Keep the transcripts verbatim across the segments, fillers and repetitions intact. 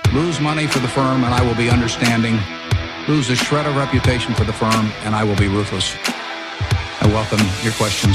Lose money for the firm and I will be understanding. Lose a shred of reputation for the firm and I will be ruthless. I welcome your questions.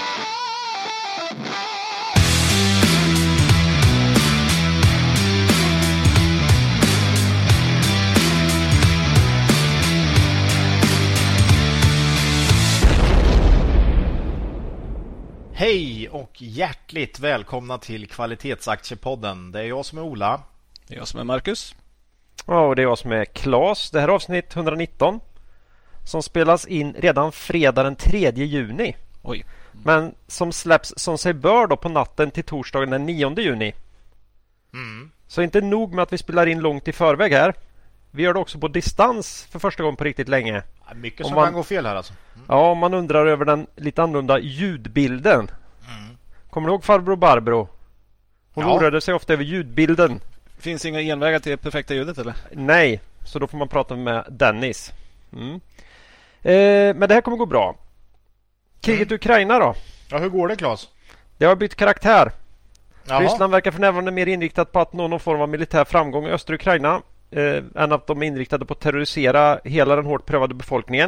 Hej och hjärtligt välkomna till Kvalitetsaktiepodden. Det är jag som är Ola. Det är jag som är Marcus. Ja, och det är jag som är Claes. Det här är avsnitt etthundranitton som spelas in redan fredag den tredje juni. Oj. Mm. Men som släpps som sig bör då på natten till torsdagen den nionde juni. Mm. Så inte nog med att vi spelar in långt i förväg här. Vi gör det också på distans för första gången på riktigt länge. Mycket om som man, kan gå fel här alltså. Mm. Ja, om man undrar över den lite annorlunda ljudbilden. Mm. Kommer du ihåg farbror Barbro? Hon Ja. oroade sig ofta över ljudbilden. Finns inga genvägar till det perfekta ljudet eller? Nej, så då får man prata med Dennis. Mm. Eh, men det här kommer gå bra. Kriget i Ukraina då? Ja, hur går det, Claes? Det har bytt karaktär. Jaha. Ryssland verkar för närvarande mer inriktat på att nå någon form av militär framgång i östra Ukraina eh, än att de är inriktade på att terrorisera hela den hårt prövade befolkningen.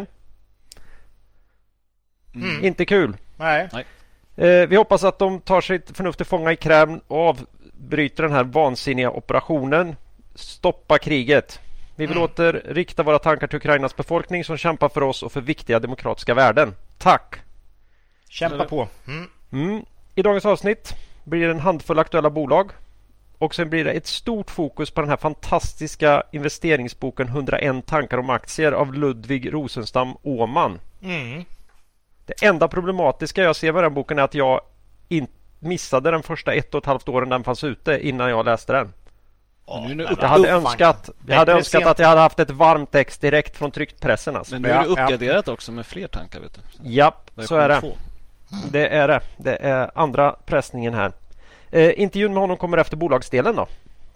Mm. Inte kul. Nej. Nej. Eh, vi hoppas att de tar sig förnuft till fånga i Kreml och avbryter den här vansinniga operationen. Stoppa kriget. Vi vill Mm. åter rikta våra tankar till Ukrainas befolkning som kämpar för oss och för viktiga demokratiska värden. Tack! Kämpa på. Mm. Mm. I dagens avsnitt blir det en handfull aktuella bolag. Och sen blir det ett stort fokus på den här fantastiska investeringsboken hundraen tankar om aktier av Ludvig Rosenstam Åhman. Mm. Det enda problematiska jag ser med den boken är att jag in- missade den första ett och ett halvt åren den fanns ute innan jag läste den. Ja, nu är det men upp- Jag hade fan. önskat, jag Nej, hade det är önskat sent. att jag hade haft ett varmt text direkt från trycktpressen. Alltså. Men nu Ja, är det ja. uppgraderat också med fler tankar, vet du. Japp, så är det. Två. Det är det. Det är andra pressningen här. Eh, intervjun med honom kommer efter bolagsdelen då.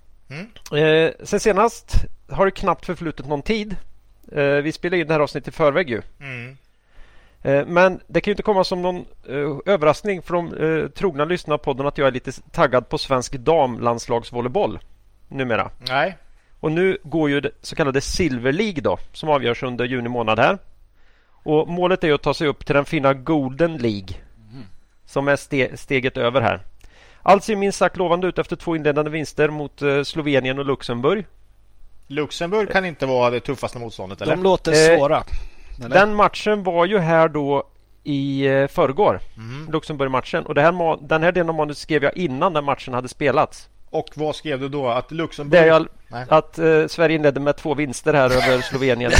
Mm. Eh, sen senast har det knappt förflutit någon tid. Eh, vi spelar in det här avsnittet i förväg ju. Mm. Eh, men det kan ju inte komma som någon eh, överraskning för de eh, trogna lyssnarna på podden att jag är lite taggad på svensk damlandslagsvolleyboll numera. Nej. Och nu går ju det så kallade Silver League då, som avgörs under juni månad här. Och målet är att ta sig upp till den fina Golden League Mm. som är ste- steget över här. Allt ser minst sagt lovande ut efter två inledande vinster mot eh, Slovenien och Luxemburg. Luxemburg kan inte vara det tuffaste motståndet, eller? De låter Eh, svåra. Eller? Den matchen var ju här då i eh, förrgår, Mm. Luxemburg-matchen. Och det här ma- den här delen av manus skrev jag innan den matchen hade spelats. Och vad skrev du då? Att Det Luxemburg... är jag, Nej. att eh, Sverige inledde med två vinster här över Slovenien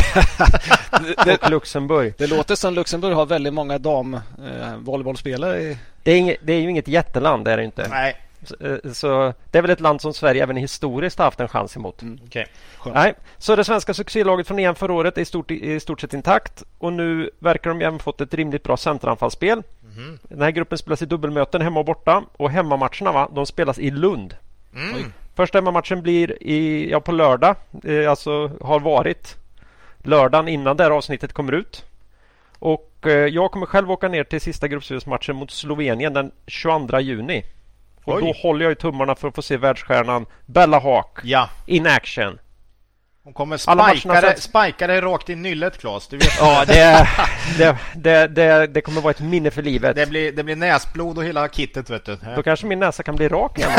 och Luxemburg. Det låter som Luxemburg har väldigt många dam eh, volleybollspelare i... Det är, inget, det är ju inget jätteland, det är det inte. Nej, Så, eh, så det är väl ett land som Sverige även historiskt har haft en chans emot. Mm. okej. Skönt. Nej, så det svenska succélaget från E M förra året är i stort, i stort sett intakt. Och nu verkar de även fått ett rimligt bra centeranfallsspel. Mhm. Den här gruppen spelas i dubbelmöten hemma och borta. Och hemmamatcherna va, de spelas i Lund. Mm. Oj. Första hemmamatchen blir i, ja, på lördag. Eh, alltså har varit lördagen innan det här avsnittet kommer ut. Och eh, jag kommer själv åka ner till sista gruppspelsmatchen mot Slovenien den tjugoandra juni. Och Oj. då håller jag i tummarna för att få se världsstjärnan Bella Haak Ja, in action. hon kommer Alla spika matcherna dig, för- spika dig rakt i nyllet, Claes. Du vet. Ja, det, det, det, det, det kommer vara ett minne för livet. Det blir, det blir näsblod och hela kittet, vet du. Då kanske min näsa kan bli rak igen.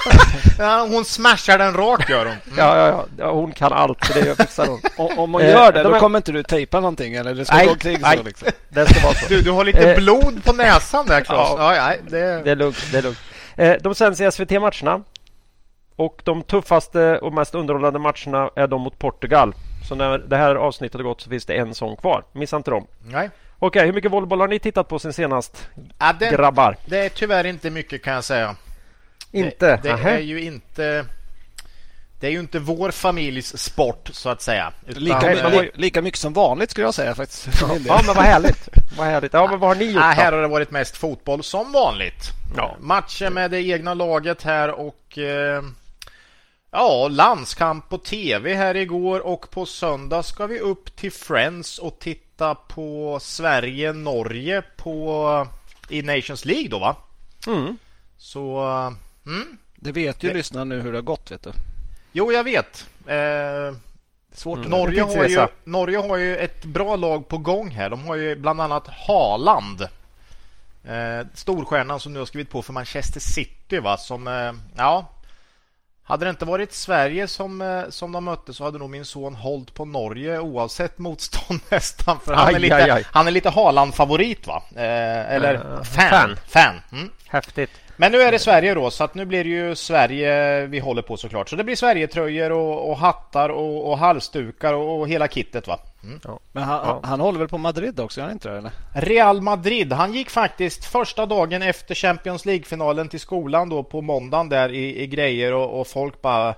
Ja, hon smashar den rak, gör hon. Mm. Ja, ja, ja, hon kan allt, så det fixar hon. Om, om man Eh, gör det, de då är- kommer inte du tejpa någonting? Eller det ska Nej, gå omkring nej. så liksom. Det ska vara så. Du, du har lite Eh. blod på näsan där, Claes. Ja. Ja, nej, det... Det är lugnt, det är lugnt. Eh, de sänds i S V T-matcherna. Och de tuffaste och mest underhållande matcherna är de mot Portugal. Så när det här avsnittet har gått så finns det en sån kvar. Missa inte dem. Nej. Okej, hur mycket volleyboll har ni tittat på sen senast? Ja, det, Grabbar. det är tyvärr inte mycket, kan jag säga. Inte? Det, det Nähä. är ju inte... Det är ju inte vår familjs sport, så att säga. Utan, Lika, Nej, my- men vad- li, lika mycket som vanligt skulle jag säga faktiskt. För min del. Ja, men vad härligt. Vad härligt. Ja, men vad har ni gjort Ja, här då? har det varit mest fotboll som vanligt. Ja. Matcher med det egna laget här och eh, ja, landskamp på tv här igår, och på söndag ska vi upp till Friends och titta på Sverige-Norge på i Nations League då, va? Mm. Så mm, Det vet ju Det- lyssnarna nu hur det har gått, vet du. Jo, jag vet. Eh, Svårt. Mm. Norge, har ju, Norge har ju ett bra lag på gång här. De har ju bland annat Haaland. Eh, storstjärnan som nu har skrivit på för Manchester City, va? Som, eh, ja... Hade det inte varit Sverige som, som de mötte så hade nog min son hållit på Norge oavsett motstånd nästan. För han, aj, är lite, aj, aj. han är lite Haaland-favorit, va? Eh, eller uh, fan. fan. fan. Mm. Häftigt. Men nu är det Sverige då, så att nu blir det ju Sverige vi håller på såklart. Så det blir Sverigetröjor och, och hattar och, och halsdukar och, och hela kittet, va? Mm. Ja. Men han, ja. han håller väl på Madrid också, är han inte det, eller? Real Madrid, han gick faktiskt första dagen efter Champions League-finalen till skolan då på måndagen där i, i grejer och, och folk bara...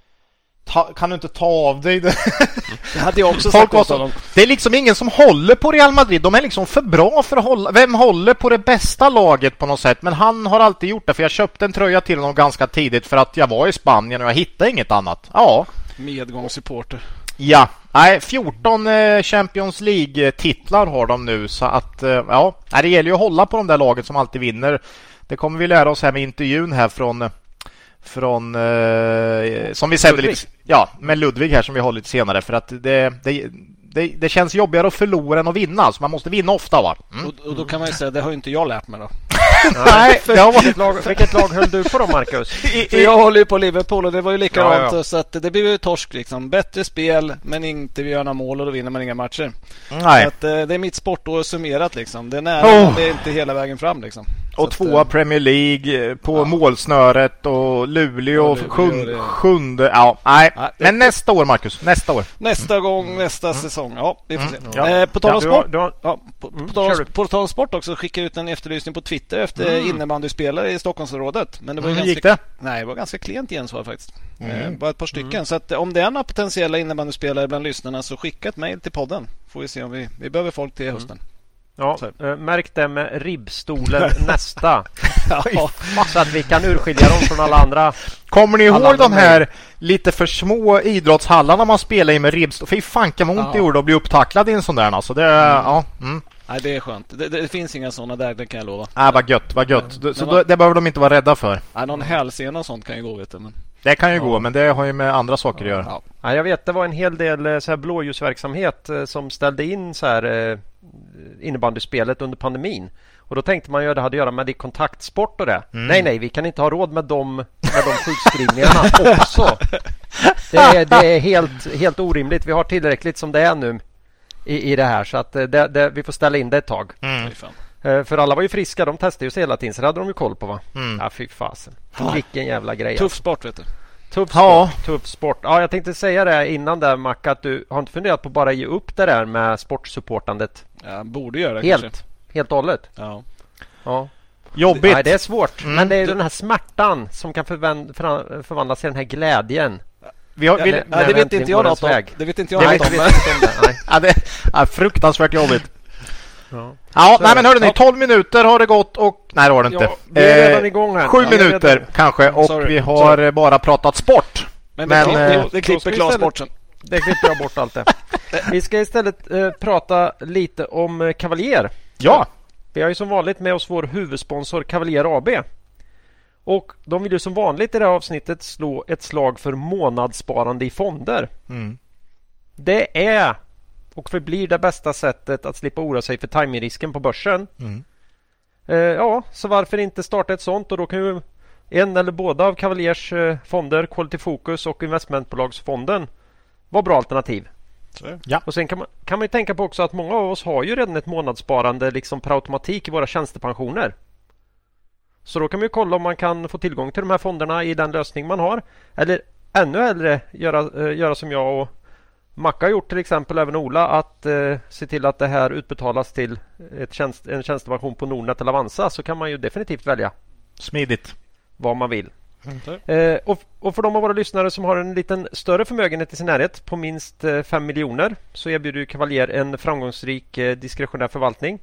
Ta, kan du inte ta av dig det? Det hade jag också sagt åt honom. Det är liksom ingen som håller på Real Madrid. De är liksom för bra för att hålla. Vem håller på det bästa laget på något sätt? Men han har alltid gjort det, för jag köpte en tröja till honom ganska tidigt för att jag var i Spanien och jag hittade inget annat. Ja. Medgångssupporter. Ja, nej, fjorton eh, Champions League-titlar har de nu, så att eh, ja, det gäller ju att hålla på de där laget som alltid vinner. Det kommer vi lära oss här med intervjun här från från eh, som vi sände lite, ja, med Ludvig här som vi håller lite senare, för att det, det, det, det känns jobbigare att förlora än att vinna, så man måste vinna ofta, va? Mm. Och, och då kan man ju säga, det har ju inte jag lärt mig då. Nej, det har vilket, lag, vilket lag höll du på då, Marcus? För jag håller ju på Liverpool och det var ju likadant, ja, ja. Så att det blir ju torsk liksom. Bättre spel, men inte vi gör några mål och då vinner man inga matcher. Nej. Så att, det är mitt sportår summerat liksom. Det är nära, oh. men det är inte hela vägen fram liksom. Och tvåa Premier League på ja. målsnöret och Luleå och sjunde, sjunde. Ja, nej. Ja, det, men nästa år, Marcus, nästa år. Nästa gång, nästa mm. säsong. Ja, vi får se. Mm. Ja. Eh, på tal om ja, sport. du har, du har, ja, på, på, tal om, på tal om sport också, skickade ut en efterlysning på Twitter efter mm. innebandyspelare i Stockholmsområdet. Men det var mm, ganska, gick det? Nej, det var ganska klent gensvar faktiskt. Mm. Eh, bara ett par stycken. Mm. Så att, om det är några potentiella innebandyspelare bland lyssnarna, så skicka ett mejl till podden. Får vi se om vi, vi behöver folk till hösten. Mm. Ja, äh, märk det med ribbstolen nästa. Ja. Så att vi kan urskilja dem från alla andra. Kommer ni ihåg de här med. lite för små idrottshallarna man spelar i med ribbstol? Fy fan, kan man ont ja. i ord att bli upptacklad i en sån där. Alltså. Det, mm. ja, mm. Nej, det är skönt. Det, det, det finns inga sådana där, det kan jag lova. Nej, vad gött, vad gött. Så man, det behöver de inte vara rädda för. Nej, någon hälsena och sånt kan ju gå, vet du. Men... Det kan ju ja. gå, men det har ju med andra saker ja. att göra. Ja. Ja, jag vet, det var en hel del så här blåljusverksamhet som ställde in så här innebandyspelet under pandemin. Och då tänkte man ju att det hade att göra med det kontaktsport och det. Mm. Nej, nej, vi kan inte ha råd med de, med de sjukskrivningarna också. Det är, det är helt, helt orimligt. Vi har tillräckligt som det är nu i, i det här. Så att det, det, vi får ställa in det ett tag. Mm. För alla var ju friska, de testade ju sig hela tiden, så det hade de ju koll på, va? Mm. Ja, fy fasen. Vilken jävla grej. Tuff sport, vet du. Tuff sport, ja. tuff sport. Ja, jag tänkte säga det innan där, Mac, att du har inte funderat på bara ge upp det där med sportsupportandet. Ja, borde göra helt, kanske. Helt och hållet. Ja. Ja. Jobbigt. Nej, det är svårt. Mm. Men det är den här smärtan som kan förvand- för- förvandlas till den här glädjen. Vi har, vi, ja, det, det vet inte jag något om. Det vet inte jag något om. Det. Ja, det är fruktansvärt jobbigt. Ja, ja nej, men hörde ni, tolv minuter har det gått och... Nej, det har det inte. Ja, vi är redan igång här. Sju ja, minuter kanske och Sorry. vi har Sorry. bara pratat sport. Men, men det, det, det klipper klar sporten. Det klipper jag bort allt det. Vi ska istället eh, prata lite om eh, Cavalier. Ja. Vi har ju som vanligt med oss vår huvudsponsor Cavalier A B. Och de vill ju som vanligt i det här avsnittet slå ett slag för månadssparande i fonder. Mm. Det är och förblir det bästa sättet att slippa oroa sig för timingrisken på börsen. Mm. Eh, ja, så varför inte starta ett sånt? Och då kan ju en eller båda av Cavaliers eh, fonder, Quality Focus och investmentbolagsfonden, vara bra alternativ. Så. Ja. Och sen kan man, kan man ju tänka på också att många av oss har ju redan ett månadssparande liksom per automatik i våra tjänstepensioner. Så då kan man ju kolla om man kan få tillgång till de här fonderna i den lösning man har. Eller ännu hellre göra, eh, göra som jag och Macka har gjort, till exempel även Ola, att eh, se till att det här utbetalas till ett tjänst, en tjänstepension på Nordnet eller Avanza, så kan man ju definitivt välja smidigt vad man vill. Mm. Eh, och, och för de av våra lyssnare som har en liten större förmögenhet i sin närhet på minst eh, fem miljoner, så erbjuder Cavalier en framgångsrik eh, diskretionär förvaltning.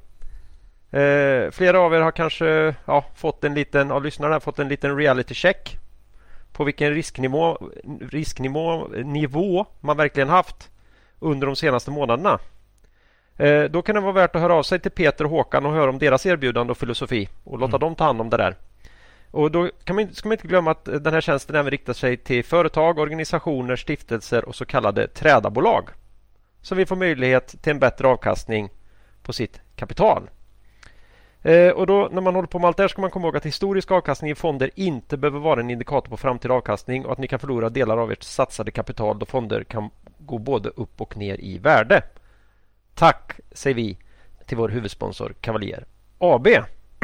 Eh, flera av er har kanske ja, fått en liten av lyssnarna har fått en liten reality check på vilken risknivå, risknivå nivå man verkligen haft under de senaste månaderna. Eh, då kan det vara värt att höra av sig till Peter och Håkan och höra om deras erbjudande och filosofi och låta mm. dem ta hand om det där. Och då kan man, ska man inte glömma att den här tjänsten även riktar sig till företag, organisationer, stiftelser och så kallade trädarbolag. Så vi får möjlighet till en bättre avkastning på sitt kapital. Eh, och då när man håller på med allt det här ska man komma ihåg att historisk avkastning i fonder inte behöver vara en indikator på framtida avkastning och att ni kan förlora delar av ert satsade kapital då fonder kan gå både upp och ner i värde. Tack säger vi till vår huvudsponsor Cavalier A B.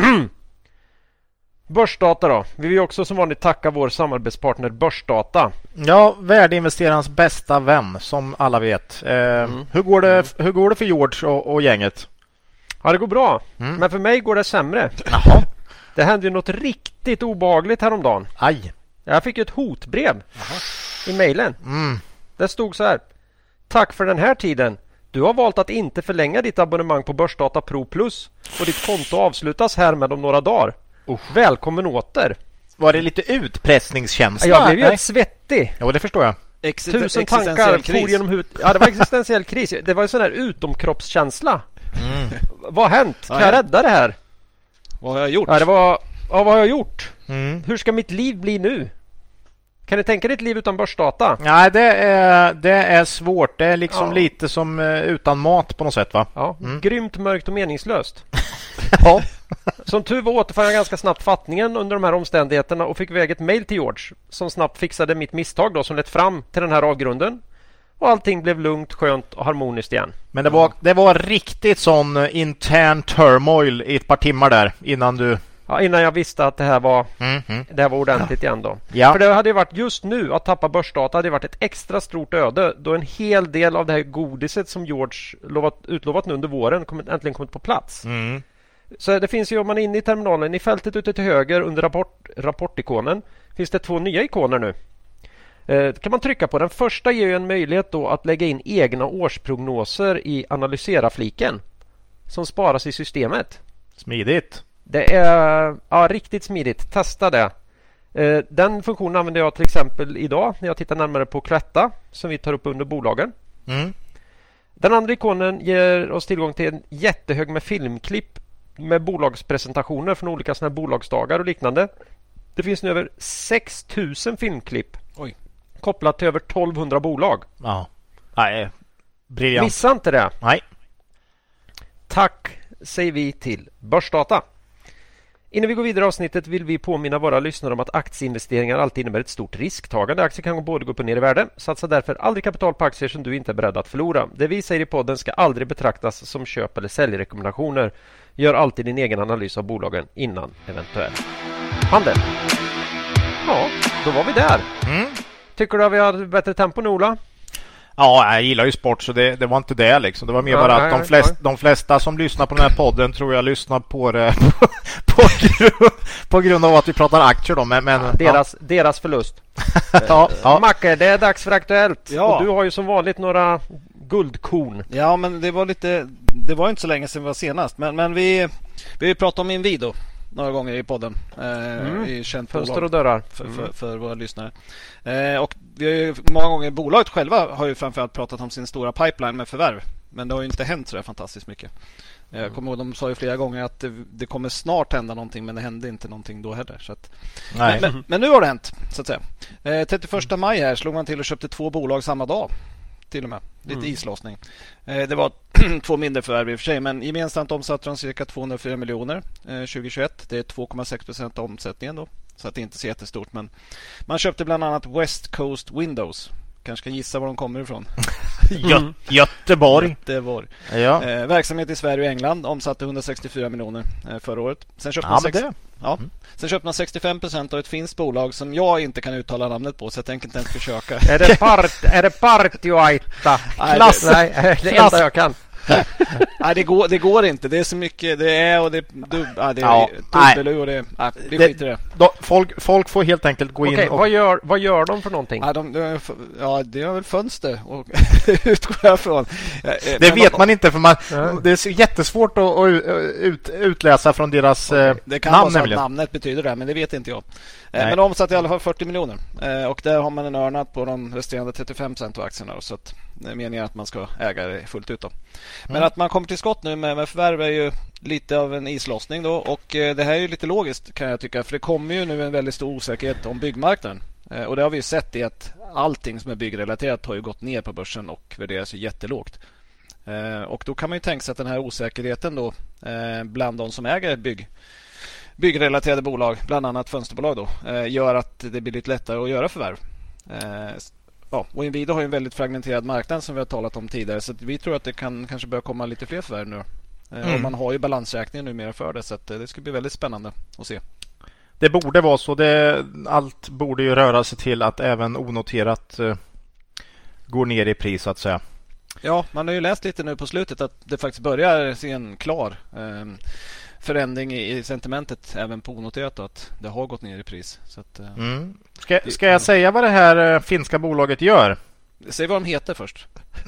Börsdata då. Vi vill också som vanligt tacka vår samarbetspartner Börsdata. Ja, värdeinvesterarens bästa vän som alla vet. Eh, mm. hur, går det, hur går det för George och, och gänget? Ja, det går bra. Mm. Men för mig går det sämre. Jaha. Det hände ju något riktigt obehagligt häromdagen. Aj. Jag fick ett hotbrev Jaha. i mejlen. Mm. Det stod så här. Tack för den här tiden. Du har valt att inte förlänga ditt abonnemang på Börsdata Pro Plus och ditt konto avslutas härmed om några dagar. Uh. Välkommen åter. Var det lite utpressningskänsla? Jag blev ju helt svettig. Ja, det förstår jag. Exist- Tusen tankar for genom huvudet. Ja, det var existentiell kris. Det var en sån här utomkroppskänsla. Mm. Vad har hänt? Kan jag rädda det här? Vad har jag gjort? Ja, det var... ja, vad har jag gjort? Mm. Hur ska mitt liv bli nu? Kan du tänka dig ett liv utan börsdata? Nej, det är, det är svårt. Det är liksom ja. lite som uh, utan mat på något sätt, va? Ja, mm. grymt mörkt och meningslöst. Ja. Som tur var återfann jag ganska snabbt fattningen under de här omständigheterna och fick iväg ett mejl till George som snabbt fixade mitt misstag då, som lett fram till den här avgrunden. Och allting blev lugnt, skönt och harmoniskt igen. Men det var, det var riktigt sån intern turmoil i ett par timmar där innan du... Ja, innan jag visste att det här var, mm, mm. det här var ordentligt igen då. Ja. För det hade ju varit just nu att tappa börsdata hade varit ett extra stort öde då en hel del av det här godiset som George lovat, utlovat nu under våren kommit, äntligen kommit på plats. Mm. Så det finns ju, om man är inne i terminalen, i fältet ute till höger under rapport, rapportikonen finns det två nya ikoner nu. Eh, kan man trycka på. Den första ger ju en möjlighet då att lägga in egna årsprognoser i analysera-fliken som sparas i systemet. Smidigt. Det är ja, riktigt smidigt. Testa det. Eh, den funktionen använder jag till exempel idag när jag tittar närmare på Cloetta som vi tar upp under bolagen. Mm. Den andra ikonen ger oss tillgång till en jättehög med filmklipp med bolagspresentationer från olika såna här bolagsdagar och liknande. Det finns nu över sex tusen filmklipp. Oj. Kopplat till över tolvhundra bolag. Ja. Nej, briljant. Missa inte det. Nej. Tack säger vi till Börsdata. Innan vi går vidare i avsnittet vill vi påminna våra lyssnare om att aktieinvesteringar alltid innebär ett stort risktagande. Aktier kan både gå upp och ner i värde. Satsa därför aldrig kapital på aktier som du inte är beredd att förlora. Det vi säger i podden ska aldrig betraktas som köp- eller säljrekommendationer. Gör alltid din egen analys av bolagen innan eventuell handel. Ja, då var vi där. Mm. Tycker du att vi har bättre tempo nu, Ola? Ja, jag gillar ju sport så det, det var inte det liksom. Det var mer ja, bara nej, att de, flest, nej. de flesta som lyssnar på den här podden tror jag lyssnar på det på, grund, på grund av att vi pratar aktier då. Men, men, ja, deras, ja. deras förlust. ja, ja. Macke, det är dags för Aktuellt. Ja. Och du har ju som vanligt några guldkorn. Ja, men det var lite... Det var inte så länge sedan vi var senast. Men, men vi, vi pratade om Inwido några gånger i podden. Eh, mm. i känt Fönster bolag och dörrar. för, mm. för, för våra lyssnare. Eh, och vi har ju många gånger, bolaget själva har ju framförallt pratat om sin stora pipeline med förvärv. Men det har ju inte hänt så där fantastiskt mycket. Jag mm. kommer ihåg, de sa ju flera gånger att det, det kommer snart hända någonting, men det hände inte någonting då heller. Så att, Nej. Men, men, men nu har det hänt, så att säga. Eh, trettioförsta maj här slog man till och köpte två bolag samma dag. Till och med. Lite mm. islåsning. Eh, det var två mindre förvärv i och för sig, men gemensamt omsatte de cirka tvåhundrafyra miljoner eh, tjugohundratjugoett. Det är två komma sex procent av omsättningen då. Så att det inte är så jättestort, men man köpte bland annat West Coast Windows. Kanske kan gissa var de kommer ifrån. Gö- Göteborg. Göteborg. Ja. Eh, verksamhet i Sverige och England omsatte hundrasextiofyra miljoner eh, förra året. Sen köpte, ja, man sex... det. ja. mm. Sen köpte man sextiofem procent av ett finskt bolag som jag inte kan uttala namnet på, så jag tänker inte ens försöka. Är det part är det Partioaita? Klass. Nej, det är det enda jag kan. Nej, det går, det går inte. Det är så mycket. Det är och det är dub, ja, det är ja, dubbel och det, nej, vi det, skiter i det. Då, folk, folk får helt enkelt gå Okej, in och... vad gör, vad gör de för någonting? Ja, de, de, ja, det är väl fönster och utgår jag från. Det men vet de, man inte för man, ja. det är jättesvårt att, att ut, utläsa från deras okay. Det kan namn vara så nämligen. att namnet betyder det, men det vet inte jag. Nej. Men de omsatte i alla fall fyrtio miljoner. Och där har man en earnat på de resterande trettiofem procent av aktierna. Så att det är meningen att man ska äga det fullt ut då. Men Mm. att man kommer till skott nu med, med förvärv är ju lite av en islossning då. Och eh, det här är ju lite logiskt kan jag tycka. För det kommer ju nu en väldigt stor osäkerhet om byggmarknaden. Eh, och det har vi ju sett i att allting som är byggrelaterat har ju gått ner på börsen och värderas ju jättelågt. Eh, och då kan man ju tänka sig att den här osäkerheten då eh, bland de som äger bygg byggrelaterade bolag, bland annat fönsterbolag då, eh, gör att det blir lite lättare att göra förvärv. Eh, ja, och Inwido har ju en väldigt fragmenterad marknad som vi har talat om tidigare, så att vi tror att det kan kanske börja komma lite fler förvärv nu. Eh, Mm. och man har ju balansräkningen numera för det, så att, eh, det ska bli väldigt spännande att se. Det borde vara så. Det, allt borde ju röra sig till att även onoterat eh, går ner i pris så att säga. Ja, man har ju läst lite nu på slutet att det faktiskt börjar se en klar eh, förändring i, i sentimentet även på onoterat och att det har gått ner i pris. Så att, eh, Mm. Ska, ska jag säga vad det här eh, finska bolaget gör? säg vad de heter först.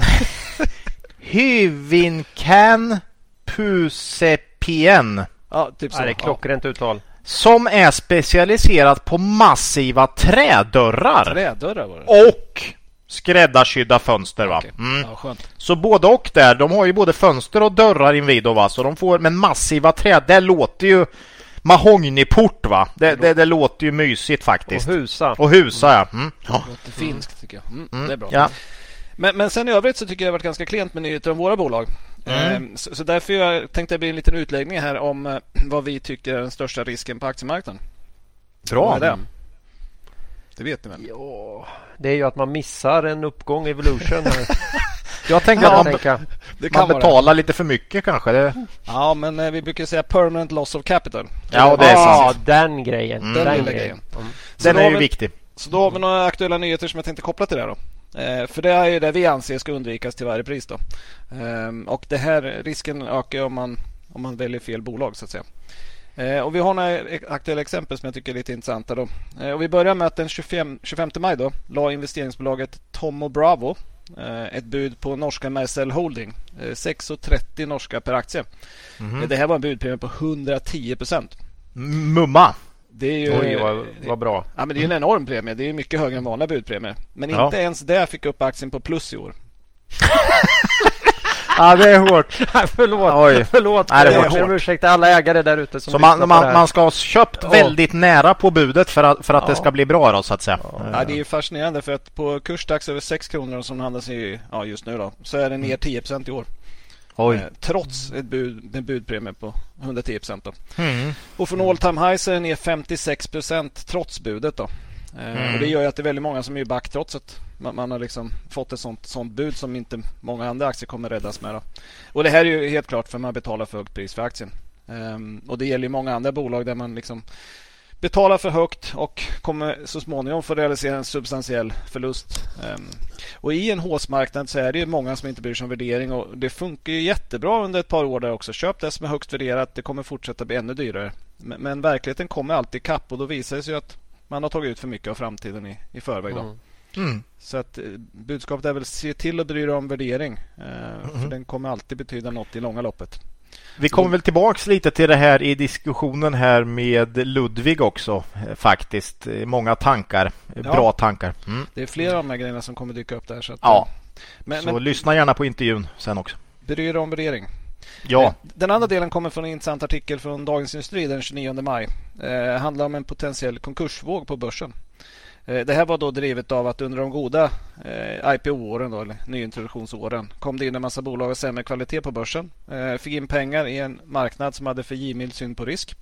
Hyvinkään Pusepien, Ja, typ så. Nej, det är Ja. klockrent uttal. som är specialiserat på massiva trädörrar Trädörrar var det. och skräddarsydda fönster, va? Okej. Mm. Ja, skönt. Så både och där, de har ju både fönster och dörrar Inwido, va? Så de får, men massiva träd, det låter ju mahogniport, va? Det, det, det låter ju mysigt Och faktiskt. husa. Och husa, ja. Mm. Ja. Det låter finskt tycker jag. Mm, Mm. Det är bra. Ja. Men, men sen i övrigt så tycker jag det har varit ganska klent med nyheter om våra bolag. Mm. Ehm, så, så därför jag tänkte det bli en liten utläggning här om eh, vad vi tycker är den största risken på aktiemarknaden. Bra. Vad är det? Det vet ni väl? Ja, det är ju att man missar en uppgång, evolution. Jag tänker Ja, att man, tänka. Det man vara betalar lite för mycket kanske. Det... Ja, men eh, vi brukar säga permanent loss of capital. Ja, och det är Ja, sant. den grejen. Mm. Den Den lilla grejen. grejen. Mm. Så Den då är har ju vi- viktig. Så då har vi några aktuella nyheter som jag tänkte koppla till det då. Eh, för det är ju det vi anser ska undvikas till varje pris då. Ehm, och det här risken ökar om man, om man väljer fel bolag så att säga. Eh, och vi har några aktuella exempel som jag tycker är lite intressanta då. Eh, och vi börjar med att den tjugofemte maj då la investeringsbolaget Tomo Bravo eh, ett bud på norska Mercell Holding. Eh, sex komma trettio norska per aktie. Mhm. Eh, det här var en budpremie på hundratio procent. Mumma. Det är ju Oj, vad, vad bra. Ja, men det är en enorm premie. Det är mycket högre än vanliga budpremier. Men Ja. inte ens det fick upp aktien på plus i år. Ja, det är hårt. förlåt. Oj. Förlåt. Nej, det är jag ber om hårt. ursäkt till alla ägare där ute som Så lyssnar man, på det man, här. man ska ha köpt Ja. väldigt nära på budet för att, för att det Ja. ska bli bra då, så att säga. Ja, det är ju fascinerande för att på kursdags över sex kronor som handlas i, ja, just nu då, så är det ner tio procent i år. Oj. Eh, trots ett bud, en budpremie på hundratio procent då. Mm. Och från all time high så är det ner femtiosex procent trots budet då. Eh, Mm. Och det gör ju att det är väldigt många som är back trots att man, man har liksom fått ett sånt, sånt bud som inte många andra aktier kommer räddas med då. Och det här är ju helt klart för man betalar för högt pris för aktien. Um, och det gäller ju många andra bolag där man liksom betalar för högt och kommer så småningom få realisera en substantiell förlust. Um, och i en håsmarknad så är det ju många som inte bryr sig om värdering och det funkar ju jättebra under ett par år där också. Köp det som är högst värderat, det kommer fortsätta bli ännu dyrare. Men, men verkligheten kommer alltid kapp och då visar det sig att man har tagit ut för mycket av framtiden i, i förväg då. Mm. Mm. Så att eh, budskapet är väl se till att bry dig om värdering. Eh, För den kommer alltid betyda något i långa loppet. Vi kommer väl tillbaks lite till det här i diskussionen här med Ludvig också, eh, faktiskt. Eh, Många tankar, eh, Ja. bra tankar. Mm. Det är flera av de här grejerna som kommer dyka upp där. Så att, Ja. eh, men, Så men lyssna gärna på intervjun sen också. bry dig om värdering. Ja. Eh, Den andra delen kommer från en intressant artikel från Dagens Industri den tjugonionde maj. Eh, handlar om en potentiell konkursvåg på börsen. Eh, det här var då drivet av att under de goda eh, I P O-åren då, eller nyintroduktionsåren kom det in en massa bolag av sämre kvalitet på börsen. Eh, fick in pengar i en marknad som hade för givmild syn på risk.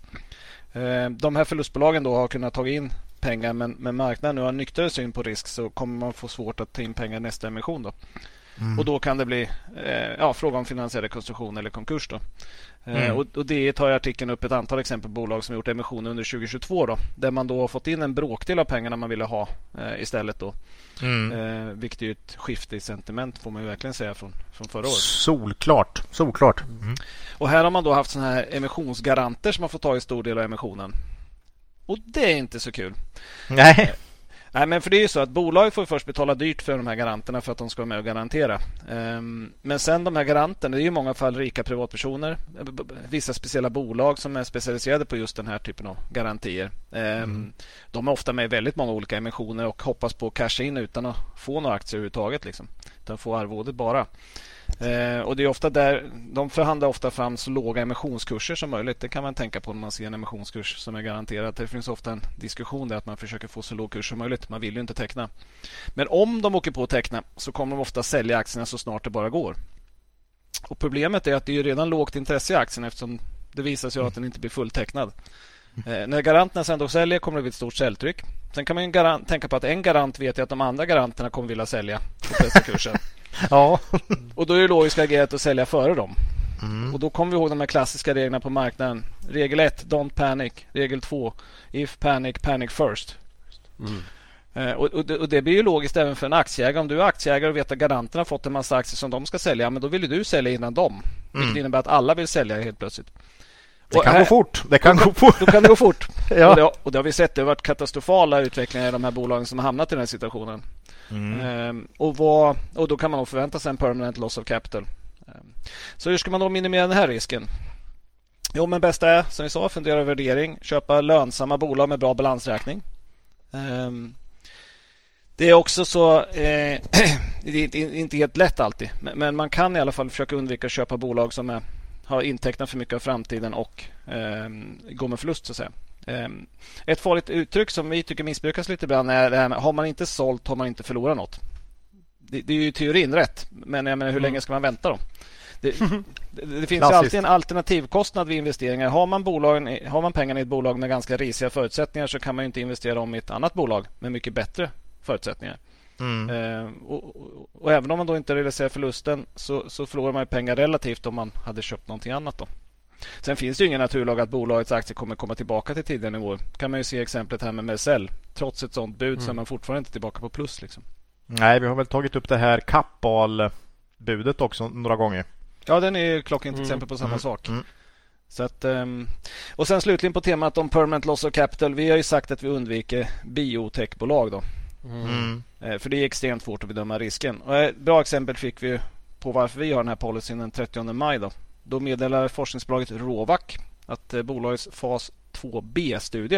Eh, de här förlustbolagen då har kunnat ta in pengar men, men marknaden nu har nyktrare syn på risk så kommer man få svårt att ta in pengar i nästa emission då. Mm. Och då kan det bli eh, ja, fråga om finansiell rekonstruktion eller konkurs då. Eh, Mm. och, och det tar i artikeln upp ett antal exempel på bolag som gjort emissioner under tjugohundratjugotvå då, där man då har fått in en bråkdel av pengarna man ville ha eh, istället då. Mm. Eh, vilket är ju ett skifte i sentiment får man ju verkligen säga från, från förra året. Solklart. Solklart. Mm. Och här har man då haft såna här emissionsgaranter som har fått ta i stor del av emissionen. Och det är inte så kul. Nej. Nej, men för det är ju så att bolag får först betala dyrt för de här garanterna för att de ska vara med och garantera. Um, men sen de här garanterna, det är ju i många fall rika privatpersoner, b- b- vissa speciella bolag som är specialiserade på just den här typen av garantier. Um, mm. De är ofta med i väldigt många olika emissioner och hoppas på att casha in utan att få några aktier överhuvudtaget. Liksom. Utan få arvodet bara. Eh, och det är ofta där, de förhandlar ofta fram så låga emissionskurser som möjligt. Det kan man tänka på när man ser en emissionskurs som är garanterad. Det finns ofta en diskussion där att man försöker få så låg kurs som möjligt. Man vill ju inte teckna. Men om de åker på att teckna så kommer de ofta sälja aktierna så snart det bara går. Och problemet är att det är ju redan lågt intresse i aktien eftersom det visar sig att den inte blir fulltecknad. Eh, när garanterna sen då säljer kommer det bli ett stort säljtryck. Sen kan man ju garant, tänka på att en garant vet att de andra garanterna kommer vilja sälja på bästa kursen. Ja. Och då är det logiskt agerat att sälja före dem. Mm. Och då kommer vi ihåg de här klassiska reglerna på marknaden. Regel ett, don't panic. Regel två, if panic, panic first. Mm. Eh, och, och, det, och det blir ju logiskt även för en aktieägare. Om du är aktieägare och vet att garanterna har fått en massa aktier som de ska sälja, men då vill ju du sälja innan dem. Mm. Vilket innebär att alla vill sälja helt plötsligt. Det kan här, gå fort. Det kan gå fort. Då kan det gå fort. Ja. och, det, och det har vi sett. Det har varit katastrofala utvecklingar i de här bolagen som har hamnat i den här situationen. Mm. Ehm, och, vad, och då kan man nog förvänta sig en permanent loss of capital. Ehm, så hur ska man då minimera den här risken? Jo, men bästa är, som vi sa, fundera över värdering. Köpa lönsamma bolag med bra balansräkning. Ehm, det är också så, eh, det är inte helt lätt alltid. Men, men man kan i alla fall försöka undvika att köpa bolag som är har intecknat för mycket av framtiden och eh, går med förlust så att säga. Eh, ett farligt uttryck som vi tycker missbrukas lite ibland är det här med, har man inte sålt har man inte förlorat något. Det, det är ju teorin rätt, men jag menar, hur mm. länge ska man vänta då? Det, det, det finns ju alltid en alternativkostnad vid investeringar. Har man, bolagen, har man pengarna i ett bolag med ganska risiga förutsättningar så kan man ju inte investera om i ett annat bolag med mycket bättre förutsättningar. Mm. Eh, och, och, och även om man då inte realiserar förlusten så, så förlorar man pengar relativt om man hade köpt någonting annat då. Sen finns det ju ingen naturlag att bolagets aktier kommer komma tillbaka till tidigare nivåer. Kan man ju se exemplet här med Mercell. Trots ett sånt bud mm. så är man fortfarande inte tillbaka på plus liksom. Nej, vi har väl tagit upp det här Kappahl-budet också några gånger. Ja, den är ju klockan till exempel på samma mm. sak. Mm. Så att, um, och sen slutligen på temat om permanent loss of capital. Vi har ju sagt att vi undviker biotechbolag då. Mm. Mm. För det är extremt svårt att bedöma risken. Och ett bra exempel fick vi på varför vi har den här policyn den trettionde maj. Då, då meddelar forskningsbolaget Rovac att bolagets fas två B-studie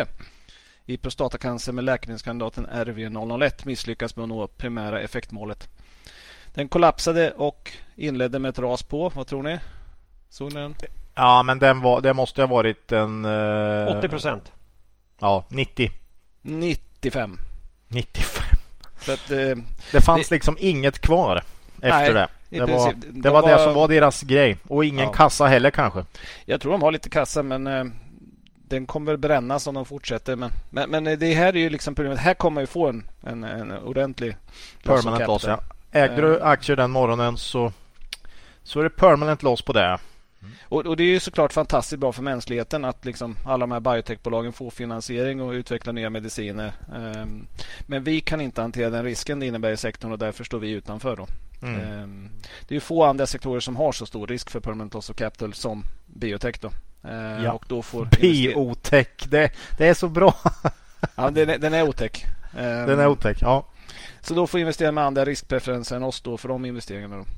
i prostatacancer med läkemedelskandidaten R V noll noll ett misslyckas med att nå primära effektmålet. Den kollapsade och inledde med ett ras på, vad tror ni? Såg ni den? Ja, men den var, det måste ha varit en... Uh... åttio procent. Ja, nittio. nittiofem. nittiofem. Så att, eh, det fanns det... liksom inget kvar efter nej, det. Det var, princip, det, var, var det som var deras grej. Och ingen ja. kassa heller kanske. Jag tror de har lite kassa, men eh, den kommer brännas om de fortsätter. Men, men, men det här är ju liksom problemet. Här kommer vi få en, en, en ordentlig permanent loss. Ja. Ägde du aktier den morgonen så, så är det permanent loss på det. Mm. Och, och det är ju såklart fantastiskt bra för mänskligheten att liksom alla de här biotechbolagen får finansiering och utveckla nya mediciner. Um, men vi kan inte hantera den risken det innebär i sektorn och därför står vi utanför då. Mm. Um, det är ju få andra sektorer som har så stor risk för permanent loss of capital som biotech då. Uh, ja. Och då får biotech, det, det är så bra. Ja, den är, den är otech. Um, den är otech, ja. Så då får investera med andra riskpreferenser än oss då för de investeringarna då.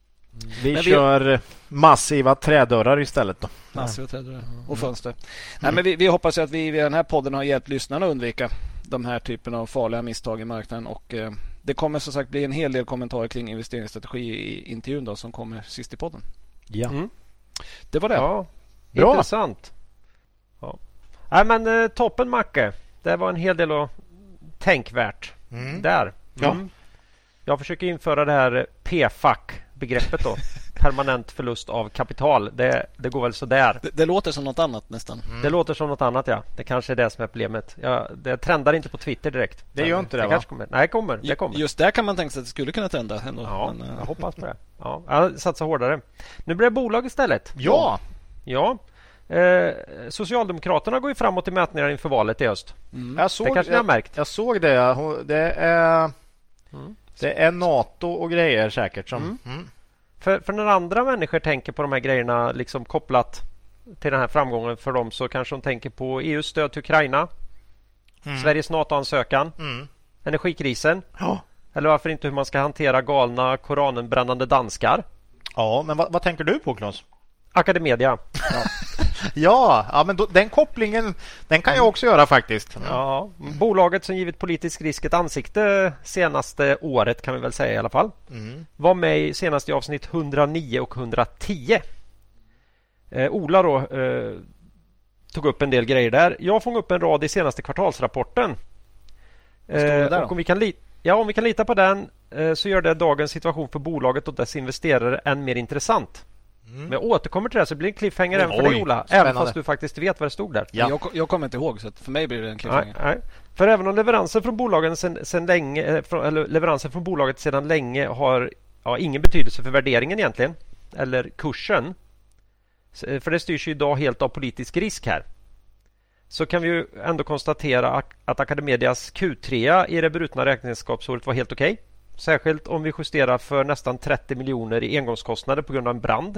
Vi men kör vi... massiva trädörrar istället då. Massiva trädörrar och fönster. Mm. Nej, men vi, vi hoppas ju att vi i den här podden har hjälpt lyssnarna att undvika de här typen av farliga misstag i marknaden. Och eh, det kommer som sagt bli en hel del kommentarer kring investeringsstrategi i intervjun då, som kommer sist i podden. Ja. Mm. Det var det. Ja, bra. Intressant. Ja. Nej, men eh, toppen Macke. Det var en hel del och tänkvärt mm. där. Mm. Ja. Jag försöker införa det här P F A C-begreppet då. Permanent förlust av kapital. Det, det går väl så där. Det, det låter som något annat nästan. Mm. Det låter som något annat, ja. Det kanske är det som är problemet. Jag, det trendar inte på Twitter direkt. Det gör inte det, det va? Kommer. Nej, det kommer. Det kommer. Just där kan man tänka sig att det skulle kunna trenda ändå. Ja, men, jag hoppas på det. Ja, jag satsar hårdare. Nu blir det bolag istället. Ja! Ja. Eh, Socialdemokraterna går ju framåt i mätningar inför valet i höst. Mm. Jag såg, det kanske ni har märkt. Jag såg det. Det är, mm. det är NATO och grejer säkert. Som, mm. Mm. För, för när andra människor tänker på de här grejerna liksom kopplat till den här framgången för dem, så kanske de tänker på E U:s stöd till Ukraina, mm. Sveriges NATO-ansökan, mm. energikrisen, ja. Eller varför inte hur man ska hantera galna koranenbrännande danskar. Ja, men vad, vad tänker du på, Claes? Academedia. Ja. Ja, ja men då, den kopplingen den kan jag också göra faktiskt. Ja, bolaget som givit politisk risk ett ansikte senaste året kan vi väl säga i alla fall. Mm. Var med i senaste avsnitt hundranio och hundratio. Eh, Ola då eh, tog upp en del grejer där. Jag fångade upp en rad i senaste kvartalsrapporten. Eh, och om vi kan li- ja, om vi kan lita på den eh, så gör det dagens situation för bolaget och dess investerare än mer intressant. Mm. Men jag återkommer till det, så det blir en cliffhanger även för dig, Ola. Spännande. Även fast du faktiskt vet vad det stod där. Ja. Jag, jag kommer inte ihåg, så för mig blir det en cliffhanger. Nej, nej. För även om leveranser från bolagen sen, sen länge, eller leveranser från bolaget sedan länge har ja, ingen betydelse för värderingen egentligen, eller kursen, för det styrs ju idag helt av politisk risk här, så kan vi ju ändå konstatera att Academedias Q tre i det brutna räkenskapsåret var helt okej. Okay. Särskilt om vi justerar för nästan trettio miljoner i engångskostnader på grund av en brand.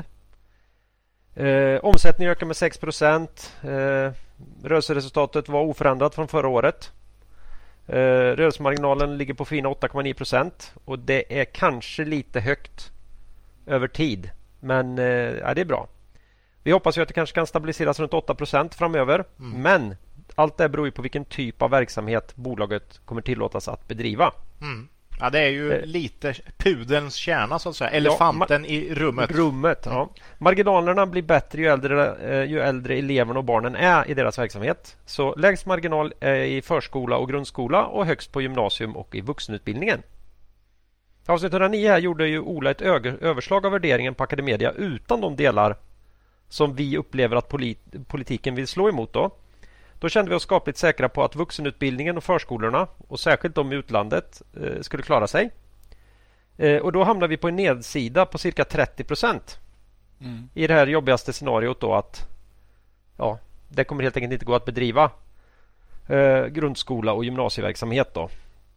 Eh, omsättningen ökar med sex procent. Eh, rörelseresultatet var oförändrat från förra året. Eh, rörelsemarginalen ligger på fina åtta komma nio procent. Och det är kanske lite högt över tid. Men eh, ja, det är bra. Vi hoppas ju att det kanske kan stabiliseras runt åtta procent framöver. Mm. Men allt det beror ju på vilken typ av verksamhet bolaget kommer tillåtas att bedriva. Mm. Ja, det är ju eh. lite pudelns kärna så att säga. Elefanten ja, i rummet. rummet ja. Marginalerna blir bättre ju äldre, ju äldre eleverna och barnen är i deras verksamhet. Så lägst marginal är i förskola och grundskola och högst på gymnasium och i vuxenutbildningen. Avsnitt etthundranio här gjorde ju Ola ett överslag av värderingen på Academedia utan de delar som vi upplever att polit- politiken vill slå emot då. Då kände vi oss skapligt säkra på att vuxenutbildningen och förskolorna, och särskilt de i utlandet, eh, skulle klara sig. Eh, och då hamnar vi på en nedsida på cirka trettio procent mm. i det här jobbigaste scenariot då, att ja, det kommer helt enkelt inte gå att bedriva eh, grundskola och gymnasieverksamhet då.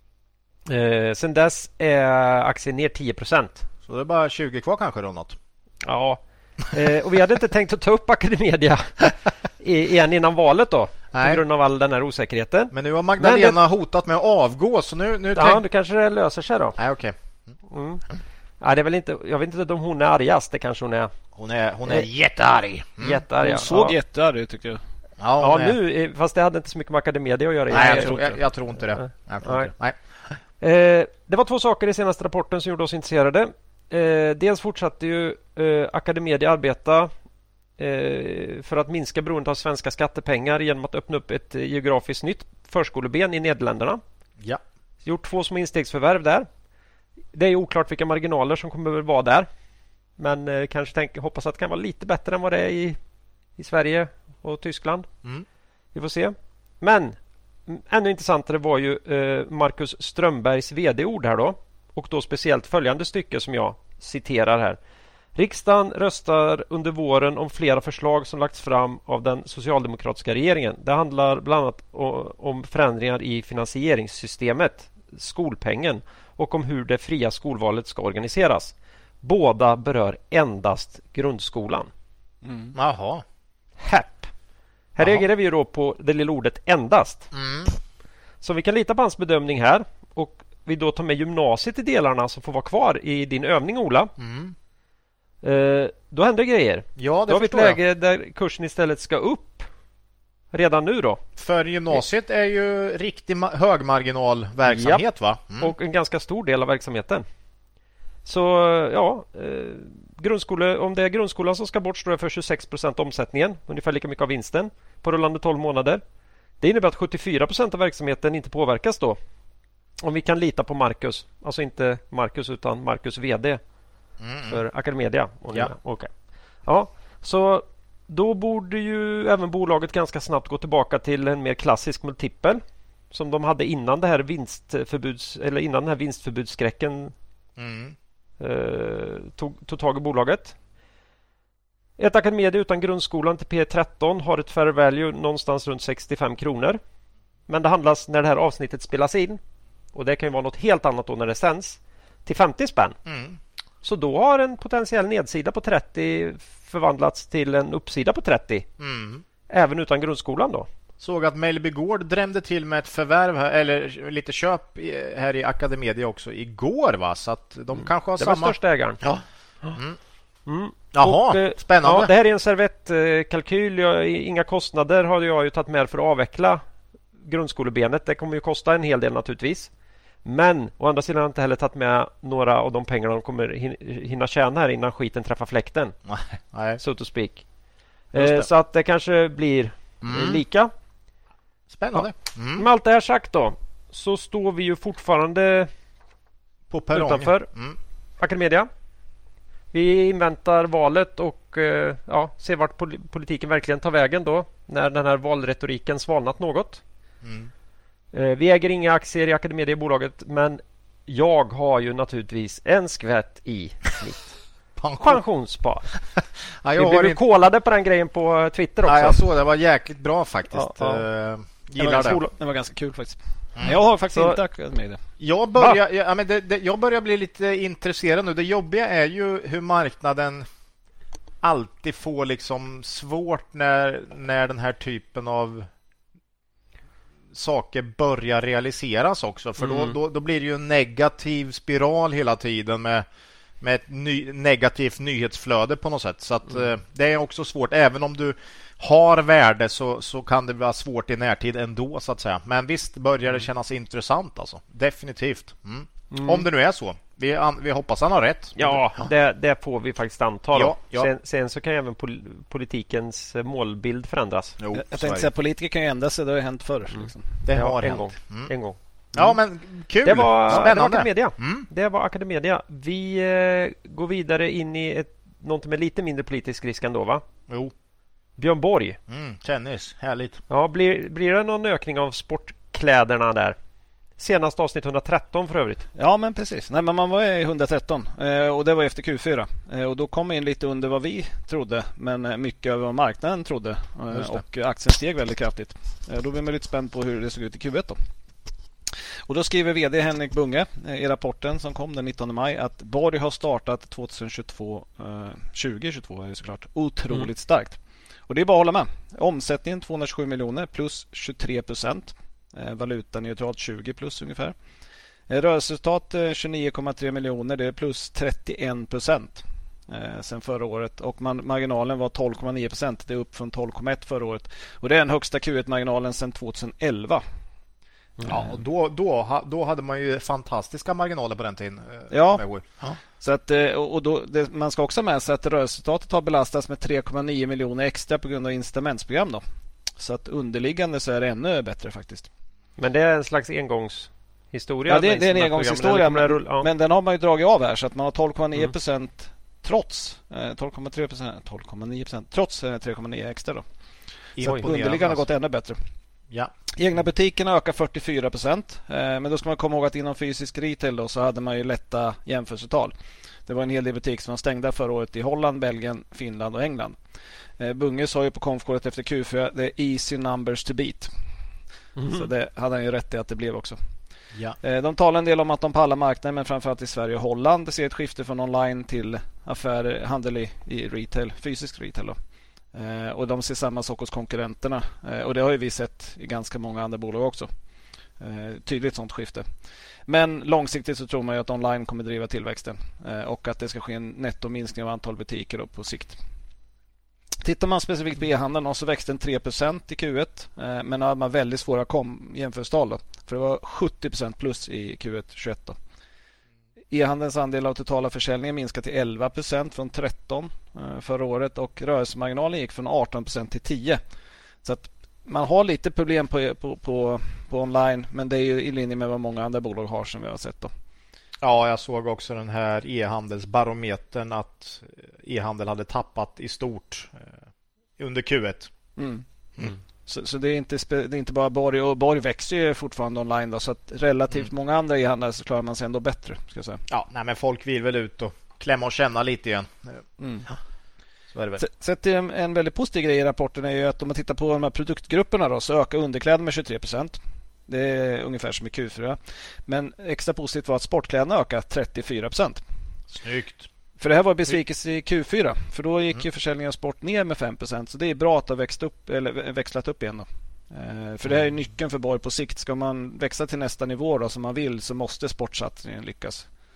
Eh, sen dess är aktien ner tio procent. Så det är bara tjugo kvar kanske då något? Ja, eh, och vi hade inte tänkt att ta upp Academedia igen innan valet då. Nej. På grund av all den här osäkerheten. Men nu har Magdalena det... hotat med att avgå, så nu, nu ja, tänk... det kanske det löser sig då. Nej, okej. Okay. Mm. Ja, det är väl inte, jag vet inte om hon är argast, det kanske hon är. Hon är, hon är eh, jättearg. Mm. Jättearg. Hon såg ja. jättearg, tycker jag. Ja, ja är... nu, fast det hade inte så mycket med Academedia att göra. Nej, jag, jag, tror, jag, jag tror inte det. Jag tror Nej. Inte. Nej. Eh, det var två saker i senaste rapporten som gjorde oss intresserade. Eh, dels fortsatte ju eh, Academedia arbeta för att minska beroendet av svenska skattepengar genom att öppna upp ett geografiskt nytt förskoleben i Nederländerna. Ja. Gjort två små instegsförvärv där. Det är oklart vilka marginaler som kommer att vara där. Men eh, kanske tänk, hoppas att det kan vara lite bättre än vad det är i, i Sverige och Tyskland. Mm. Vi får se. Men ännu intressantare var ju eh, Marcus Strömbergs vd-ord här då. Och då speciellt följande stycke som jag citerar här. Riksdagen röstar under våren om flera förslag som lagts fram av den socialdemokratiska regeringen. Det handlar bland annat om förändringar i finansieringssystemet, skolpengen, och om hur det fria skolvalet ska organiseras. Båda berör endast grundskolan. Mm. Jaha. Häpp. Här Aha. reagerar vi ju då på det lilla ordet endast. Mm. Så vi kan lita på hans bedömning här, och vi då tar med gymnasiet i delarna som får vara kvar i din övning, Ola. Mm. Uh, då händer grejer. Ja, det då har vi ett läge jag. där kursen istället ska upp redan nu då. För gymnasiet är ju riktig ma- högmarginalverksamhet, Japp. va? Mm. Och en ganska stor del av verksamheten. Så ja, eh, grundskole, om det är grundskolan som ska bort, står det för tjugosex procent omsättningen, ungefär lika mycket av vinsten på rullande tolv månader. Det innebär att sjuttiofyra procent av verksamheten inte påverkas då. Om vi kan lita på Marcus, alltså inte Marcus utan Marcus vd mm. för Academedia. Ja. Okay. Ja, så då borde ju även bolaget ganska snabbt gå tillbaka till en mer klassisk multipel som de hade innan det här vinstförbuds eller innan den här vinstförbudsskräcken mm. eh, tog, tog tag i bolaget. Ett Academedia utan grundskolan till P tretton har ett fair value någonstans runt sextiofem kronor. Men det handlas när det här avsnittet spelas in, och det kan ju vara något helt annat då när det sänds, till femtio spänn. Mm. Så då har en potentiell nedsida på trettio förvandlats till en uppsida på trettio. Mm. Även utan grundskolan då. Såg att Mellby Gård drämde till med ett förvärv här, eller lite köp här i Academedia också igår, va? Så att de mm. kanske har det samma... Det var största ägaren. Ja. Mm. Mm. Jaha, Och, eh, spännande. Ja, det här är en servettkalkyl. Jag, inga kostnader har jag ju tagit med för att avveckla grundskolebenet. Det kommer ju kosta en hel del naturligtvis. Men å andra sidan har jag inte heller tagit med några av de pengarna de kommer hin- hinna tjäna här innan skiten träffar fläkten. Nej. So to speak. Just Eh, det. så att det kanske blir Mm. eh, lika. Spännande. Mm. Med allt det här sagt då, så står vi ju fortfarande På perrongen. utanför Mm. Academedia. Vi inväntar valet och eh, ja, ser vart pol- politiken verkligen tar vägen då, när den här valretoriken svalnat något. Mm. Eh, vi äger inga aktier i Academedia i bolaget, men jag har ju naturligtvis en skvätt i mitt Pension. pensionsspar. Ja, Vi jag, blev har ju inte... kollade på den grejen på Twitter också. ja, jag såg det. var jäkligt bra faktiskt. Ja, ja. Eh, Det var, gillar ganska, det. det var ganska kul faktiskt. Jag har faktiskt Så- inte akkurat med det. Jag börjar, ja, men det, det, jag börjar bli lite intresserad nu. Det jobbiga är ju hur marknaden alltid får liksom svårt när, när den här typen av saker börjar realiseras också. För Mm. då, då, då blir det ju en negativ spiral hela tiden med, med ett ny, negativt nyhetsflöde på något sätt. Så att, Mm. eh, det är också svårt. Även om du har värde så, så kan det vara svårt i närtid ändå så att säga. Men visst börjar det kännas intressant alltså. Definitivt. Mm. Mm. Om det nu är så. Vi, an, vi hoppas han har rätt. Ja, det, det får vi faktiskt anta då. Ja, ja. Sen, sen så kan ju även pol- politikens eh, målbild förändras. Jo, Jag, jag så är tänkte det. säga politiker kan ju ändra sig, det har ju hänt förr. Liksom. Det Ja, har en hänt. gång. Mm. En gång. Ja, men kul. Det var, det var Spännande. Academedia. Mm. Det var Academedia. Vi eh, går vidare in i ett, något med lite mindre politisk risk ändå, va? Jo. Björn Borg. Mm, tennis. Härligt. Ja, blir, blir det någon ökning av sportkläderna där? Senaste avsnitt etthundratretton för övrigt. Ja, men precis. Nej, men man var i etthundratretton eh, och det var efter Q fyra. Eh, och då kom vi in lite under vad vi trodde, men eh, mycket över vad marknaden trodde. Eh, Just det. och aktien steg väldigt kraftigt. Eh, då blev man lite spänd på hur det såg ut i Q ett då. Och då skriver vd Henrik Bunge eh, i rapporten som kom den nittonde maj att Borg har startat tjugohundratjugotvå, eh, tjugohundratjugotvå är det såklart, otroligt Mm. starkt. Och det är bara att hålla med. Omsättningen tvåhundratjugosju miljoner plus tjugotre procent. Eh, valutaneutralt tjugo plus ungefär. Eh, rörelseresultat eh, tjugonio komma tre miljoner, det är plus trettioen procent eh, sen förra året. Och man, marginalen var tolv komma nio procent, det är upp från tolv komma ett förra året. Och det är den högsta Q ett-marginalen sedan tjugoelva. Ja, och då, då, ha- då hade man ju fantastiska marginaler på den tiden. eh, Ja. med Wii. Så att, eh, och då, det, man ska också ha med sig att rörelseresultatet har belastats med tre komma nio miljoner extra på grund av incitamentsprogram då. Så att underliggande så är det ännu bättre faktiskt. Men det är en slags engångshistoria. Ja, det, med det är en instrumentprogram. engångshistoria, Den kommer men, rull- ja. men den har man ju dragit av här så att man har tolv komma nio procent trots eh, tolv komma tre procent, tolv komma nio procent trots eh, tre komma nio extra då. Så att Imponerande, underliggande har alltså. gått ännu bättre. Ja. Egna butikerna ökar fyrtiofyra procent. Eh, men då ska man komma ihåg att inom fysisk retail då, så hade man ju lätta jämförelsetal. Det var en hel del butiker som var stängda förra året i Holland, Belgien, Finland och England. Eh, Bunge sa ju på konfkåret efter Q fyra det är easy numbers to beat. Mm. Så det hade han ju rätt i att det blev också. Ja. Eh, de talar en del om att de på alla marknader, men framförallt i Sverige och Holland, ser ett skifte från online till affärer, handel i, i retail, fysisk retail då. Eh, och de ser samma sak hos konkurrenterna. Eh, och det har ju vi sett i ganska många andra bolag också. Eh, tydligt sånt skifte. Men långsiktigt så tror man ju att online kommer driva tillväxten. Eh, och att det ska ske en nettominskning av antal butiker då på sikt. Tittar man specifikt på e-handeln så växte den tre procent i Q ett. Eh, men hade man väldigt svåra kom- jämförelsetal då. För det var sjuttio procent plus i Q ett tjugoett då. E-handelns andel av totala försäljningen minskade till elva procent från tretton procent förra året och rörelsemarginalen gick från arton procent till tio procent. Så att man har lite problem på, på, på, på online, men det är ju i linje med vad många andra bolag har som vi har sett då. Ja, jag såg också den här e-handelsbarometern att e-handel hade tappat i stort eh, under Q ett. Mm. Mm. Så, så det, är inte, spe- det är inte bara Borg, och Borg växer ju fortfarande online då, så att relativt Mm. många andra e-handlare så klarar man sig ändå bättre, ska jag säga. Ja, nej, men folk vill väl ut och klämma och känna lite igen. Mm. Så är det väl. Så, så att en, en väldigt positiv grej i rapporten är ju att om man tittar på de här produktgrupperna då, så ökar underkläder med tjugotre procent. Det är ungefär som i Q fyra. Men extra positivt var att sportkläderna ökade trettiofyra procent. Snyggt. För det här var besvikelse i Q fyra. För då gick ju försäljningen av sport ner med fem procent. Så det är bra att det har växt upp, eller växlat upp igen då. Eh, för det här är nyckeln för Borg på sikt. Ska man växa till nästa nivå då, som man vill, så måste sportsatsningen lyckas.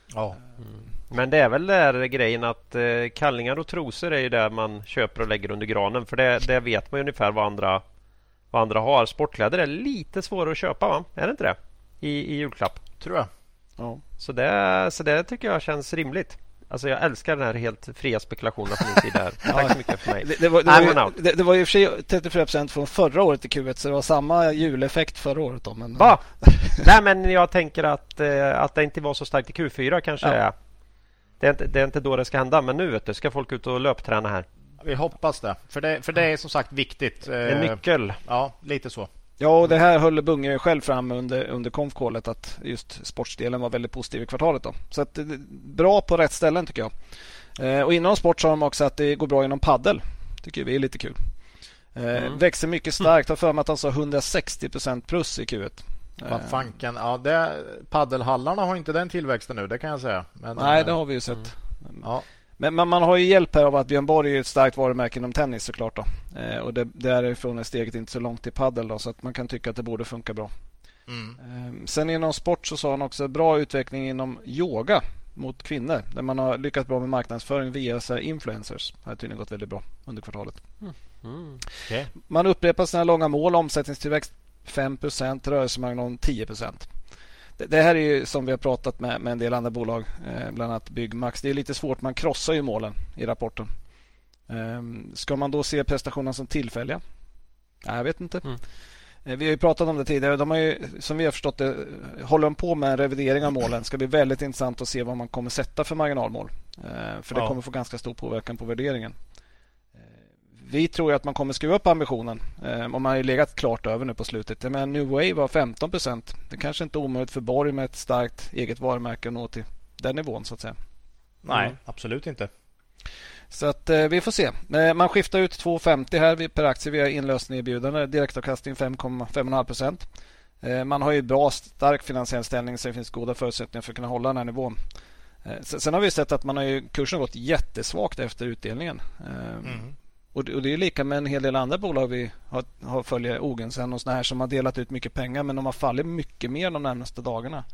Ja. Mm. Men det är väl där grejen att eh, kallingar och trosor är ju där man köper och lägger under granen. För det, det vet man ju ungefär vad andra, vad andra har. Sportkläder är lite svårare att köpa, va? Är det inte det? I, i julklapp. Tror jag. Ja. Så det, så det tycker jag känns rimligt. Alltså jag älskar den här helt fria spekulationen på min sida här. Tack så mycket för mig. Det, det, var, det, var, ju, det, det var ju för sig trettiofyra procent från förra året i Q ett, så det var samma juleffekt förra året då, men... Va? Nej, men jag tänker att, eh, att det inte var så starkt i Q fyra kanske. Ja. Det, är inte, det är inte då det ska hända, men nu vet du, ska folk ut och löpträna här. Vi hoppas det. För det, för det är som sagt viktigt. En nyckel. Ja, lite så. Ja, och det här höll Bunge själv fram under, under konfkålet, att just sportsdelen var väldigt positiv i kvartalet då. Så att, bra på rätt ställen tycker jag. Eh, och inom sport så har de också att det går bra inom paddel. Tycker vi är lite kul. Eh, mm. Växer mycket starkt. Har för mig att han sa hundrasextio procent plus i Q ett. Vad fanken. Ja, det, paddelhallarna har inte den tillväxten nu, det kan jag säga. Men, nej, det har vi ju sett. Mm. Ja. Men man, man har ju hjälp här av att Björn Borg är ett starkt varumärke inom tennis såklart då. Eh, och det, därifrån är steget inte så långt till paddel då, så att man kan tycka att det borde funka bra. Mm. Eh, sen inom sport så sa han också bra utveckling inom yoga mot kvinnor, där man har lyckats bra med marknadsföring via så här influencers. Det har tydligen gått väldigt bra under kvartalet. Mm. Mm. Okay. Man upprepar sina långa mål, omsättningstillväxt fem procent, rörelsemarginal tio procent. Det, det här är ju som vi har pratat med, med en del andra bolag, eh, bland annat Byggmax. Det är lite svårt, man krossar ju målen i rapporten. Eh, ska man då se prestationerna som tillfälliga? Nej, jag vet inte. Mm. Eh, vi har ju pratat om det tidigare. De har ju, som vi har förstått det, håller de på med en revidering av målen. Det ska bli väldigt intressant att se vad man kommer sätta för marginalmål. Eh, för det ja. kommer få ganska stor påverkan på värderingen. Vi tror att man kommer skruva upp ambitionen eh, om man har legat klart över nu på slutet. Men New Wave var femton procent. Det kanske inte är omöjligt för Borg med ett starkt eget varumärke att nå till den nivån så att säga. Nej, mm. absolut inte. Så att eh, vi får se. Eh, man skiftar ut två femtio här per aktie via inlösenerbjudande. Direktavkastning fem komma fem procent. Eh, man har ju bra stark finansiell ställning, så det finns goda förutsättningar för att kunna hålla den här nivån. Eh, sen har vi sett att man har ju, kursen har gått jättesvagt efter utdelningen. Eh, mm. Och det är lika med en hel del andra bolag vi har, har följer Ogensen och såna här som har delat ut mycket pengar, men de har fallit mycket mer de närmaste dagarna.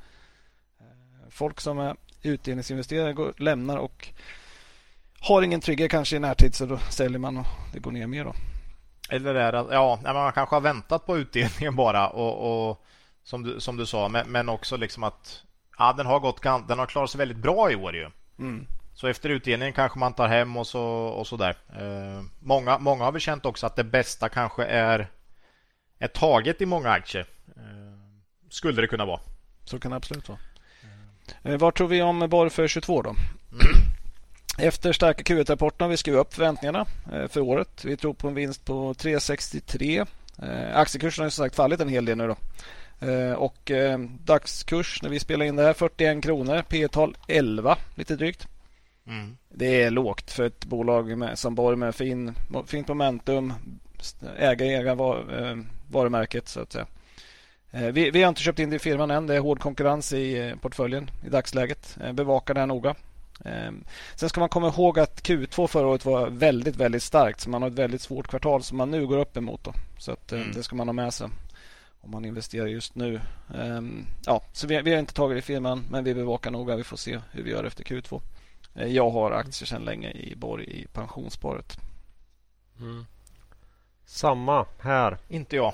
Folk som är utdelningsinvesterare går, lämnar och har ingen trygghet kanske i närtid, så då säljer man och det går ner mer då. Eller är det, ja, man kanske har väntat på utdelningen bara och, och som, du, som du sa, men, men också liksom att ja, den har gått, den har klarat sig väldigt bra i år ju. Mm. Så efter utdelningen kanske man tar hem och så, och så där. Eh, många, många har väl känt också att det bästa kanske är, är taget i många aktier. Eh, skulle det kunna vara. Så kan det absolut vara. Eh, vad tror vi om Borg för tjugotvå då? Mm. Efter starka Q ett-rapporten har vi skrivit upp förväntningarna eh, för året. Vi tror på en vinst på tre sextiotre. Eh, aktiekursen har ju som sagt fallit en hel del nu då. Eh, och eh, dagskurs när vi spelar in det här fyrtioen kronor. P E-tal elva, lite drygt. Mm. Det är lågt för ett bolag med, som Borg med fin, fint momentum, äga äga var, eh, varumärket så att säga. Eh, vi, vi har inte köpt in det i firman än. Det är hård konkurrens i eh, portföljen i dagsläget. Eh, bevaka det här noga. Eh, sen ska man komma ihåg att Q två förra året var väldigt, väldigt starkt, så man har ett väldigt svårt kvartal som man nu går upp emot då. Så att, eh, mm. det ska man ha med sig om man investerar just nu. Eh, ja, så vi, vi har inte tagit det i firman, men vi bevakar noga. Vi får se hur vi gör efter Q två. Jag har aktier sedan länge i Borg i pensionssparet. Mm. Samma här. Inte jag.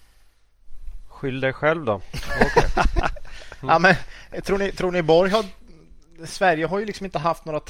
Skyll dig själv då. Okay. Mm. Ja, men, tror ni, tror ni Borg har... Sverige har ju liksom inte haft några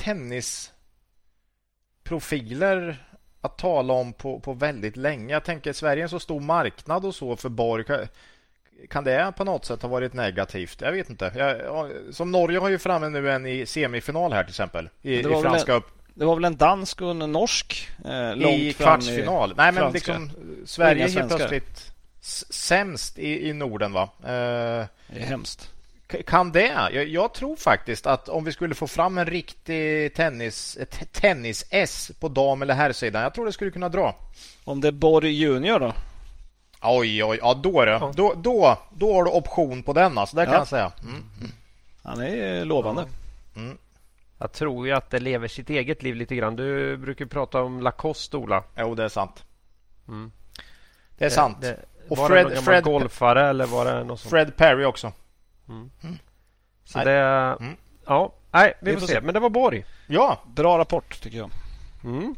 tennisprofiler att tala om på, på väldigt länge. Jag tänker Sverige är en så stor marknad och så för Borg. Kan det på något sätt ha varit negativt? Jag vet inte. Jag, som Norge har ju framme nu en i semifinal här till exempel. I, i franska en, upp. Det var väl en dansk och en norsk eh, långt i kvartsfinal. I Nej, men franska. liksom Sverige är helt plötsligt sämst i, i Norden, va? Eh, det är hemskt. Kan det? Jag, jag tror faktiskt att om vi skulle få fram en riktig tennis ett tennis-S på dam- eller herrsidan, jag tror det skulle kunna dra. Om det är Borg Junior då? Oj, oj, ja då, ja. då då då har du option på den, alltså, det kan ja. jag säga. Mm. Mm. Han är lovande. Mm. Jag tror ju att det lever sitt eget liv lite grann. Du brukar prata om Lacoste, Ola. Jo, det är sant. Mm. Det är det, sant. Det, och var Fred, det någon Fred golfare eller var det något sånt? Fred Perry också. Mm. Mm. Så Nej. det mm. Ja, nej, vi, Vi får, får se. se. Men det var Borg. Ja, Bra rapport tycker jag. Mm.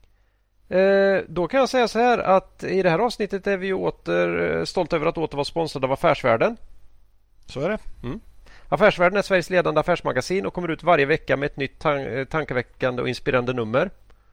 Eh, då kan jag säga så här att i det här avsnittet är vi åter stolta över att åter vara sponsrade av Affärsvärlden. Så är det. Mm. Affärsvärlden är Sveriges ledande affärsmagasin och kommer ut varje vecka med ett nytt tan- tankeväckande och inspirerande nummer.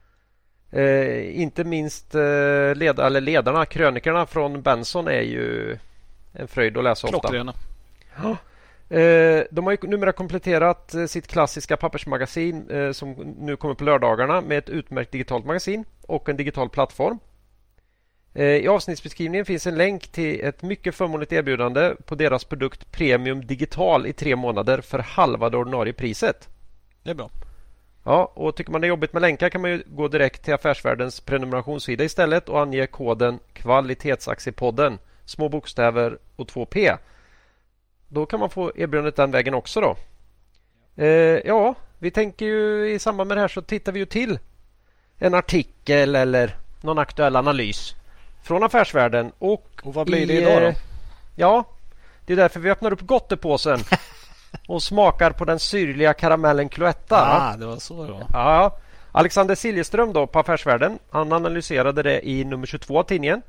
Eh, inte minst eh, led- eller ledarna, krönikerna från Benson är ju en fröjd att läsa ofta. Klockrena. Ja. Eh, de har ju numera kompletterat eh, sitt klassiska pappersmagasin eh, som nu kommer på lördagarna med ett utmärkt digitalt magasin och en digital plattform. Eh, I avsnittsbeskrivningen finns en länk till ett mycket förmånligt erbjudande på deras produkt Premium Digital i tre månader för halva det ordinarie priset. Det är bra. Ja, och tycker man det är jobbigt med länkar kan man ju gå direkt till Affärsvärldens prenumerationssida istället och ange koden Kvalitetsaktiepodden, små bokstäver och två p. Då kan man få erbjudandet den vägen också då. Eh, ja, vi tänker ju i samband med det här så tittar vi ju till en artikel eller någon aktuell analys från Affärsvärlden. Och, Och vad blir i, det idag då? eh, Ja, det är därför vi öppnar upp gottepåsen och smakar på den syrliga karamellen Cloetta. Ah, det var så det var. Ja, Alexander Siljeström då på Affärsvärlden, han analyserade det i nummer tjugotvå av tidningen.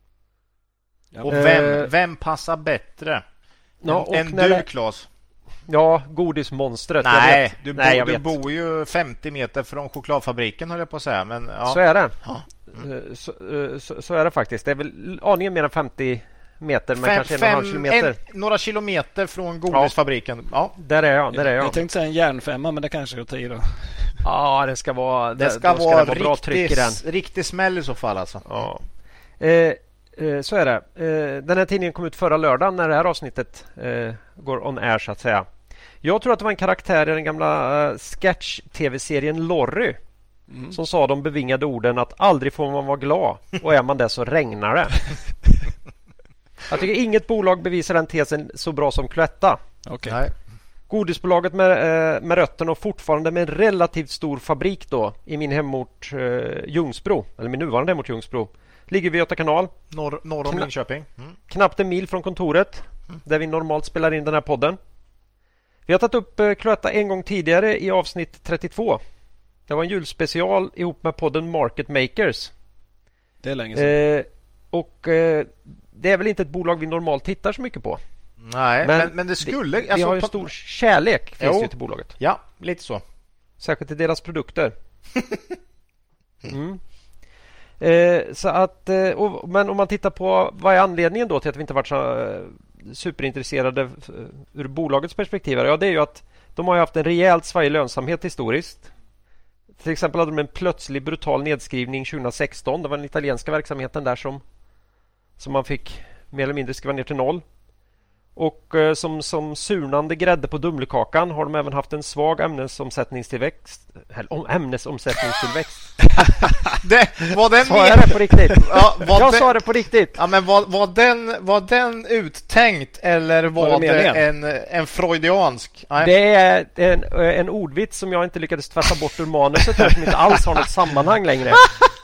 och vem, Eh, vem passar bättre Ja, och än när du, det- Claes? Ja, godismonstret. jag Nej, vet. du, bo, Nej, jag du vet. bor ju femtio meter från chokladfabriken höll jag på att säga. Men, ja. Så är det. Ja. Eh, Så, eh, så, så är det faktiskt. Det är väl aningen mer än femtio meter, men Fem, kanske en och en halv fem, kilometer. en, några kilometer från godisfabriken. Ja. Där är jag. Där är jag. Jag tänkte säga en järnfemma, men det kanske är att ta i då. Ja, det ska vara, Det det, ska då vara det vara bra tryck i den. riktig, riktig smäll i så fall alltså. Ja. Eh, eh, så är det. Eh, den här tidningen kom ut förra lördagen när det här avsnittet eh, går on air så att säga. Jag tror att det var en karaktär i den gamla eh, sketch-tv-serien Lorry Mm. som sa de bevingade orden att aldrig får man vara glad och är man det så regnar det. Jag tycker inget bolag bevisar den tesen så bra som Cloetta. Okej. Nej. Godisbolaget med, eh, med rötterna och fortfarande med en relativt stor fabrik då i min hemort eh, Ljungsbro, eller min nuvarande hemort Ljungsbro. Ligger vid Göta kanal, Norr, norr om Kna- Linköping. Mm. knappt en mil från kontoret där vi normalt spelar in den här podden. Vi har tagit upp eh, Cloetta en gång tidigare i avsnitt trettiotvå. Det var en julspecial ihop med podden Market Makers. Det är länge sedan. Eh, och eh, det är väl inte ett bolag vi normalt tittar så mycket på. Nej, men, men, det skulle... Vi alltså, har ju på- stor kärlek finns Jo. ju till bolaget. Ja, lite så. Särskilt till deras produkter. Mm. Eh, så att, eh, och, men om man tittar på vad är anledningen då till att vi inte varit så eh, superintresserade f- ur bolagets perspektiv? Ja, det är ju att de har ju haft en rejält svajig lönsamhet historiskt. Till exempel hade de en plötslig brutal nedskrivning tjugohundrasexton. Det var den italienska verksamheten där som, som man fick mer eller mindre skriva ner till noll. Och eh, som, som surnande grädde på Dumlekakan har de även haft en svag ämnesomsättningstillväxt. Eller om, ämnesomsättningstillväxt. Det, var den Sa jag det på riktigt? Ja, var Jag det- sa det på riktigt. Ja, men var, var, den, var den uttänkt eller var, Var det det meningen? en, en freudiansk? Nej. Det är en, en ordvits som jag inte lyckades tvätta bort ur manuset här, som inte alls har något sammanhang längre.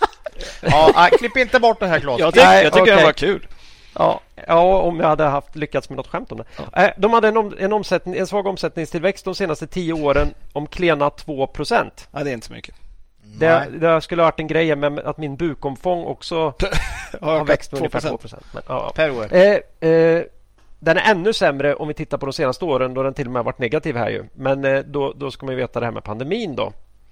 Ja, nej, klipp inte bort det här, Claes. Jag, tyck, Nej, jag tycker okej. det var kul. Ja, ja, om jag hade haft lyckats med något skämt om det. Eh, De hade en, om, en, omsättning, en svag omsättningstillväxt de senaste tio åren om klena två procent. Ja, det är inte så mycket. Det, Nej. det skulle ha varit en grej med att min bukomfång också har växt med ungefär två procent. Men, ja. Per år. Eh, eh, den är ännu sämre om vi tittar på de senaste åren då den till och med har varit negativ här ju. Men eh, då, då ska man ju veta det här med pandemin då.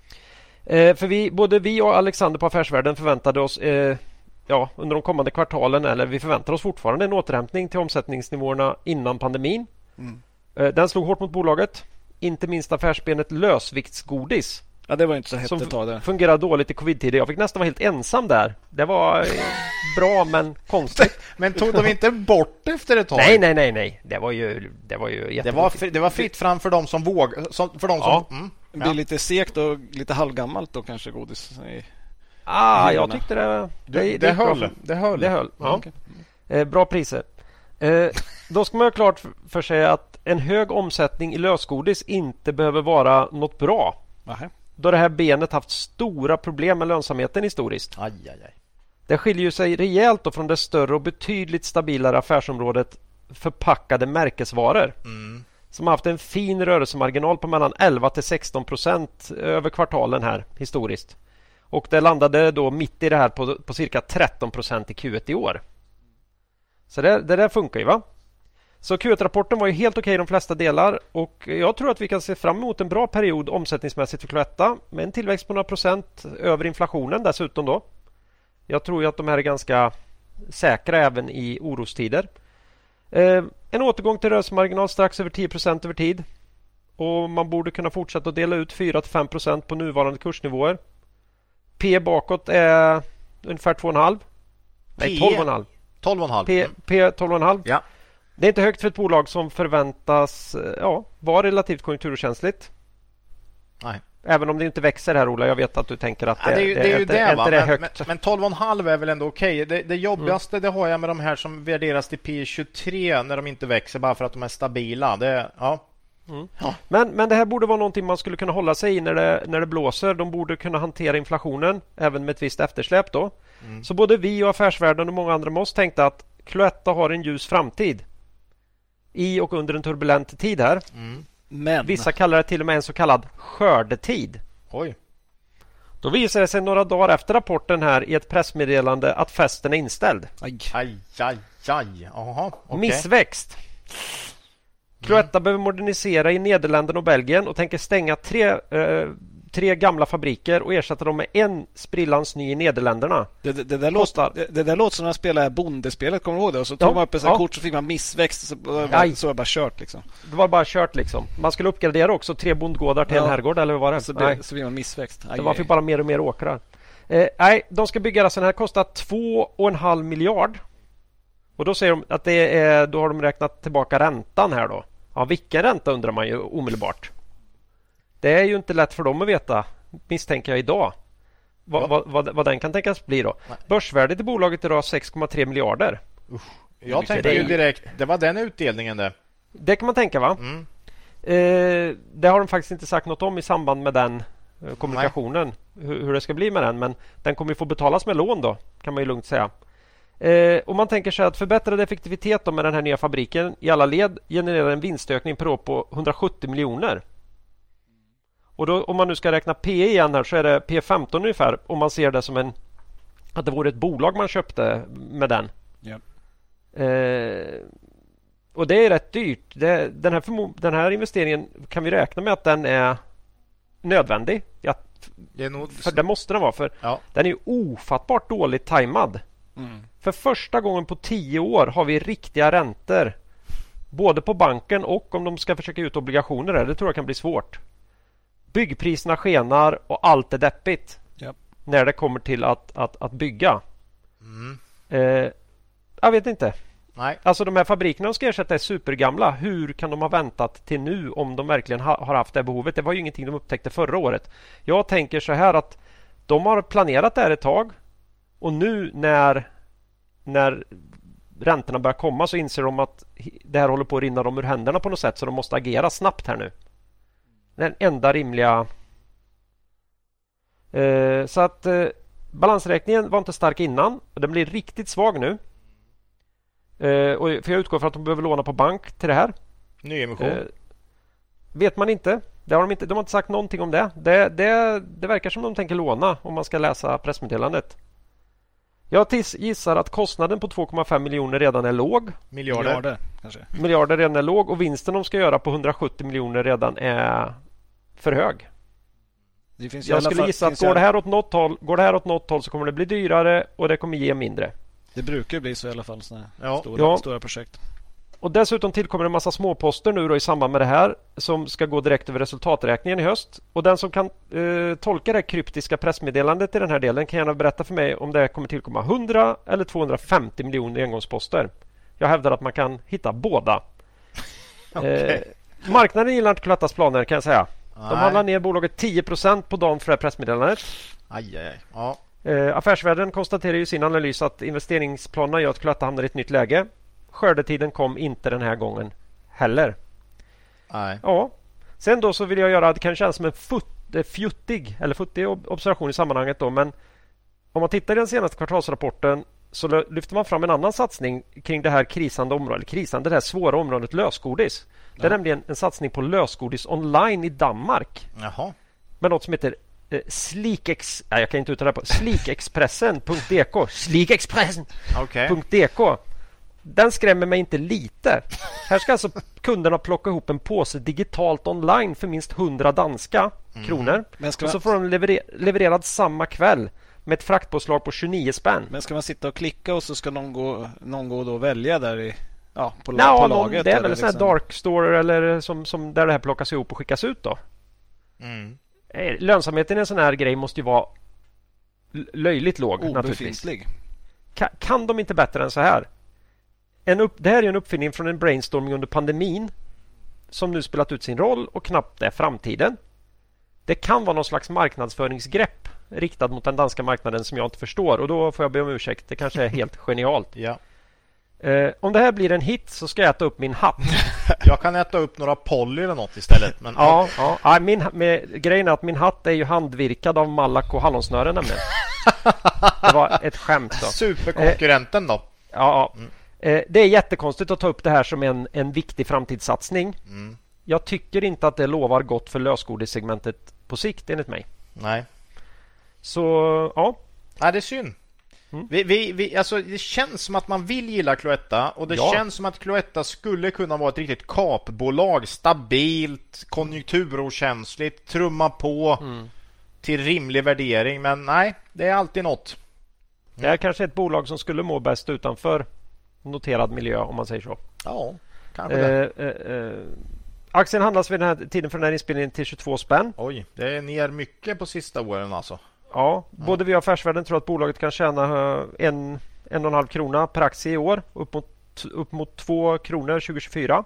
Eh, för vi, både vi och Alexander på Affärsvärlden förväntade oss eh, ja, under de kommande kvartalen, eller vi förväntar oss fortfarande en återhämtning till omsättningsnivåerna innan pandemin. Mm. Eh, den slog hårt mot bolaget. Inte minst affärsbenet lösviktsgodis Ja, det var inte så hett som ett tag där. fungerar dåligt i covid-tider. Jag fick nästan vara helt ensam där. Det var eh, bra men konstigt. Men tog de inte bort efter ett tag? Nej, nej, nej, nej. Det var ju, det var ju Det var, jättetråkigt. fri- det var fritt fram för dem som våg, som, för dem som... Ja. Mm. Det blir Ja. lite segt och lite halvgammalt då kanske godis. i- Ah, jag hyllorna. tyckte det, det, Det, det, det, gick bra höll. för- Det höll. Det höll. Ja. Okej. Eh, bra priser. Eh, då ska man ha klart för- för sig att en hög omsättning i lösgodis inte behöver vara något bra. Nähä. Då det här benet haft stora problem med lönsamheten historiskt. Aj, aj, aj. Det skiljer ju sig rejält då från det större och betydligt stabilare affärsområdet förpackade märkesvaror. Mm. som har haft en fin rörelsemarginal på mellan elva till sexton procent över kvartalen här historiskt. Och det landade då mitt i det här på, på cirka tretton procent i Q ett i år. Så det, det där funkar ju va? Så Q ett-rapporten var ju helt okej i de flesta delar och jag tror att vi kan se fram emot en bra period omsättningsmässigt för Cloetta med en tillväxt på några procent över inflationen dessutom då. Jag tror ju att de här är ganska säkra även i orostider. Eh, en återgång till rörelsemarginal strax över tio procent över tid och man borde kunna fortsätta att dela ut fyra till fem procent på nuvarande kursnivåer. P bakåt är ungefär två komma fem. Nej, tolv komma fem. tolv komma fem. P, P tolv komma fem. Ja. Det är inte högt för ett bolag som förväntas ja, vara relativt konjunkturkänsligt. Nej. Även om det inte växer här, Ola. Jag vet att du tänker att det, ja, det, är, det är ju det, det, är va? inte det Men, högt. men, men tolv komma fem är väl ändå okej. Det, det jobbigaste mm. det har jag med de här som värderas till P tjugotre när de inte växer bara för att de är stabila. Det, ja. Mm. Ja. Men, men det här borde vara någonting man skulle kunna hålla sig i när det, när det blåser. De borde kunna hantera inflationen även med ett visst eftersläp då. Mm. Så både vi och affärsvärlden och många andra med oss tänkte att Cloetta har en ljus framtid i och under en turbulent tid här. Mm. Men vissa kallar det till och med en så kallad skördetid. Oj. Då visar det sig några dagar efter rapporten här i ett pressmeddelande att festen är inställd. Aj, aj, aj, aj. Aha, okay. Missväxt. Cloetta mm. behöver modernisera i Nederländerna och Belgien och tänker stänga tre, eh, tre gamla fabriker och ersätta dem med en sprillans ny i Nederländerna. Det, det, det, där, låter, det, det där låter som när man spelar bondespelet, kommer du ihåg det? Och så tog ja, man upp en sån ja. kort så fick man missväxt så, så var det bara kört liksom. Det var bara kört liksom. Man skulle uppgradera också tre bondgårdar till ja. en herrgård eller vad var det? Så, det, så fick man missväxt. Aj, så man fick bara mer och mer åkrar. Eh, nej, de ska bygga alltså den här kostar två och en halv miljard. Och då säger de att det är, då har de räknat tillbaka räntan här då. Ja, vilken ränta undrar man ju omedelbart. Det är ju inte lätt för dem att veta, misstänker jag idag. Vad, ja. vad, vad, vad den kan tänkas bli då. Nej. Börsvärdet i bolaget idag sex komma tre miljarder. Usch. Jag tänkte ju direkt, det var den utdelningen det. Det kan man tänka va? Mm. Eh, det har de faktiskt inte sagt något om i samband med den eh, kommunikationen. Hur, hur det ska bli med den. Men den kommer ju få betalas med lån då, kan man ju lugnt säga. Eh, och man tänker sig att förbättrad effektivitet då med den här nya fabriken i alla led genererar en vinstökning per år på hundrasjuttio miljoner. Och då, om man nu ska räkna P igen här så är det P femton ungefär om man ser det som en att det vore ett bolag man köpte med den. Ja. Eh, och det är rätt dyrt. Det, den, här förmo- den här investeringen kan vi räkna med att den är nödvändig. Ja, det är nog... För det måste den vara för ja. den är ju ofattbart dåligt tajmad. Mm. För första gången på tio år har vi riktiga räntor både på banken och om de ska försöka ut obligationer. Det tror jag kan bli svårt. Byggpriserna skenar och allt är deppigt yep. när det kommer till att, att, att bygga. Mm. Eh, jag vet inte. Nej. Alltså de här fabrikerna de ska ersätta är supergamla. Hur kan de ha väntat till nu om de verkligen ha, har haft det behovet? Det var ju ingenting de upptäckte förra året. Jag tänker så här att de har planerat det här ett tag och nu när, när räntorna börjar komma så inser de att det här håller på att rinna dem ur händerna på något sätt så de måste agera snabbt här nu. Den enda rimliga eh, så att eh, balansräkningen var inte stark innan och den blir riktigt svag nu eh, och för jag utgår från att de behöver låna på bank till det här. Nyemission eh, vet man inte. Det har de, inte de har inte sagt någonting om det. Det, det det verkar som de tänker låna om man ska läsa pressmeddelandet. Jag gissar att kostnaden på två komma fem miljoner redan är låg. Miljarder, Miljarder kanske. Miljarder redan är låg och vinsten de ska göra på hundrasjuttio miljoner redan är för hög. Det finns jag skulle gissa att går det, här åt något håll, går det här åt något håll så kommer det bli dyrare och det kommer ge mindre. Det brukar bli så i alla fall såna ja. stora, ja. stora projekt. Och dessutom tillkommer en massa småposter nu då i samband med det här som ska gå direkt över resultaträkningen i höst. Och den som kan eh, tolka det kryptiska pressmeddelandet i den här delen kan gärna berätta för mig om det kommer tillkomma hundra eller tvåhundrafemtio miljoner engångsposter. Jag hävdar att man kan hitta båda. Okay. eh, marknaden gillar inte Cloettas planer kan jag säga. Nej. De handlar ner bolaget tio procent på dagen för det här pressmeddelandet. Aj, aj, aj. Ja. Eh, affärsvärlden konstaterar i sin analys att investeringsplanerna gör att Cloetta hamnar i ett nytt läge. Skördetiden kom inte den här gången heller. Nej. Ja. Sen då så vill jag göra, det kan kännas som en fut, fjuttig eller futtig observation i sammanhanget då, men om man tittar i den senaste kvartalsrapporten så lyfter man fram en annan satsning kring det här krisande området, krisande, det här svåra området lösgodis. Det är nämligen en satsning på lösgodis online i Danmark. Jaha. Med något som heter eh, Sleekex... Nej, jag kan inte uttala det på. Sleekexpressen punkt d k. Sleekexpressen punkt d k. Den skrämmer mig inte lite. Här ska alltså kunderna plocka ihop en påse digitalt online för minst hundra danska mm. kronor. Men ska man... Och så får de lever... levererad samma kväll med ett fraktpåslag på tjugonio spänn. Men ska man sitta och klicka och så ska någon gå, någon gå då och välja där i, ja, på, Nå, på någon, laget? Det är väl en liksom... sån här dark store eller som, som där det här plockas ihop och skickas ut då. Mm. Lönsamheten i en sån här grej måste ju vara löjligt låg. Obefintlig. Kan, kan de inte bättre än så här? En upp, det här är ju en uppfinning från en brainstorming under pandemin som nu spelat ut sin roll och knappt är framtiden. Det kan vara någon slags marknadsföringsgrepp riktad mot den danska marknaden som jag inte förstår, och då får jag be om ursäkt. Det kanske är helt genialt. Ja. Eh, om det här blir en hit så ska jag äta upp min hatt. Jag kan äta upp några Polly eller något istället. Men... ja, ja. ja min, med, grejen är att min hatt är ju handvirkad av Malak och hallonsnören nämligen. Det var ett skämt då. Superkonkurrenten då. Eh, ja, mm. eh, det är jättekonstigt att ta upp det här som en, en viktig framtidssatsning. Mm. Jag tycker inte att det lovar gott för lösgodissegmentet på sikt enligt mig. Nej. Så, ja. Nej, det är synd. Mm. Vi, vi, vi, alltså, det känns som att man vill gilla Cloetta, och det ja. känns som att Cloetta skulle kunna vara ett riktigt kapbolag. Stabilt, konjunkturokänsligt, trumma på mm. till rimlig värdering. Men nej, det är alltid något. Mm. Det är kanske ett bolag som skulle må bäst utanför noterad miljö, om man säger så. Ja, kanske det. Eh, eh, eh. Aktien handlas vid den här tiden för den här inspelningen till tjugotvå spänn. Oj, det är ner mycket på sista åren alltså. Ja, både vi och Affärsvärlden tror att bolaget kan tjäna en, en och en halv krona per aktie i år. Upp mot, upp mot två kronor tjugo tjugofyra.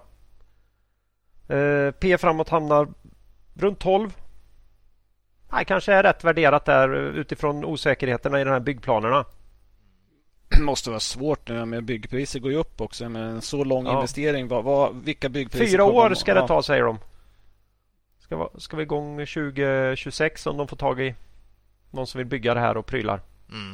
Eh, P framåt hamnar runt tolv. Nej, kanske är rätt värderat där utifrån osäkerheterna i de här byggplanerna. Det måste vara svårt nu med byggpriser går ju upp också med en så lång ja. investering. Vad, vad, vilka byggpriser Fyra år ska det ta, säger de. Ska, va, ska vi igång tjugo tjugosex om de får tag i någon som vill bygga det här och prylar. Mm.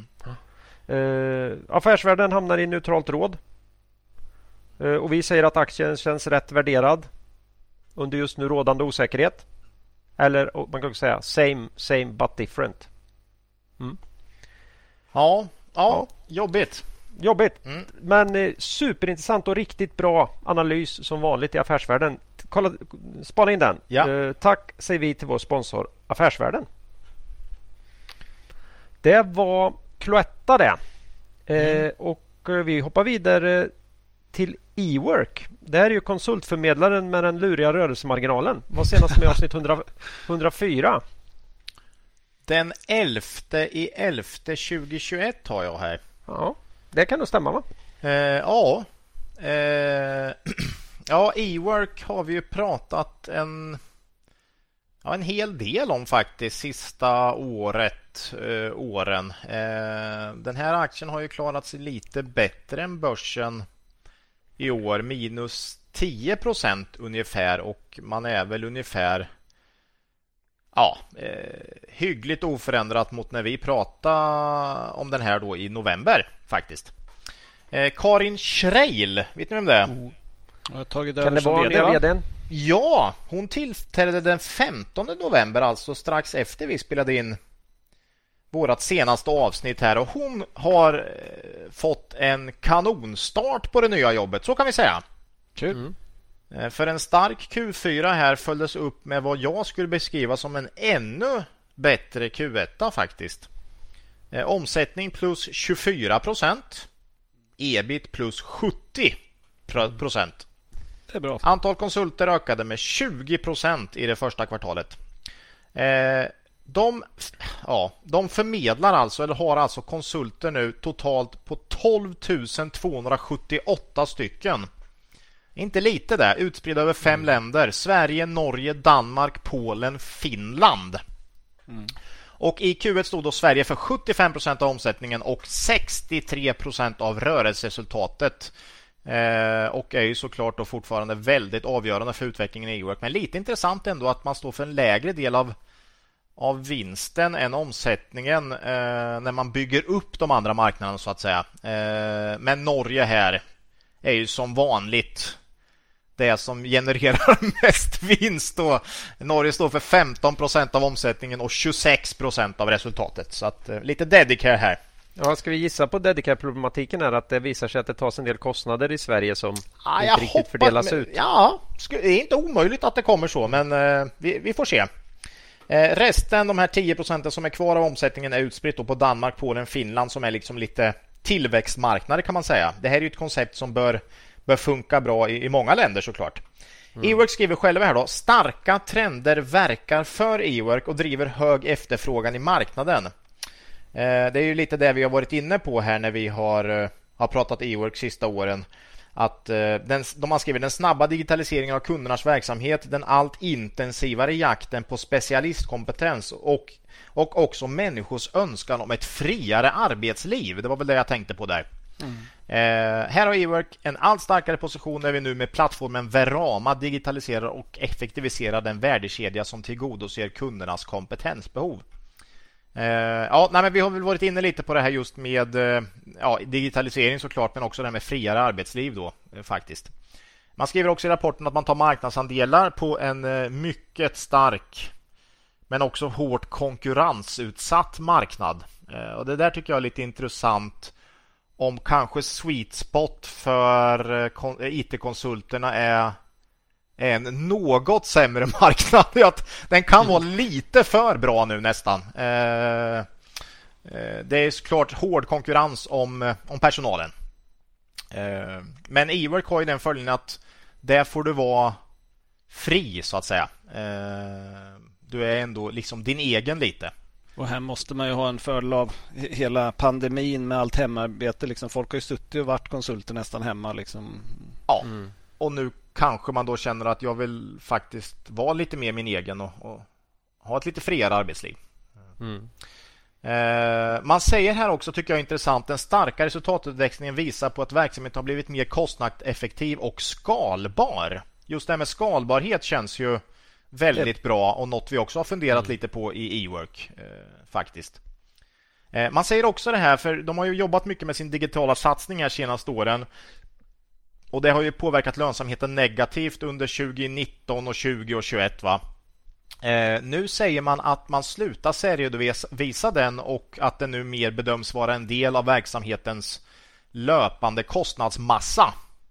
Uh, Affärsvärlden hamnar i neutralt råd. Uh, och vi säger att aktien känns rätt värderad under just nu rådande osäkerhet. Eller man kan också säga same, same but different. Mm. Ja, ja, jobbigt. Jobbigt. Mm. Men eh, superintressant och riktigt bra analys som vanligt i Affärsvärlden. Kolla, spana in den. Ja. Uh, tack säger vi till vår sponsor Affärsvärlden. Det var Cloetta det. Mm. Eh, och vi hoppar vidare till eWork. Det här är ju konsultförmedlaren med den luriga rörelsemarginalen. Vad senast med avsnitt hundra, hundrafyra? Den elfte i elfte tjugohundratjugoett har jag här. Ja, det kan nog stämma va? Eh, ja. Eh, ja, eWork har vi ju pratat en... Ja, en hel del om faktiskt sista året, eh, åren. Eh, den här aktien har ju klarat sig lite bättre än börsen i år. Minus tio procent ungefär, och man är väl ungefär ja, eh, hyggligt oförändrat mot när vi pratade om den här då i november faktiskt. Eh, Karin Schreil, vet ni vem det är? Oh. Jag har tagit kan det vara nya vdn? Ja, hon tillträdde den femtonde november, alltså strax efter vi spelade in vårat senaste avsnitt här, och hon har eh, fått en kanonstart på det nya jobbet, så kan vi säga. Kul. Mm. Eh, för en stark Q fyra här följdes upp med vad jag skulle beskriva som en ännu bättre Q ett faktiskt. Eh, omsättning plus tjugofyra procent, ebit plus sjuttio procent. Det är bra. Antal konsulter ökade med tjugo procent i det första kvartalet. Eh, de, ja, de förmedlar alltså, eller har alltså konsulter nu totalt på tolv tusen tvåhundrasjuttioåtta stycken. Inte lite där, utspridda över fem mm. länder. Sverige, Norge, Danmark, Polen, Finland. Mm. Och i Q ett stod då Sverige för sjuttiofem procent av omsättningen och sextiotre procent av rörelseresultatet. Eh, och är ju såklart då fortfarande väldigt avgörande för utvecklingen i eWork. Men lite intressant ändå att man står för en lägre del av, av vinsten än omsättningen eh, när man bygger upp de andra marknaderna så att säga. Eh, men Norge här är ju som vanligt det som genererar mest vinst då. Norge står för femton procent av omsättningen och tjugosex procent av resultatet. Så att, eh, lite Dedicare här. Ja, ska vi gissa på Dedicare-problematiken är att det visar sig att det tas en del kostnader i Sverige som ah, inte riktigt hoppas, fördelas men, ut. Ja, det är inte omöjligt att det kommer så, men eh, vi, vi får se. Eh, resten, de här tio procenten som är kvar av omsättningen, är utspritt på Danmark, Polen, Finland, som är liksom lite tillväxtmarknader kan man säga. Det här är ju ett koncept som bör, bör funka bra i, i många länder såklart. Mm. Ework skriver själva här då: starka trender verkar för Ework och driver hög efterfrågan i marknaden. Eh, det är ju lite det vi har varit inne på här när vi har, uh, har pratat Ework sista åren. Att uh, den, de har skrivit den snabba digitaliseringen av kundernas verksamhet, den allt intensivare jakten på specialistkompetens och, och också människors önskan om ett friare arbetsliv. Det var väl det jag tänkte på där. Mm. Eh, här har Ework en allt starkare position när vi nu med plattformen Verama digitaliserar och effektiviserar den värdekedja som tillgodoser kundernas kompetensbehov. Eh, ja, nej, men vi har väl varit inne lite på det här just med eh, ja, digitalisering såklart, men också det här med friare arbetsliv då eh, faktiskt. Man skriver också i rapporten att man tar marknadsandelar på en eh, mycket stark men också hårt konkurrensutsatt marknad. Eh, och det där tycker jag är lite intressant, om kanske sweet spot för eh, I T-konsulterna är en något sämre marknad. Den kan vara lite för bra nu nästan. Eh, det är såklart hård konkurrens om, om personalen. Eh, men Ework har ju den följden att där får du vara fri så att säga. Eh, du är ändå liksom din egen lite. Och här måste man ju ha en fördel av hela pandemin med allt hemarbete. Liksom, folk har ju suttit och varit konsulter nästan hemma. Liksom. Ja, mm. Och nu kanske man då känner att jag vill faktiskt vara lite mer min egen och, och ha ett lite friare arbetsliv. Mm. Eh, man säger här också, tycker jag är intressant, den starka resultatutväxlingen visar på att verksamheten har blivit mer kostnadseffektiv och skalbar. Just det här med skalbarhet känns ju väldigt bra och något vi också har funderat mm. lite på i Ework eh, faktiskt. Eh, man säger också det här, för de har ju jobbat mycket med sin digitala satsning här senaste åren. Och det har ju påverkat lönsamheten negativt under tjugonitton och tjugo och tjugoett va. Eh, nu säger man att man slutar serieredovisa den och att den nu mer bedöms vara en del av verksamhetens löpande kostnadsmassa.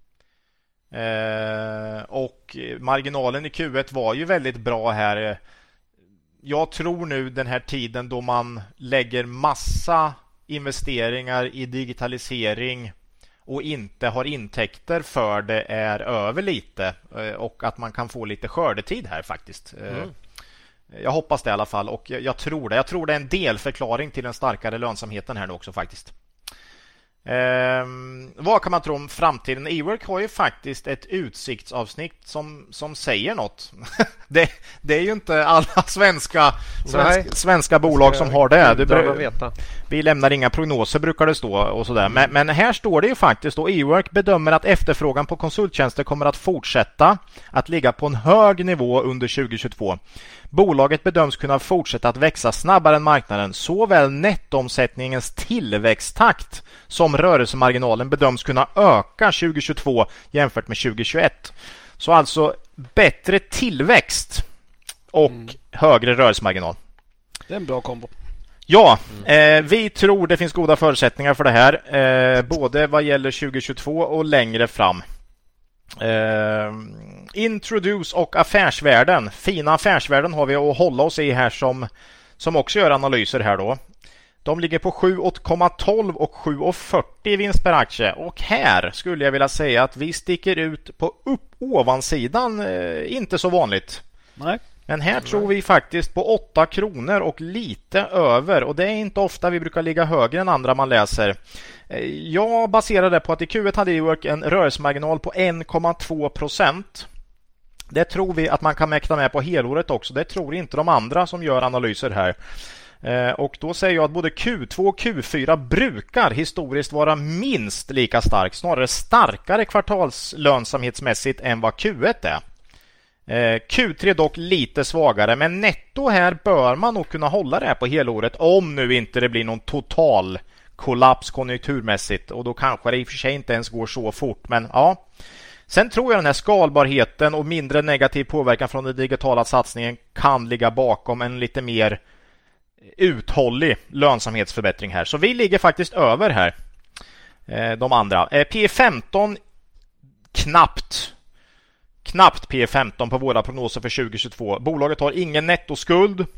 Eh, och marginalen i Q ett var ju väldigt bra här. Jag tror nu den här tiden då man lägger massa investeringar i digitalisering och inte har intäkter för det är över lite, och att man kan få lite skördetid här faktiskt. Mm. Jag hoppas det i alla fall, och jag tror det. Jag tror det är en delförklaring till den starkare lönsamheten här nu också faktiskt. Eh, vad kan man tro om framtiden? Ework har ju faktiskt ett utsiktsavsnitt som, som säger något. det, det är ju inte alla svenska, svenska, svenska bolag som har det. Du bör, veta. Vi lämnar inga prognoser brukar det stå och sådär. Men, men här står det ju faktiskt då: Ework bedömer att efterfrågan på konsulttjänster kommer att fortsätta att ligga på en hög nivå under tjugohundratjugotvå. Bolaget bedöms kunna fortsätta att växa snabbare än marknaden. Såväl nettoomsättningens tillväxttakt som rörelsemarginalen bedöms kunna öka tjugohundratjugotvå jämfört med tjugohundratjugoett. Så alltså bättre tillväxt och mm. högre rörelsemarginal. Det är en bra kombo. Ja, mm. eh, vi tror det finns goda förutsättningar för det här. Eh, både vad gäller tjugohundratjugotvå och längre fram. Uh, Introduce och affärsvärden. Fina affärsvärden har vi att hålla oss i här som, som också gör analyser här då. De ligger på sju komma tolv och sju komma fyrtio i vinst per aktie. Och här skulle jag vilja säga att vi sticker ut på upp ovansidan. Uh, inte så vanligt. Nej. Men här tror vi faktiskt på åtta kronor och lite över. Och det är inte ofta vi brukar ligga högre än andra man läser. Jag baserar det på att i Q ett hade Ework en rörelsemarginal på en komma två procent. Det tror vi att man kan mäkta med på helåret också. Det tror inte de andra som gör analyser här. Och då säger jag att både Q två och Q fyra brukar historiskt vara minst lika stark, snarare starkare kvartalslönsamhetsmässigt än vad Q ett är. Q tre dock lite svagare, men netto här bör man nog kunna hålla det här på helåret, om nu inte det blir någon total kollaps konjunkturmässigt, och då kanske det i och för sig inte ens går så fort, men ja, Sen tror jag den här skalbarheten och mindre negativ påverkan från den digitala satsningen kan ligga bakom en lite mer uthållig lönsamhetsförbättring här. Så vi ligger faktiskt över här de andra. P E femton knappt knappt P E femton på våra prognoser för tjugo tjugotvå. Bolaget har ingen nettoskuld.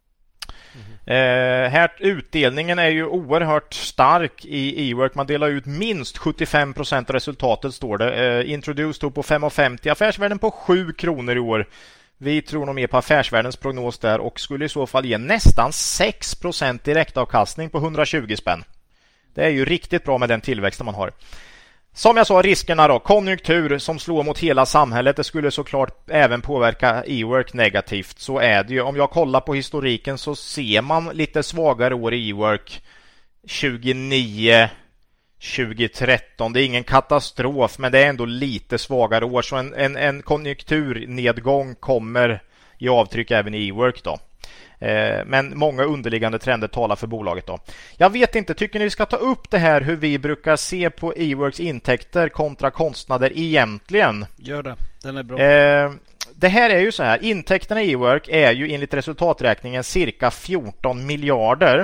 Eh, här, utdelningen är ju oerhört stark i eWork. Man delar ut minst sjuttiofem procent av resultatet, står det. Eh, Introduce stod på fem femtio, affärsvärden på sju kronor i år. Vi tror nog mer på affärsvärdens prognos där och skulle i så fall ge nästan sex procent direktavkastning på hundratjugo spänn. Det är ju riktigt bra med den tillväxten man har. Som jag sa, riskerna då. Konjunktur som slår mot hela samhället. Det skulle såklart även påverka eWork negativt. Så är det ju. Om jag kollar på historiken så ser man lite svagare år i eWork. tjugonio, tjugohundratretton. Det är ingen katastrof, men det är ändå lite svagare år. Så en, en, en konjunkturnedgång kommer i avtryck även i eWork då. Men många underliggande trender talar för bolaget då. Jag vet inte, tycker ni vi ska ta upp det här hur vi brukar se på eWorks intäkter kontra kostnader egentligen? Gör det, den är bra. Eh, det här är ju så här, intäkterna i eWork är ju enligt resultaträkningen cirka fjorton miljarder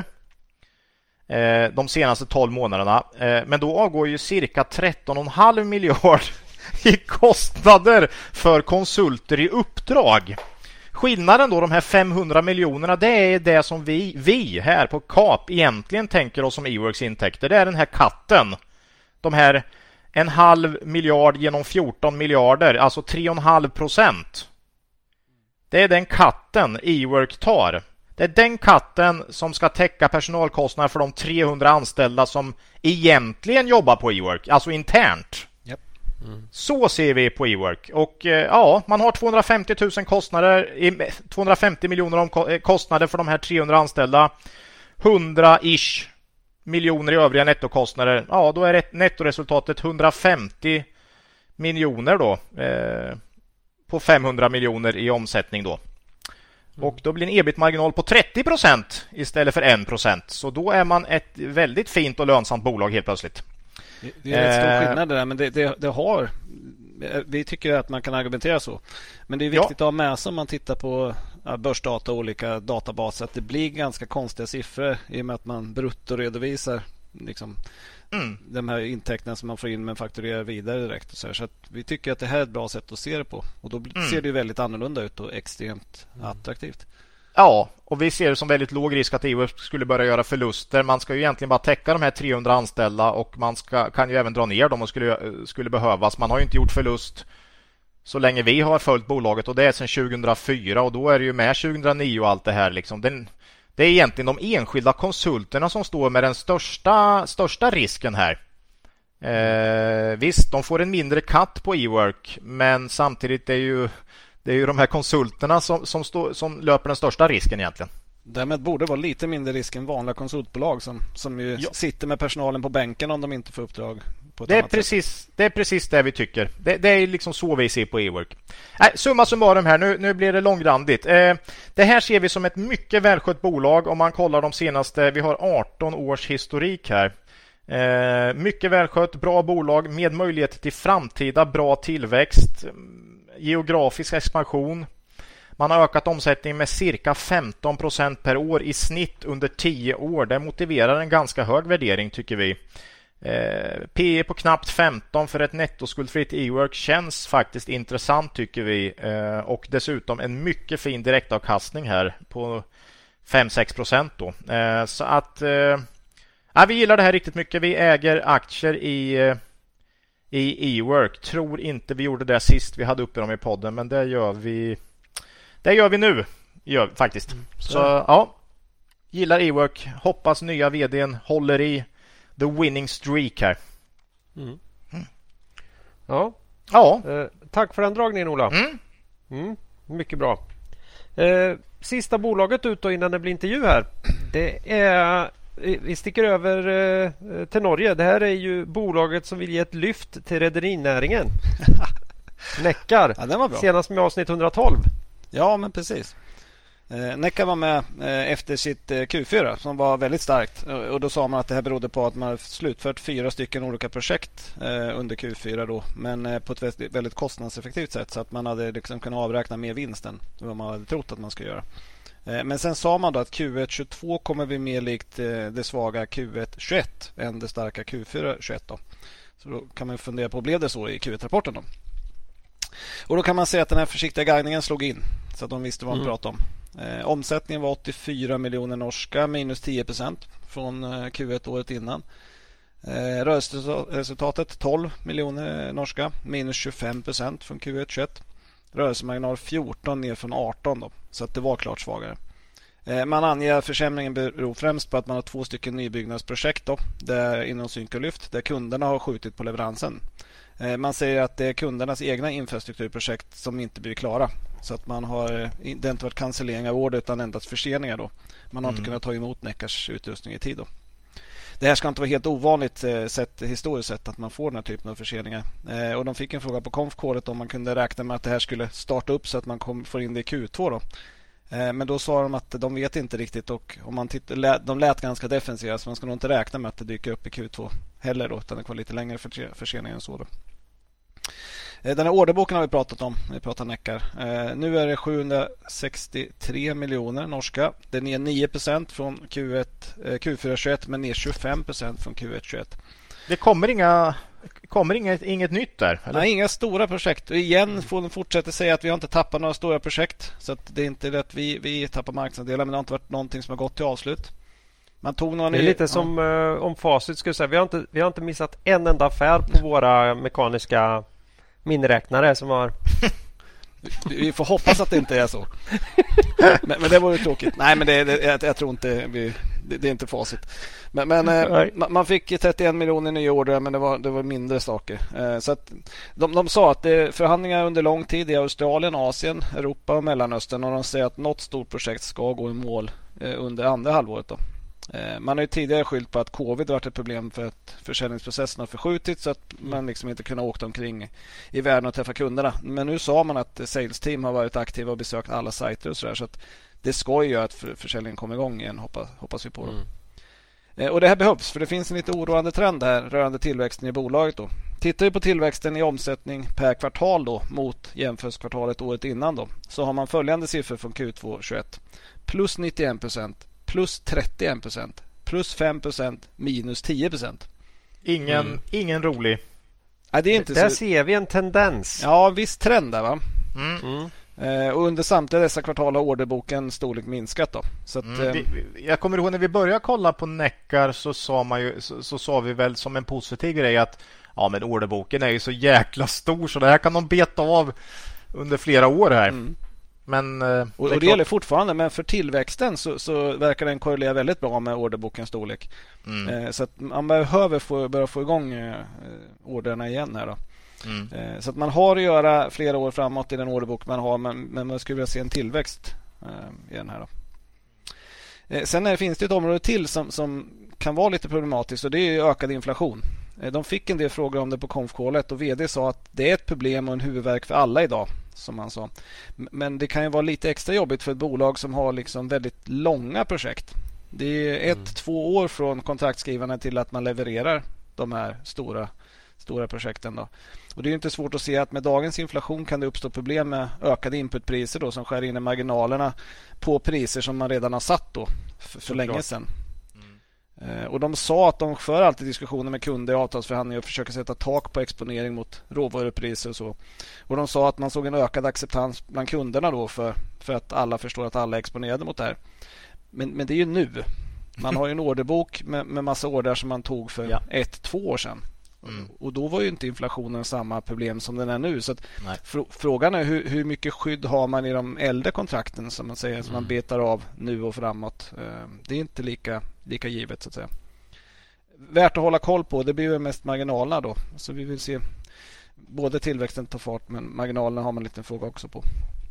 eh, de senaste tolv månaderna. Eh, men då avgår ju cirka tretton komma fem miljard i kostnader för konsulter i uppdrag. Skillnaden då, de här femhundra miljonerna, det är det som vi, vi här på K A P egentligen tänker oss som eWorks intäkter. Det är den här katten. De här en halv miljard genom fjorton miljarder, alltså tre komma fem procent. Det är den katten eWork tar. Det är den katten som ska täcka personalkostnader för de trehundra anställda som egentligen jobbar på eWork, alltså internt. Mm. Så ser vi på eWork. Och eh, ja, man har tvåhundrafemtio tusen kostnader, tvåhundrafemtio miljoner om kostnader för de här trehundra anställda. hundra-ish miljoner i övriga nettokostnader. Ja, då är nettoresultatet hundrafemtio miljoner då. Eh, på femhundra miljoner i omsättning då. Mm. Och då blir en ebit-marginal på trettio procent istället för en procent. Så då är man ett väldigt fint och lönsamt bolag helt plötsligt. Det är rätt stor skillnad det där, men det, det, det har, vi tycker att man kan argumentera så. Men det är viktigt ja. att ha med sig om man tittar på ja, börsdata och olika databaser att det blir ganska konstiga siffror i och med att man brutto redovisar liksom, mm. de här intäkterna som man får in men fakturerar vidare direkt. Och så här. Så att vi tycker att det här är ett bra sätt att se det på. Och då mm. ser det ju väldigt annorlunda ut och extremt mm. attraktivt. Ja, och vi ser det som väldigt låg risk att eWork skulle börja göra förluster. Man ska ju egentligen bara täcka de här trehundra anställda och man ska, kan ju även dra ner dem och skulle, skulle behövas. Man har ju inte gjort förlust så länge vi har följt bolaget och det är sedan tjugohundrafyra och då är det ju med tjugohundranio och allt det här. Liksom. Den, det är egentligen de enskilda konsulterna som står med den största, största risken här. Eh, visst, de får en mindre cut på eWork men samtidigt är ju det är ju de här konsulterna som, som, stå, som löper den största risken egentligen. Därmed borde det vara lite mindre risk än vanliga konsultbolag som, som ju ja. sitter med personalen på bänken om de inte får uppdrag på ett det är annat precis, sätt. Det är precis det vi tycker. Det, det är liksom så vi ser på eWork. Äh, summa summarum här, nu, nu blir det långrandigt. Eh, det här ser vi som ett mycket välskött bolag om man kollar de senaste, vi har arton års historik här. Eh, mycket välskött, bra bolag med möjligheter till framtida bra tillväxt, geografisk expansion. Man har ökat omsättningen med cirka femton procent per år i snitt under tio år. Det motiverar en ganska hög värdering tycker vi. Eh, P E på knappt femton för ett nettoskuldfritt eWork känns faktiskt intressant tycker vi. Eh, och dessutom en mycket fin direktavkastning här på fem till sex procent då. Eh, så att eh, ja, vi gillar det här riktigt mycket. Vi äger aktier i eh, i eWork. Tror inte vi gjorde det sist vi hade uppe dem i podden, men det gör vi det gör vi nu gör, faktiskt. Mm, så. så ja, gillar eWork. Hoppas nya vdn håller i the winning streak här. Mm. Mm. Ja. Ja. Eh, tack för den dragningen, Ola. Mm. Mm, mycket bra. Eh, sista bolaget ut då innan det blir intervju här. Det är Vi sticker över eh, till Norge. Det här är ju bolaget som vill ge ett lyft till rederinäringen. Neckar. Ja, den var bra. Senast med avsnitt hundratolv. Ja, men precis. Eh, Neckar var med eh, efter sitt eh, Q fyra som var väldigt starkt och, och då sa man att det här berodde på att man slutfört fyra stycken olika projekt eh, under Q fyra då, men eh, på ett väldigt, väldigt kostnadseffektivt sätt så att man hade liksom kunnat avräkna mer vinst än vad man hade trott att man skulle göra. Eh, men sen sa man då att Q ett tjugotvå kommer bli mer likt eh, det svaga Q ett tjugoett än det starka Q fyra tjugoett då. Så då kan man fundera på, blev det så i Q ett-rapporten då? Och då kan man säga att den här försiktiga guidningen slog in så att de visste vad de mm. pratade om. Eh, omsättningen var åttiofyra miljoner norska, minus tio procent från eh, Q ett året innan. Eh, rörelseresultatet tolv miljoner norska, minus tjugofem procent från Q ett tjugoett. Rörelsemarginal fjorton ner från arton då, så att det var klart svagare. Eh, man anger att försämringen beror främst på att man har två stycken nybyggnadsprojekt då, där inom Synkolyft, där kunderna har skjutit på leveransen. Man säger att det är kundernas egna infrastrukturprojekt som inte blir klara. Så att man har, det har inte varit cancellering av order utan endast förseningar då. Man har mm. inte kunnat ta emot Neckars utrustning i tid då. Det här ska inte vara helt ovanligt sett, historiskt sett att man får den här typen av förseningar. Eh, och de fick en fråga på konf-kodet om man kunde räkna med att det här skulle starta upp så att man kom, får in det i Q två då. Eh, men då sa de att de vet inte riktigt och om man tittar, lä, de lät ganska defensiva så man ska nog inte räkna med att det dyker upp i Q två heller då, utan det var lite längre förseningar än så då. Den här orderboken har vi pratat om, vi pratar Neckar. Eh, nu är det sjuhundrasextiotre miljoner norska. Det är ner nio procent från Q ett, eh, Q fyra tjugoett men ner tjugofem procent från Q ett tjugoett. Det kommer inga kommer inget, inget nytt där? Eller? Nej, inga stora projekt. Och igen får de fortsätta säga att vi har inte tappat några stora projekt. Så att det är inte det att vi, vi tappar marknadsandelar, men det har inte varit någonting som har gått till avslut. Man tog någon det är i, lite som ja. uh, om Facit skulle säga. Vi har, inte, vi har inte missat en enda affär på våra mekaniska miniräknare som har... Vi får hoppas att det inte är så. Men, men det var ju tråkigt. Nej, men det, det, jag, jag tror inte vi, det, det är inte Facit. Men, men eh, man fick trettioen miljoner nya order, men det var, det var mindre saker. Eh, så att de, de sa att det är förhandlingar under lång tid i Australien, Asien, Europa och Mellanöstern, och de säger att något stort projekt ska gå i mål eh, under andra halvåret då. Man har ju tidigare skyllt på att covid varit ett problem för att försäljningsprocessen har förskjutits så att man liksom inte kunnat åka omkring i världen och träffa kunderna. Men nu sa man att sales team har varit aktiva och besökt alla sajter och sådär, så att det ska ju göra att försäljningen kommer igång igen, hoppas, hoppas vi på. Mm. Och det här behövs, för det finns en lite oroande trend här rörande tillväxten i bolaget då. Tittar vi på tillväxten i omsättning per kvartal då mot jämförelsekvartalet året innan då, så har man följande siffror från Q två tjugoett. Plus nittioen procent, plus trettioen procent, plus fem procent, minus tio procent. Ingen, mm. ingen rolig. Nej, det är inte där så... ser vi en tendens. Ja, viss trend där va. Mm. Mm. Eh, och under samtliga dessa kvartal har orderboken storlek minskat då. Så att, mm. eh... vi, jag kommer ihåg när vi började kolla på Neckar så sa, man ju, så, så sa vi väl som en positiv grej att ja, men orderboken är ju så jäkla stor så det här kan de beta av under flera år här. Mm. Men, eh, och, och det klart... gäller fortfarande, men för tillväxten så, så verkar den korrelera väldigt bra med orderbokens storlek. Mm. Eh, så att man behöver få, börja få igång eh, orderna igen här då. Mm. Eh, så att man har att göra flera år framåt i den orderbok man har, men, men man skulle vilja se en tillväxt eh, i den här då. Eh, sen är, finns det ett område till som, som kan vara lite problematiskt, och det är ökad inflation. Eh, de fick en del frågor om det på konf-callet och vd sa att det är ett problem och en huvudvärk för alla idag, som man sa. Men det kan ju vara lite extra jobbigt för ett bolag som har liksom väldigt långa projekt. Det är ett, mm. två år från kontraktskrivarna till att man levererar de här stora, stora projekten då. Och det är ju inte svårt att se att med dagens inflation kan det uppstå problem med ökade inputpriser då, som skär in i marginalerna på priser som man redan har satt då för, för länge sedan. Mm. Och de sa att de för alltid diskussioner med kunder i avtalsförhandlingar och försöker sätta tak på exponering mot råvarupriser och så. Och de sa att man såg en ökad acceptans bland kunderna då för, för att alla förstår att alla är exponerade mot det här. Men, men det är ju nu. Man har ju en orderbok med, med massa order som man tog för ja. ett, två år sedan. Mm. Och då var ju inte inflationen samma problem som den är nu. Så att fr- frågan är hur, hur mycket skydd har man i de äldre kontrakten som man säger, mm. som man betar av nu och framåt. Det är inte lika, lika givet så att säga. Värt att hålla koll på, det blir ju mest marginalerna då. Så vi vill se både tillväxten tar fart, men marginalerna har man en liten fråga också på.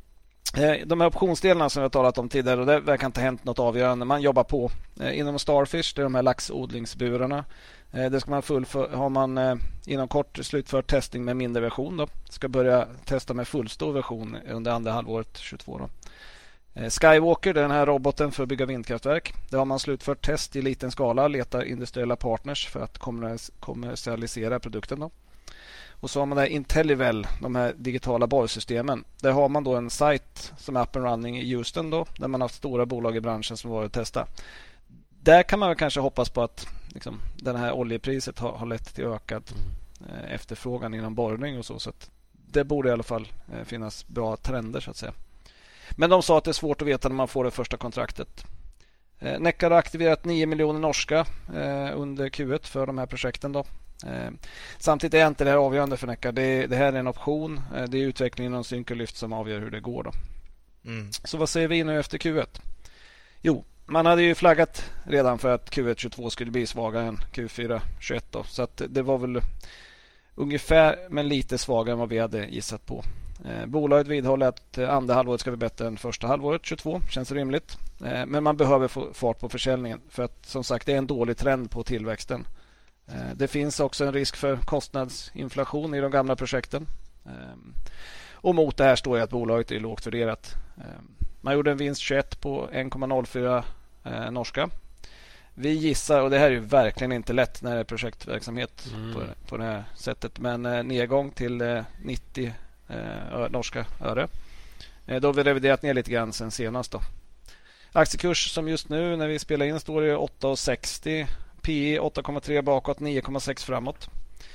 De här optionsdelarna som jag talat om tidigare, och det verkar inte ha hänt något avgörande. Man jobbar på inom Starfish, det är de här laxodlingsburarna. Det ska man fullför, har man eh, inom kort slutfört testning med mindre version då. Ska börja testa med fullstor version under andra halvåret tjugotvå då. Skywalker, den här roboten för att bygga vindkraftverk. Där har man slutfört test i liten skala, letar industriella partners för att kommersialisera produkten då. Och så har man där Intellivel, de här digitala borrsystemen. Där har man då en sajt som är up and running i Houston då, där man har haft stora bolag i branschen som varit och testa. Där kan man väl kanske hoppas på att liksom, det här oljepriset har, har lett till ökad eh, efterfrågan inom borrning och så. Så att det borde i alla fall eh, finnas bra trender så att säga. Men de sa att det är svårt att veta när man får det första kontraktet. Eh, Neckar har aktiverat nio miljoner norska eh, under Q ett för de här projekten då. Eh, samtidigt är inte det här avgörande för Neckar. Det, det här är en option. Eh, det är utvecklingen inom Syncolyft som avgör hur det går då. Mm. Så vad säger vi nu efter Q ett? Jo, man hade ju flaggat redan för att Q ett tjugotvå skulle bli svagare än Q fyra tjugoett då. Så att det var väl ungefär men lite svagare än vad vi hade gissat på. Eh, bolaget vidhåller att andra halvåret ska bli bättre än första halvåret tjugotvå. Känns rimligt. Eh, men man behöver få fart på försäljningen. För att som sagt det är en dålig trend på tillväxten. Eh, det finns också en risk för kostnadsinflation i de gamla projekten. Eh, och mot det här står att bolaget är lågt värderat. Eh, man gjorde en vinst tjugoett på en komma noll fyra eh, norska. Vi gissar, och det här är ju verkligen inte lätt när det är projektverksamhet mm. på, på det här sättet. Men eh, nedgång till eh, nittio eh, norska öre. Eh, då har vi reviderat ner lite grann sen senast då. Aktiekurs som just nu när vi spelar in står det åtta komma sextio. P E åtta komma tre bakåt, nio komma sex framåt.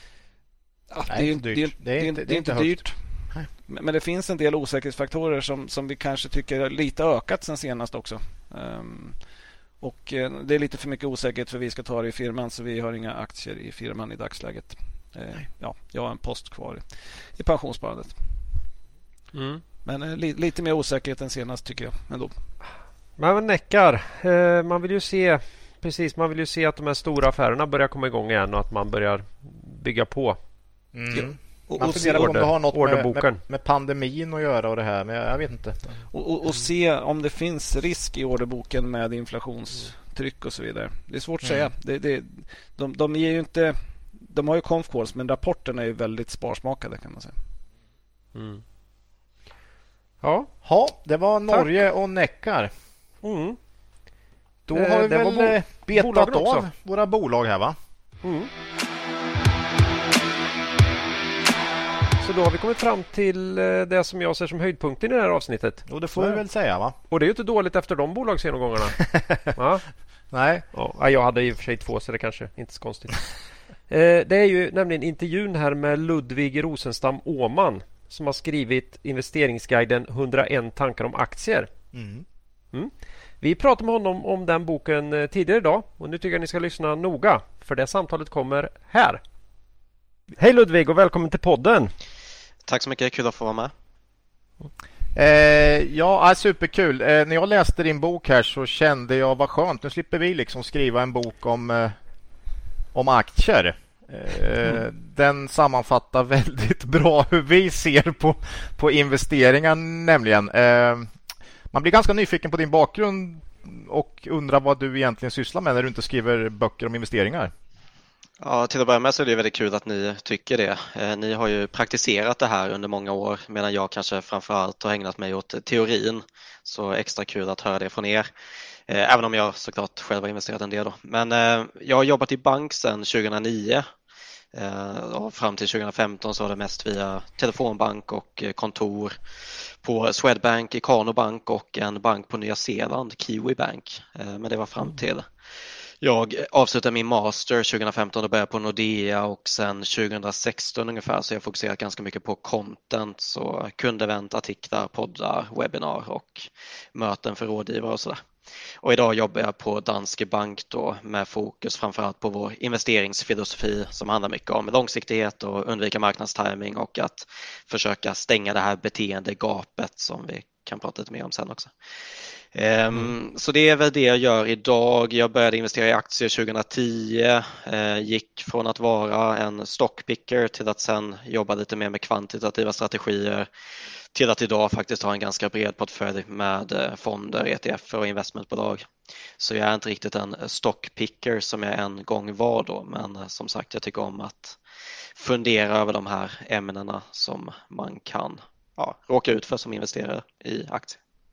Ja, det, är ju, det, är, det, är inte, det är inte dyrt. Nej. Men det finns en del osäkerhetsfaktorer som, som vi kanske tycker lite ökat sen senast också. Um, och eh, det är lite för mycket osäkerhet för vi ska ta det i firman så vi har inga aktier i firman i dagsläget. Eh, ja, jag har en post kvar i, i pensionssparandet. Mm. Men eh, li, lite mer osäkerhet än senast tycker jag ändå. Men Neckar, eh, man vill ju se precis, man vill ju se att de här stora affärerna börjar komma igång igen och att man börjar bygga på. Mm. Ja. Och, man funderar på om det har något med, med, med pandemin att göra och det här, men jag, jag vet inte. Och, och, och se om det finns risk i orderboken med inflationstryck och så vidare. Det är svårt att säga. Mm. Det, det, de, de ger ju inte, de har ju conf calls, men rapporterna är ju väldigt sparsmakade kan man säga. Mm. Ja. ja, det var Norge Tack. och Neckar. Mm. Då eh, har vi väl bo- betat av våra bolag här va? Mm. Så då har vi kommit fram till det som jag ser som höjdpunkten i det här avsnittet. Och det får vi väl säga va? Och det är ju inte dåligt efter de bolagsgenomgångarna. Ja. Nej. Ja, jag hade i och för sig två så det kanske inte är så konstigt. Det är ju nämligen intervjun här med Ludvig Rosenstam Åman som har skrivit investeringsguiden hundraen tankar om aktier. Mm. Mm. Vi pratade med honom om den boken tidigare idag och nu tycker jag ni ska lyssna noga för det samtalet kommer här. Hej Ludvig och välkommen till podden. Tack så mycket, kul att få vara med. Eh, ja, superkul. Eh, när jag läste din bok här så kände jag vad skönt. Nu slipper vi liksom skriva en bok om, eh, om aktier. Eh, mm. Den sammanfattar väldigt bra hur vi ser på, på investeringar nämligen. Eh, man blir ganska nyfiken på din bakgrund och undrar vad du egentligen sysslar med när du inte skriver böcker om investeringar. Ja, till att börja med så är det väldigt kul att ni tycker det. Eh, ni har ju praktiserat det här under många år medan jag kanske framförallt har ägnat mig åt teorin. Så extra kul att höra det från er. Eh, även om jag såklart själv har investerat en del då. Men eh, jag har jobbat i bank sedan tjugohundranio. Eh, och fram till tjugohundrafemton så var det mest via telefonbank och kontor på Swedbank, Ikano Bank och en bank på Nya Zeeland, Kiwi Bank. Eh, men det var fram till jag avslutade min master tjugohundrafemton och började på Nordea och sen tjugohundrasexton ungefär så jag fokuserat ganska mycket på content, så kundevent, artiklar, poddar, webbinar och möten för rådgivare och sådär. Och idag jobbar jag på Danske Bank då med fokus framförallt på vår investeringsfilosofi som handlar mycket om långsiktighet och undvika marknadstiming och att försöka stänga det här beteendegapet som vi kan prata lite mer om sen också. Mm. Så det är väl det jag gör idag. Jag började investera i aktier tjugohundratio, gick från att vara en stockpicker till att sen jobba lite mer med kvantitativa strategier till att idag faktiskt ha en ganska bred portfölj med fonder, E T F och investmentbolag. Så jag är inte riktigt en stockpicker som jag en gång var då, men som sagt jag tycker om att fundera över de här ämnena som man kan ja, råka ut för som investerare i aktier.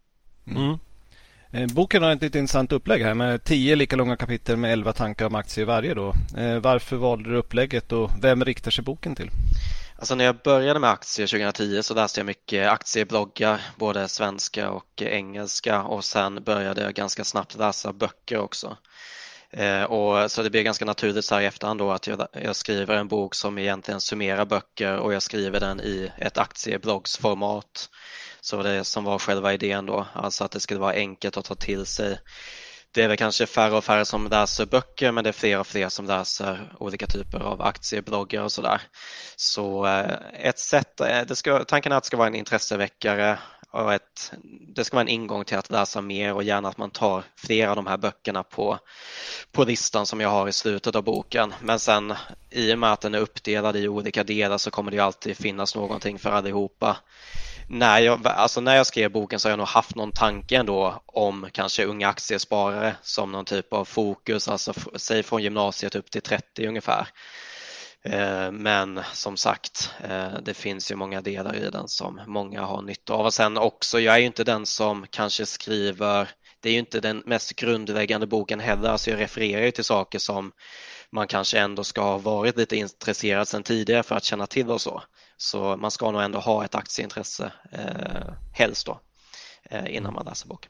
Mm. Boken har ett lite intressant upplägg här med tio lika långa kapitel med elva tankar om aktier varje då. Varför valde du upplägget och vem riktar sig boken till? Alltså när jag började med aktier tjugohundratio så läste jag mycket aktiebloggar, både svenska och engelska, och sen började jag ganska snabbt läsa böcker också. Eh, och så det blir ganska naturligt så här i efterhand då att jag, jag skriver en bok som egentligen summerar böcker, och jag skriver den i ett aktiebloggsformat. Så det som var själva idén då, alltså att det skulle vara enkelt att ta till sig. Det är väl kanske färre och färre som läser böcker, men det är fler och fler som läser olika typer av aktiebloggar och sådär. Så ett sätt, det ska, tanken är att det ska vara en intresseväckare och ett, det ska vara en ingång till att läsa mer, och gärna att man tar flera av de här böckerna på, på listan som jag har i slutet av boken. Men sen i och med att den är uppdelad i olika delar så kommer det ju alltid finnas någonting för allihopa. När jag, alltså när jag skrev boken så har jag nog haft någon tanke ändå om kanske unga aktiesparare som någon typ av fokus, alltså säg från gymnasiet upp till trettio ungefär. Men som sagt, det finns ju många delar i den som många har nytta av. Och sen också, jag är ju inte den som kanske skriver, det är ju inte den mest grundläggande boken heller, alltså jag refererar ju till saker som man kanske ändå ska ha varit lite intresserad sedan tidigare för att känna till och så. Så man ska nog ändå ha ett aktieintresse eh, helst då eh, innan man läser boken.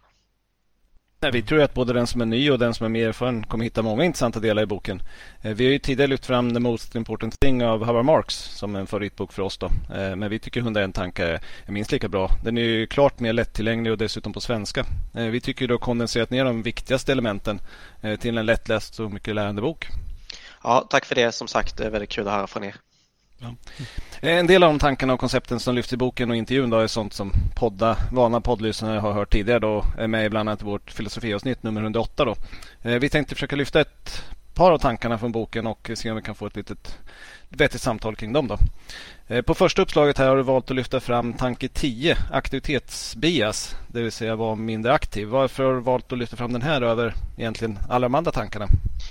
Nej, vi tror att både den som är ny och den som är mer erfaren kommer hitta många intressanta delar i boken. Eh, vi har ju tidigare lyft fram The Most Important Thing av Howard Marks som en favoritbok för oss då. Eh, men vi tycker hundra en tanke är minst lika bra. Den är ju klart mer lättillgänglig och dessutom på svenska. Eh, vi tycker då kondenserat ner de viktigaste elementen eh, till en lättläst och mycket lärande bok. Ja, tack för det. Som sagt, det är väldigt kul att höra från er. Ja. En del av de tankarna och koncepten som lyfts i boken och intervjun då är sånt som podda, vana poddlyssnare har hört tidigare då, är med bland annat i vårt filosofiavsnitt nummer hundraåtta då. Vi tänkte försöka lyfta ett par av tankarna från boken och se om vi kan få ett litet vettigt samtal kring dem då. På första uppslaget här har du valt att lyfta fram tanke tio, aktivitetsbias, det vill säga vara mindre aktiv. Varför har du valt att lyfta fram den här över egentligen alla de andra tankarna?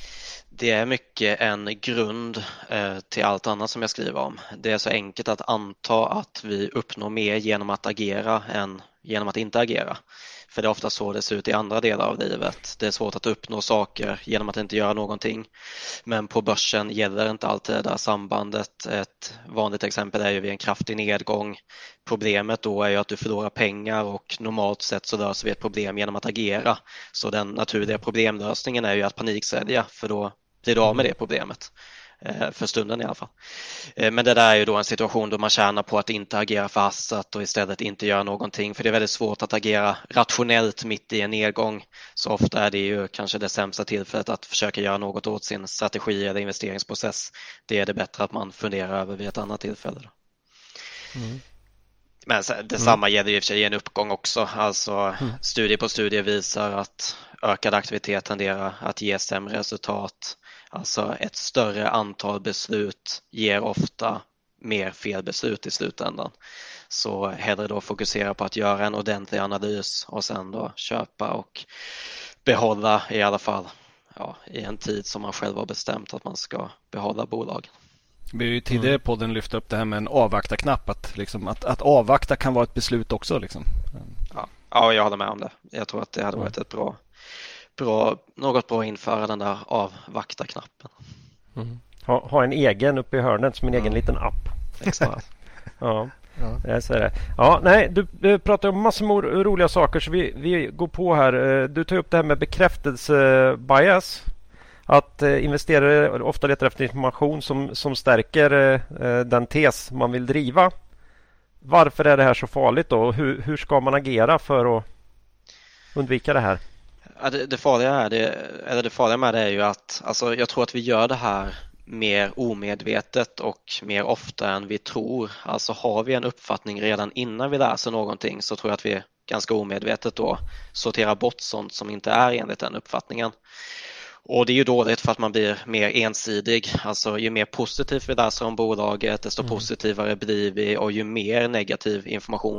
Det är mycket en grund eh, till allt annat som jag skriver om. Det är så enkelt att anta att vi uppnår mer genom att agera än genom att inte agera. För det är ofta så det ser ut i andra delar av livet. Det är svårt att uppnå saker genom att inte göra någonting. Men på börsen gäller inte alltid det där sambandet. Ett vanligt exempel är ju vid en kraftig nedgång. Problemet då är ju att du förlorar pengar, och normalt sett så löser vi ett problem genom att agera. Så den naturliga problemlösningen är ju att paniksälja, för då blir du av med det problemet. För stunden i alla fall. Men det där är ju då en situation då man tjänar på att inte agera förhastat och istället inte göra någonting. För det är väldigt svårt att agera rationellt mitt i en nedgång. Så ofta är det ju kanske det sämsta tillfället att försöka göra något åt sin strategi eller investeringsprocess. Det är det bättre att man funderar över vid ett annat tillfälle. Mm. Men detsamma mm. gäller ju i och för sig i en uppgång också. Alltså mm. studier på studier visar att ökad aktivitet tenderar att ge sämre resultat. Alltså ett större antal beslut ger ofta mer felbeslut i slutändan. Så hellre då fokusera på att göra en ordentlig analys och sen då köpa och behålla i alla fall ja, i en tid som man själv har bestämt att man ska behålla bolagen. Vi har ju tidigare på podden lyft upp det här med en avvakta-knapp. Att, liksom, att, att avvakta kan vara ett beslut också. Liksom. Ja. ja, jag håller med om det. Jag tror att det hade varit ett bra, bra, något bra att införa den där avvakta-knappen. Mm. Ha, ha en egen uppe i hörnet som en egen mm. liten app. Exakt. Ja. Ja. Jag säger det. Ja, nej, du, du pratar om massor med roliga saker så vi, vi går på här. Du tar upp det här med bekräftelse-bias. Att eh, investerare ofta letar efter information som, som stärker eh, den tes man vill driva. Varför är det här så farligt då? Hur, hur ska man agera för att undvika det här? Ja, det, det, farliga är det, eller det farliga med det är ju att alltså, jag tror att vi gör det här mer omedvetet och mer ofta än vi tror. Alltså har vi en uppfattning redan innan vi läser någonting så tror jag att vi ganska omedvetet då sorterar bort sånt som inte är enligt den uppfattningen. Och det är ju dåligt för att man blir mer ensidig. Alltså ju mer positivt vi läser om bolaget desto mm. positivare blir vi och ju mer negativ information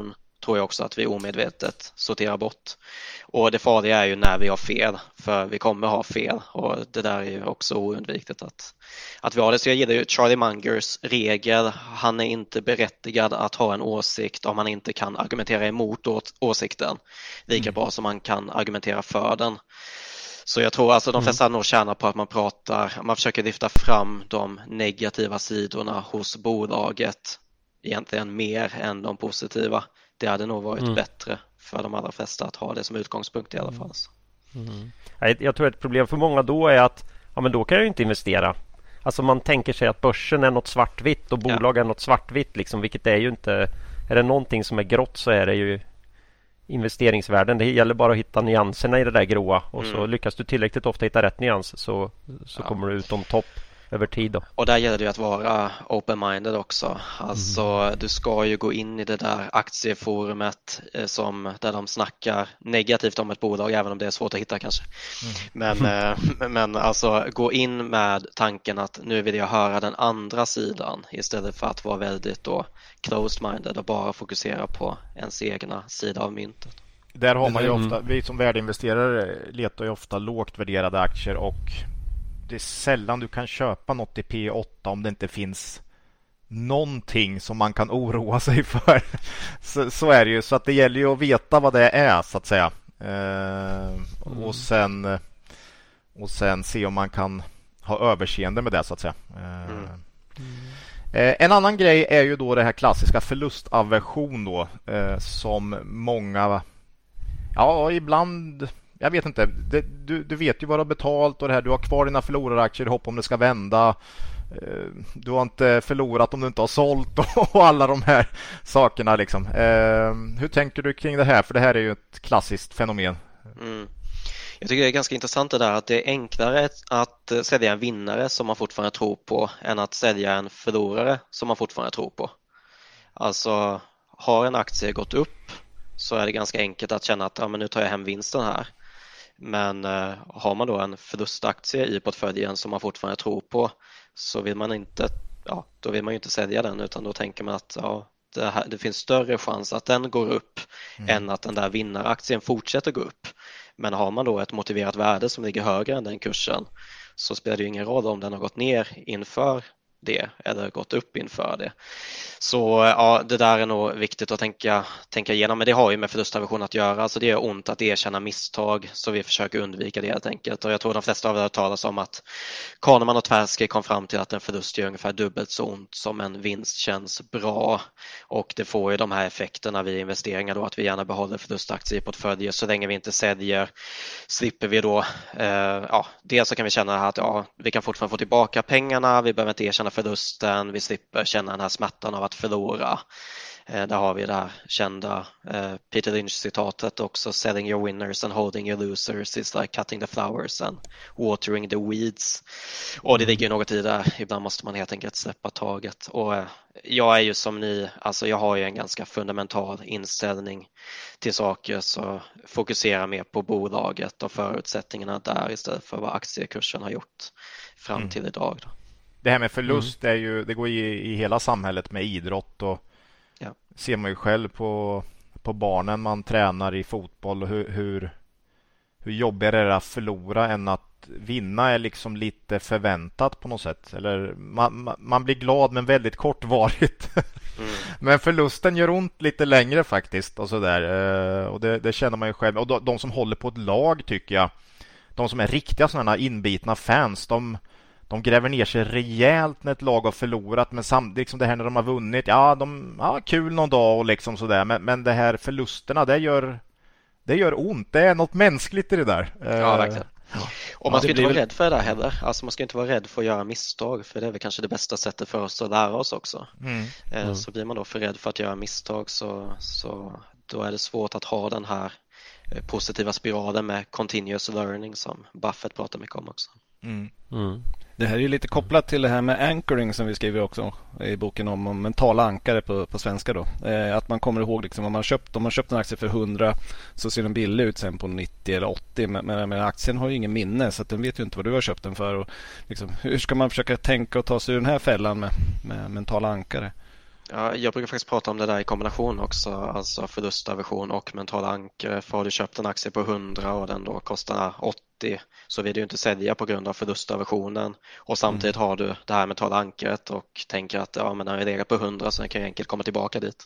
tror jag också att vi omedvetet sorterar bort. Och det farliga är ju när vi har fel, för vi kommer ha fel, och det där är ju också oundvikligt att, att vi har det. Så jag gillar ju Charlie Mungers regel. Han är inte berättigad att ha en åsikt om han inte kan argumentera emot åt åsikten lika mm. bra som man kan argumentera för den. Så jag tror alltså de flesta mm. nog tjänar på att man pratar, man försöker lyfta fram de negativa sidorna hos bolaget egentligen mer än de positiva. Det hade nog varit mm. bättre för de allra flesta att ha det som utgångspunkt i alla fall. Mm. Jag, jag tror ett problem för många då är att ja, men då kan jag ju inte investera. Alltså man tänker sig att börsen är något svartvitt och bolag ja. är något svartvitt liksom, vilket det är ju inte. Är det någonting som är grått så är det ju investeringsvärden. Det gäller bara att hitta nyanserna i det där gråa och mm. så lyckas du tillräckligt ofta hitta rätt nyans så, så ja. kommer du ut om topp över tid då. Och där gäller det att vara open-minded också. Alltså mm. du ska ju gå in i det där aktieforumet eh, som, där de snackar negativt om ett bolag, även om det är svårt att hitta kanske. Mm. Men, eh, men alltså gå in med tanken att nu vill jag höra den andra sidan istället för att vara väldigt då closed-minded och bara fokusera på ens egna sida av myntet. Där har man ju ofta, vi som värdeinvesterare letar ju ofta lågt värderade aktier, och det är sällan du kan köpa något i P åtta om det inte finns någonting som man kan oroa sig för. så, så är det ju, så att det gäller ju att veta vad det är så att säga. Eh, mm. och, sen, och sen se om man kan ha överseende med det så att säga. Eh, mm. eh, en annan grej är ju då det här klassiska förlustaversion då, eh, som många, ja ibland, jag vet inte, det, du, du vet ju vad du har betalt och det här, du har kvar dina förloraraktier i hopp om det ska vända. Du har inte förlorat om du inte har sålt och alla de här sakerna liksom. Hur tänker du kring det här? För det här är ju ett klassiskt fenomen. Mm. Jag tycker det är ganska intressant det där att det är enklare att sälja en vinnare som man fortfarande tror på än att sälja en förlorare som man fortfarande tror på. Alltså har en aktie gått upp så är det ganska enkelt att känna att ja, men nu tar jag hem vinsten här. Men eh, har man då en förlustaktie i portföljen som man fortfarande tror på, så vill man inte, ja, då vill man ju inte sälja den, utan då tänker man att ja, det, här, det finns större chans att den går upp mm. än att den där vinnaraktien fortsätter gå upp. Men har man då ett motiverat värde som ligger högre än den kursen, så spelar det ju ingen roll om den har gått ner inför det eller gått upp inför det. Så ja, det där är nog viktigt att tänka, tänka igenom, men det har ju med förlustaversion att göra, alltså det är ont att erkänna misstag, så vi försöker undvika det helt enkelt. Och jag tror de flesta av er har talat om att Kahneman och Tversky kom fram till att en förlust gör ungefär dubbelt så ont som en vinst känns bra, och det får ju de här effekterna vid investeringar då, att vi gärna behåller förlustaktier i portföljer så länge vi inte säljer. Slipper vi då eh, ja, dels så kan vi känna att ja, vi kan fortfarande få tillbaka pengarna, vi behöver inte erkänna förlusten, vi slipper känna den här smärtan av att förlora. Eh, där har vi det här kända eh, Peter Lynch-citatet också, selling your winners and holding your losers is like cutting the flowers and watering the weeds. Och det ligger ju något i det, ibland måste man helt enkelt släppa taget. Och eh, jag är ju som ni, alltså jag har ju en ganska fundamental inställning till saker, så fokusera mer på bolaget och förutsättningarna där istället för vad aktiekursen har gjort fram mm. till idag då. Det här med förlust mm. är ju, det går ju i hela samhället med idrott, och ja. ser man ju själv på, på barnen man tränar i fotboll, och hur, hur, hur jobbigare är det att förlora än att vinna är liksom lite förväntat på något sätt. Eller man, man blir glad men väldigt kortvarigt. Mm. Men förlusten gör ont lite längre faktiskt och sådär. Och det, det känner man ju själv. Och de, de som håller på ett lag tycker jag, de som är riktiga sådana inbitna fans, de De gräver ner sig rejält när ett lag har förlorat, men samtidigt liksom det här när de har vunnit, ja, de ja, kul någon dag och liksom sådär, men, men det här förlusterna, det gör det gör ont, det är något mänskligt i det där. Ja, verkligen. Ja. Och man ska ja, inte vara väl... rädd för det där heller. Alltså man ska inte vara rädd för att göra misstag, för det är väl kanske det bästa sättet för oss att lära oss också. Mm. Mm. Så blir man då för rädd för att göra misstag, så, så då är det svårt att ha den här positiva spiralen med continuous learning som Buffett pratar mycket om också. Mm. Mm. Det här är ju lite kopplat till det här med anchoring som vi skriver också i boken om, om mentala ankare på, på svenska då. Eh, att man kommer ihåg liksom, om man köpt, om man köpt en aktie för hundra så ser den billig ut sen på nittio eller åttio, men, men, men aktien har ju ingen minne, så att den vet ju inte vad du har köpt den för. Och liksom, hur ska man försöka tänka och ta sig ur den här fällan med, med mentala ankare? Ja, jag brukar faktiskt prata om det där i kombination också, alltså förlustaversion och mentala anker. För har du köpt en aktie på hundra och den då kostar åttio, så vill du inte sälja på grund av förlustaversionen, och samtidigt mm. har du det här mentala ankret och tänker att ja, men den är legat på hundra så den kan ju enkelt komma tillbaka dit.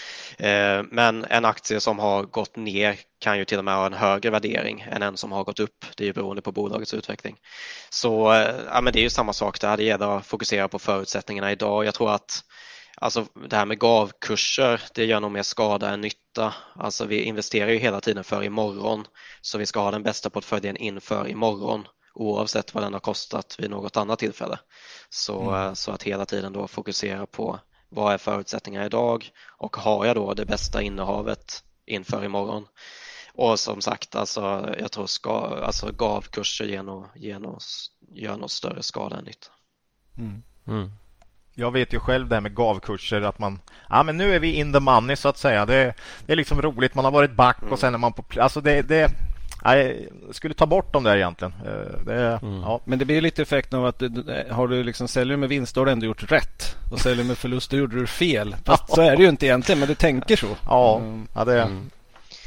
Eh, men en aktie som har gått ner kan ju till och med ha en högre värdering än en som har gått upp. Det är ju beroende på bolagets utveckling. Så ja, men det är ju samma sak där. Det gäller att fokusera på förutsättningarna idag. Jag tror att alltså det här med gavkurser, det gör nog mer skada än nytta. Alltså vi investerar ju hela tiden för imorgon, så vi ska ha den bästa portföljen inför imorgon oavsett vad den har kostat vid något annat tillfälle. Så, mm. så att hela tiden då fokusera på vad är förutsättningarna idag, och har jag då det bästa innehavet inför imorgon. Och som sagt, alltså, jag tror ska, alltså, gavkurser ger nog, ger nog, gör nog större skada än nytta. Mm. Mm. Jag vet ju själv det här med gavkurser, att man, ja men nu är vi in the money så att säga. Det, det är liksom roligt, man har varit back och sen är man på, alltså det, det jag skulle ta bort dem där egentligen. Det, mm. ja. Men det blir lite effekten av att har du liksom, säljer med vinst, då har du ändå gjort rätt, och säljer med förlust, då gjorde du fel. Fast så är det ju inte egentligen, men du tänker så. Ja, ja det är mm.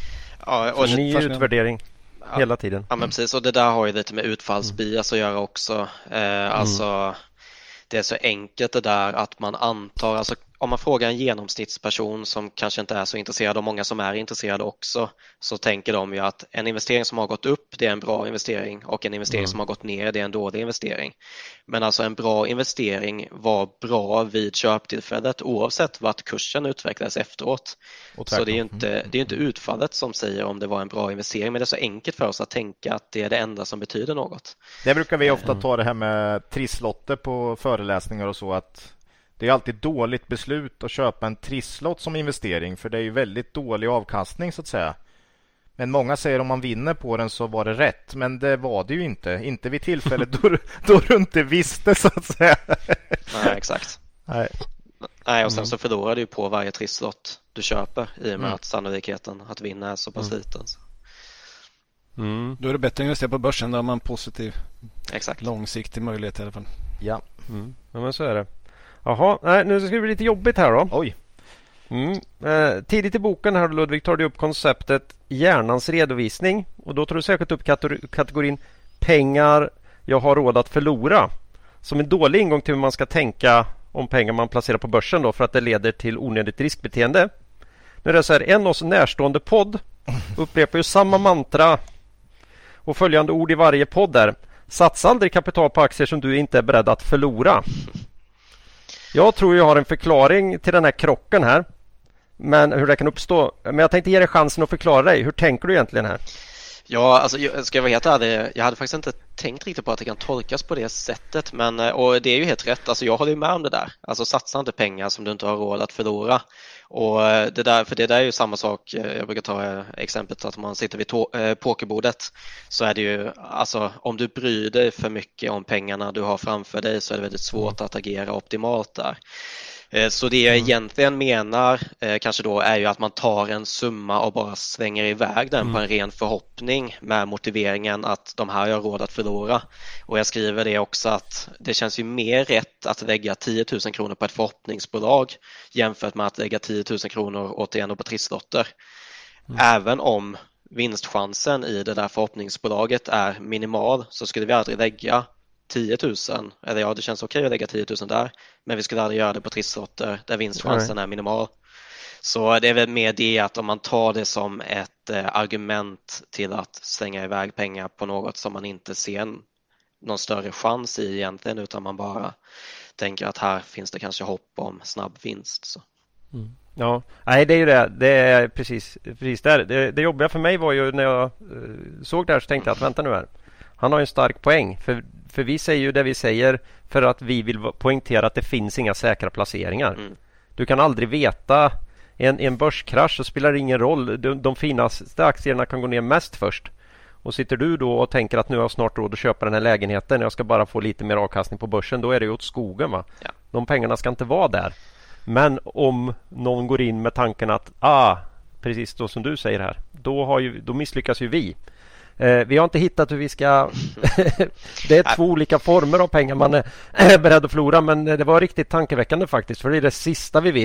ja, och ny utvärdering hela tiden. Ja, men precis, och det där har ju lite med utfallsbias att göra också. Eh, alltså mm. det är så enkelt det där att man antar, alltså om man frågar en genomsnittsperson som kanske inte är så intresserad, och många som är intresserade också, så tänker de ju att en investering som har gått upp, det är en bra investering, och en investering mm. som har gått ner, det är en dålig investering. Men alltså en bra investering var bra vid köptillfället oavsett vart kursen utvecklades efteråt. Så det är ju inte, det är inte utfallet som säger om det var en bra investering, men det är så enkelt för oss att tänka att det är det enda som betyder något. Det brukar vi ofta ta det här med trisslotter på föreläsningar och så, att det är alltid dåligt beslut att köpa en trisslott som investering, för det är ju väldigt dålig avkastning så att säga. Men många säger om man vinner på den så var det rätt, men det var det ju inte. Inte vid tillfället då, då du inte visste så att säga. Nej, exakt. Nej. Nej, och sen så förlorar du på varje trisslott du köper i och med mm. att sannolikheten att vinna är så pass mm. liten. Mm. Då är det bättre att investera på börsen, där har man positiv, exakt, långsiktig möjlighet i alla fall. Ja, mm. ja men så är det. Jaha, nej, nu ska det bli lite jobbigt här då. Oj. Mm. Eh, tidigt i boken här, Ludvig, tar du upp konceptet hjärnans redovisning. Och då tar du särskilt upp kategor- kategorin pengar jag har råd att förlora, som en dålig ingång till hur man ska tänka om pengar man placerar på börsen då, för att det leder till onödigt riskbeteende. Nu är det så här, en oss närstående podd upprepar ju samma mantra och följande ord i varje podd där: satsa aldrig kapital på aktier som du inte är beredd att förlora. Jag tror jag har en förklaring till den här krocken här, men hur det kan uppstå. Men jag tänkte ge dig chansen att förklara dig. Hur tänker du egentligen här? Ja, alltså jag ska vara helt ärlig, jag hade faktiskt inte tänkt riktigt på att det kan tolkas på det sättet, men och det är ju helt rätt. Alltså jag håller ju med om det där. Alltså satsa inte pengar som du inte har råd att förlora. Och det där, för det där är ju samma sak. Jag brukar ta exemplet att om man sitter vid to- pokerbordet, så är det ju, alltså om du bryr dig för mycket om pengarna du har framför dig, så är det väldigt svårt att agera optimalt där. Så det jag egentligen menar eh, kanske då är ju att man tar en summa och bara svänger iväg den mm. på en ren förhoppning med motiveringen att de här har råd att förlora. Och jag skriver det också, att det känns ju mer rätt att lägga tio tusen kronor på ett förhoppningsbolag jämfört med att lägga tio tusen kronor återigen på trisslotter. Mm. Även om vinstchansen i det där förhoppningsbolaget är minimal, så skulle vi aldrig lägga tio tusen, eller ja, det känns okej att lägga tio tusen där, men vi skulle aldrig göra det på trisslotter där vinstchansen är minimal. Så det är väl mer det, att om man tar det som ett eh, argument till att slänga iväg pengar på något som man inte ser någon större chans i egentligen, utan man bara tänker att här finns det kanske hopp om snabb vinst. Så. Mm. Ja, nej, det är ju det. Det är precis, precis där. Det, det jobbiga för mig var ju när jag uh, såg det här, så tänkte jag att vänta nu här. Han har en stark poäng, för, för vi säger ju det vi säger för att vi vill poängtera att det finns inga säkra placeringar. Mm. Du kan aldrig veta, en, en börskrasch så spelar det ingen roll. De, de finaste aktierna kan gå ner mest först. Och sitter du då och tänker att nu har jag snart råd att köpa den här lägenheten, jag ska bara få lite mer avkastning på börsen, då är det ju åt skogen, va? Ja. De pengarna ska inte vara där. Men om någon går in med tanken att, ah, precis då som du säger här, då, har ju, då misslyckas ju vi. Eh, vi har inte hittat hur vi ska... det är två olika former av pengar man är beredd att förlora, men det var riktigt tankeväckande faktiskt, för det är det sista vi vill.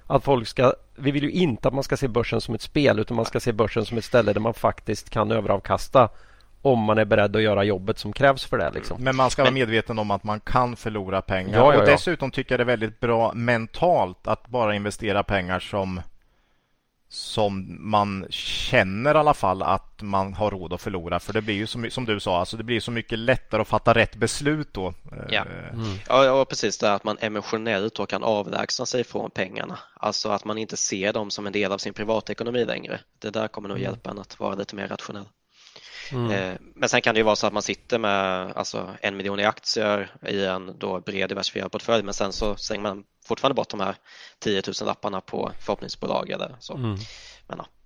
att folk ska, vi vill ju inte att man ska se börsen som ett spel, utan man ska se börsen som ett ställe där man faktiskt kan överavkasta om man är beredd att göra jobbet som krävs för det. Liksom. Men man ska vara medveten om att man kan förlora pengar. Ja, ja, ja. Och dessutom tycker jag det är väldigt bra mentalt att bara investera pengar som, som man känner i alla fall att man har råd att förlora. För det blir ju som, som du sa, alltså det blir så mycket lättare att fatta rätt beslut då. Ja, mm. ja, ja precis det, att man emotionellt då kan avlägsna sig från pengarna. Alltså att man inte ser dem som en del av sin privatekonomi längre. Det där kommer nog hjälpa en att vara lite mer rationell. Mm. Men sen kan det ju vara så att man sitter med alltså, en miljon i aktier i en då bred diversifierad portfölj, men sen så slänger man fortfarande bort de här tio tusen lapparna på förhoppningsbolag eller så. Mm. Men, ja.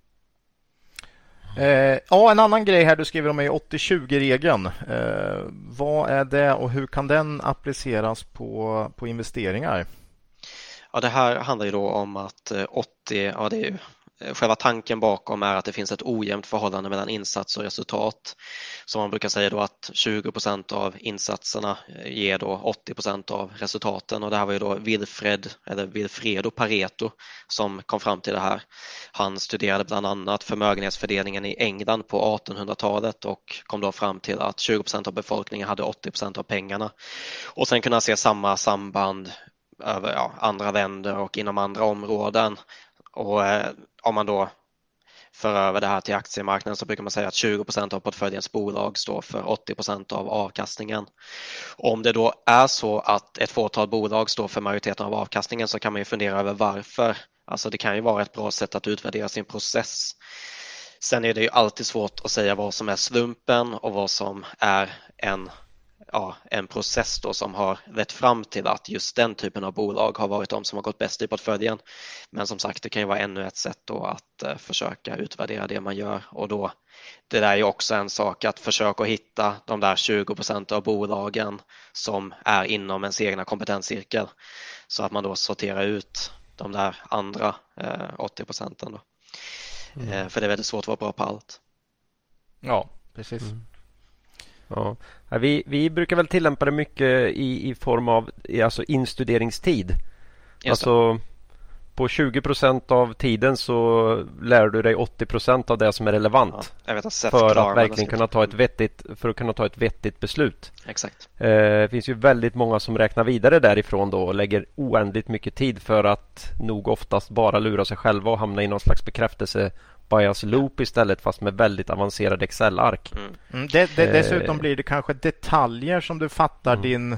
Eh, ja, en annan grej här du skriver om är åttio tjugo-regeln. Eh, vad är det och hur kan den appliceras på, på investeringar? Ja, det här handlar ju då om att åttio, ja det är ju själva tanken bakom är att det finns ett ojämnt förhållande mellan insats och resultat. Som man brukar säga då att tjugo procent av insatserna ger då åttio procent av resultaten, och det här var ju då Wilfred eller Wilfredo Pareto som kom fram till det här. Han studerade bland annat förmögenhetsfördelningen i England på artonhundratalet och kom då fram till att tjugo procent av befolkningen hade åttio procent av pengarna. Och sen kunde han se samma samband över ja, andra länder och inom andra områden. Och eh, om man då för över det här till aktiemarknaden så brukar man säga att tjugo procent av portföljens bolag står för åttio procent av avkastningen. Om det då är så att ett fåtal bolag står för majoriteten av avkastningen så kan man ju fundera över varför. Alltså det kan ju vara ett bra sätt att utvärdera sin process. Sen är det ju alltid svårt att säga vad som är slumpen och vad som är en Ja, en process då som har lett fram till att just den typen av bolag har varit de som har gått bäst i portföljen. Men som sagt, det kan ju vara ännu ett sätt då att uh, försöka utvärdera det man gör. Och då, det där är ju också en sak att försöka hitta de där tjugo procent av bolagen som är inom ens egna kompetenscirkel. Så att man då sorterar ut de där andra uh, åttio procenten då. Mm. Uh, för det är väldigt svårt att vara bra på allt. Ja, precis. Mm. Ja, vi, vi brukar väl tillämpa det mycket i, i form av alltså instuderingstid. Alltså på tjugo procent av tiden så lär du dig åttio procent av det som är relevant. Ja, jag vet att för att verkligen kunna ta ett vettigt för att kunna ta ett vettigt beslut. Exakt. Eh, det finns ju väldigt många som räknar vidare därifrån då och lägger oändligt mycket tid för att nog oftast bara lura sig själva och hamna i någon slags bekräftelse bias loop istället, fast med väldigt avancerade Excel-ark. Mm. Mm, det, det, dessutom blir det kanske detaljer som du fattar mm. din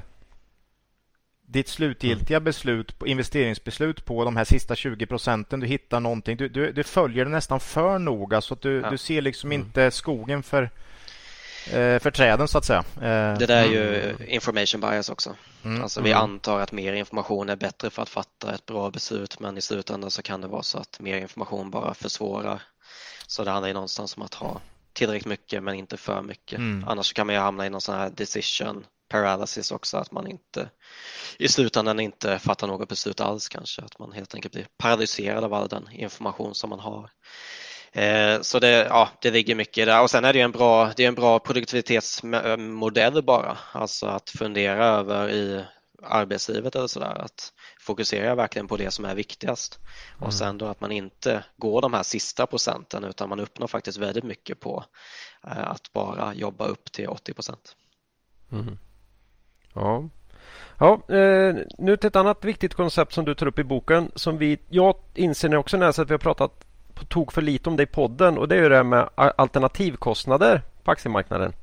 ditt slutgiltiga mm. beslut på investeringsbeslut på de här sista tjugo procenten. Du hittar någonting, du, du, du följer det nästan för noga så att du, ja. du ser liksom mm. inte skogen för eh, för träden så att säga. Eh, det där är ju information bias också. Mm. Alltså vi antar att mer information är bättre för att fatta ett bra beslut, men i slutändan så kan det vara så att mer information bara försvårar. Så det handlar ju någonstans om att ha tillräckligt mycket men inte för mycket. Mm. Annars kan man ju hamna i någon sån här decision paralysis också, att man inte i slutändan inte fattar något beslut alls kanske. Att man helt enkelt blir paralyserad av all den information som man har. Eh, så det, ja, det ligger mycket där. Och sen är det ju en bra, det är en bra produktivitetsmodell bara. Alltså att fundera över i arbetslivet eller sådär, att fokusera verkligen på det som är viktigast. Mm. Och sen då att man inte går de här sista procenten utan man uppnår faktiskt väldigt mycket på eh, att bara jobba upp till åttio procent. Mm. Ja, ja eh, nu till ett annat viktigt koncept som du tar upp i boken som vi, jag inser också när att vi har pratat på tok för lite om det i podden, och det är ju det här med alternativkostnader på aktiemarknaden.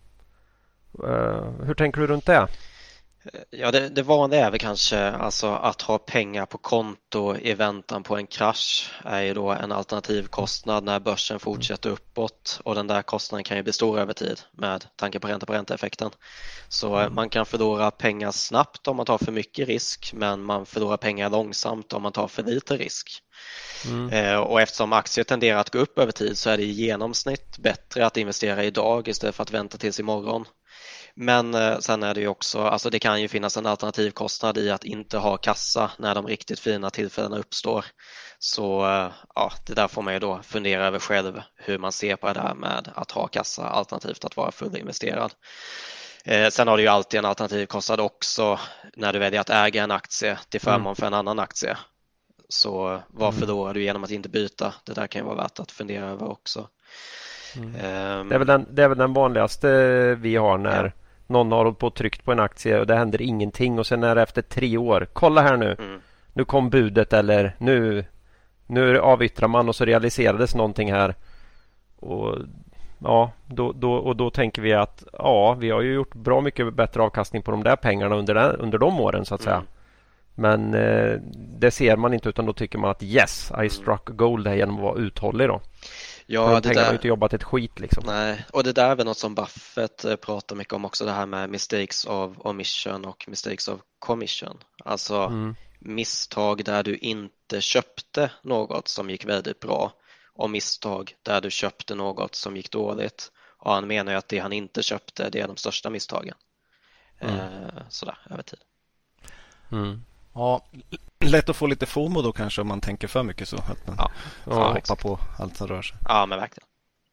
Eh, hur tänker du runt det? Ja, det, det vanliga är väl kanske alltså att ha pengar på konto i väntan på en krasch är ju då en alternativkostnad när börsen fortsätter uppåt, och den där kostnaden kan ju bli stor över tid med tanke på ränta på ränta-effekten. Så mm. man kan förlora pengar snabbt om man tar för mycket risk, men man förlorar pengar långsamt om man tar för lite risk. Mm. Eh, och eftersom aktier tenderar att gå upp över tid så är det i genomsnitt bättre att investera idag istället för att vänta tills imorgon. Men eh, sen är det ju också, alltså det kan ju finnas en alternativkostnad i att inte ha kassa när de riktigt fina tillfällena uppstår. Så eh, ja, det där får man ju då fundera över själv hur man ser på det där med att ha kassa alternativt att vara fullinvesterad. Eh, sen har du ju alltid en alternativkostnad också när du väljer att äga en aktie till förmån för en annan aktie. Så vad Mm. förlorar du genom att inte byta? Det där kan ju vara värt att fundera över också. Mm. Um, Det är väl den, det är väl den vanligaste vi har när Ja. någon har hållit på och tryckt på en aktie och det händer ingenting och sen är det efter tre år. Kolla här nu. mm. Nu kom budet eller nu, nu avyttrar man och så realiserades någonting här. Och ja, då, då, och då tänker vi att ja, vi har ju gjort bra mycket bättre avkastning på de där pengarna under, den, under de åren så att säga. Mm. Men eh, det ser man inte utan då tycker man att yes, I struck gold här genom att vara uthållig då. För Ja, de det pengarna har där, ju inte jobbat ett skit liksom. nej. Och det där är väl något som Buffett eh, pratar mycket om också, det här med mistakes of omission och mistakes of commission. Alltså Mm. misstag där du inte köpte något som gick väldigt bra och misstag där du köpte något som gick dåligt. Och han menar ju att det han inte köpte, det är de största misstagen. Mm. Eh, sådär, över tid. Mm. Ja, Lätt att få lite FOMO då kanske om man tänker för mycket så. Att man Ja, får Ja, hoppa exakt. på allt som rör sig. Ja, men verkligen.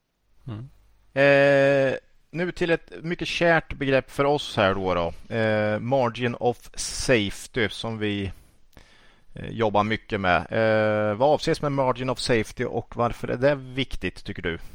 Eh, nu till ett mycket kärt begrepp för oss här då. då. Eh, margin of safety som vi eh, jobbar mycket med. Eh, vad avses med margin of safety och varför är det viktigt tycker du?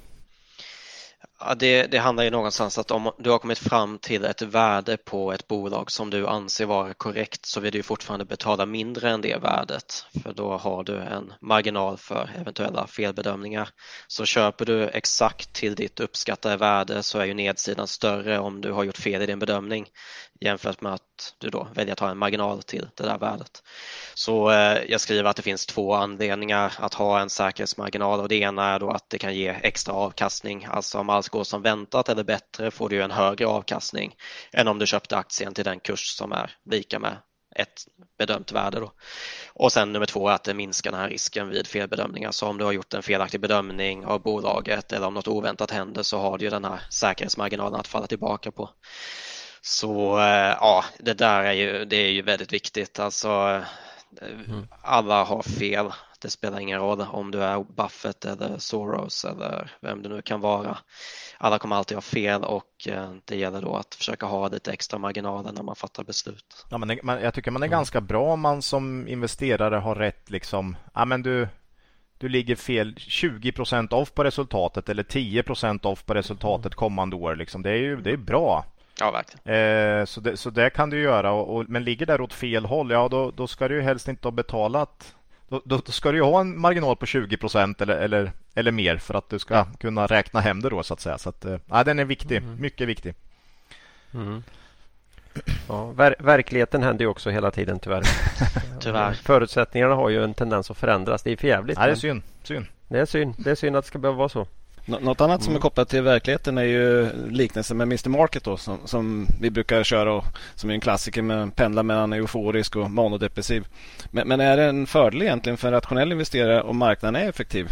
Ja, det, det handlar ju någonstans att om du har kommit fram till ett värde på ett bolag som du anser vara korrekt så vill du fortfarande betala mindre än det värdet för då har du en marginal för eventuella felbedömningar. Så köper du exakt till ditt uppskattade värde så är ju nedsidan större om du har gjort fel i din bedömning jämfört med att du då väljer att ha en marginal till det där värdet. Så eh, jag skriver att det finns två anledningar att ha en säkerhetsmarginal och det ena är då att det kan ge extra avkastning. Alltså om allt går som väntat eller bättre får du en högre avkastning än om du köpte aktien till den kurs som är lika med ett bedömt värde då. Och sen nummer två är att det minskar den här risken vid felbedömningar. Så om du har gjort en felaktig bedömning av bolaget eller om något oväntat händer så har du ju den här säkerhetsmarginalen att falla tillbaka på. Så ja, det där är ju, det är ju väldigt viktigt. Alltså alla har fel. Det spelar ingen roll om du är Buffett eller Soros eller vem det nu kan vara. Alla kommer alltid ha fel och det gäller då att försöka ha lite extra marginaler när man fattar beslut. Ja, men man, jag tycker man är ganska bra om man som investerare har rätt liksom. Ja, men du, du ligger fel tjugo procent off på resultatet eller tio procent off på resultatet kommande år. Liksom. Det är ju det är bra. Ja, verkligen. Eh, så, det, så det kan du göra. Och, och, men ligger där åt fel håll, ja då, då ska du ju helst inte ha betalat. Då, då, då ska du ju ha en marginal på tjugo procent eller, eller, eller mer för att du ska ja. kunna räkna hem det då så att säga. Så att, eh, ja, den är viktig. Mm. Mycket viktig. Mm. Ja, ver- verkligheten händer ju också hela tiden tyvärr. Tyvärr. Förutsättningarna har ju en tendens att förändras. Det är för jävligt. Ja, det är synd. synd. Det är synd. Det är synd att det ska behöva vara så. Nå- Något annat som är kopplat till verkligheten är ju liknelsen med mister Market då, som, som vi brukar köra och som är en klassiker med pendla mellan euforisk och manodepressiv. Men, men är det en fördel egentligen för en rationell investerare om marknaden är effektiv?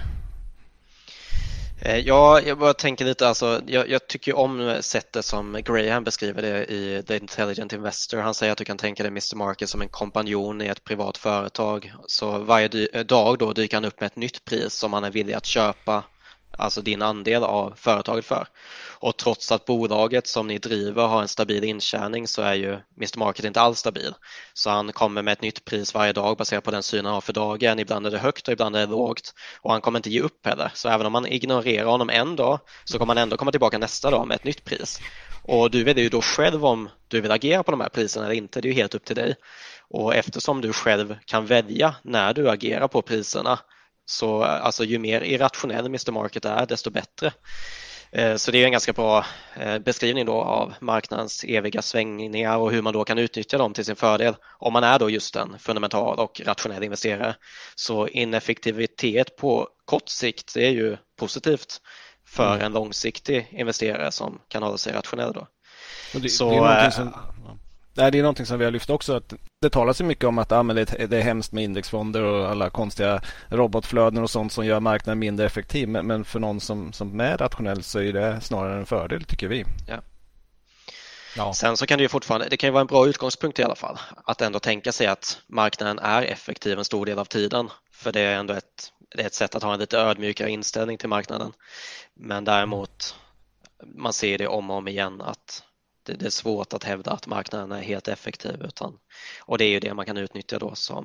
Ja, jag bara tänker lite, alltså, jag, jag tycker om sättet som Graham beskriver det i The Intelligent Investor. Han säger att du kan tänka dig mister Market som en kompanjon i ett privat företag. Så varje dy- dag då dyker han upp med ett nytt pris som han är villig att köpa, alltså din andel av företaget för. Och trots att bolaget som ni driver har en stabil intjäning så är ju mister Market inte alls stabil. Så han kommer med ett nytt pris varje dag baserat på den syn han har för dagen. Ibland är det högt och ibland är det lågt. Och han kommer inte ge upp heller. Så även om man ignorerar honom en dag så kommer han ändå komma tillbaka nästa dag med ett nytt pris. Och du väljer ju då själv om du vill agera på de här priserna eller inte. Det är ju helt upp till dig. Och eftersom du själv kan välja när du agerar på priserna så alltså, ju mer irrationell mister Market är, desto bättre. Så det är en ganska bra beskrivning då av marknadens eviga svängningar och hur man då kan utnyttja dem till sin fördel om man är då just en fundamental och rationell investerare. Så ineffektivitet på kort sikt är ju positivt för mm. en långsiktig investerare som kan hålla sig rationell då. Det, Så, det är någonting som, ja. det är någonting som vi har lyft också, att det talas ju mycket om att ja, men det, det är hemskt med indexfonder och alla konstiga robotflöden och sånt som gör marknaden mindre effektiv. Men, men för någon som, som är rationell så är det snarare en fördel, tycker vi. Ja. Ja. Sen så kan det ju fortfarande, det kan ju vara en bra utgångspunkt i alla fall, att ändå tänka sig att marknaden är effektiv en stor del av tiden. För det är ändå ett, det är ett sätt att ha en lite ödmjukare inställning till marknaden. Men däremot, man ser det om och om igen att det är svårt att hävda att marknaden är helt effektiv utan, och det är ju det man kan utnyttja då som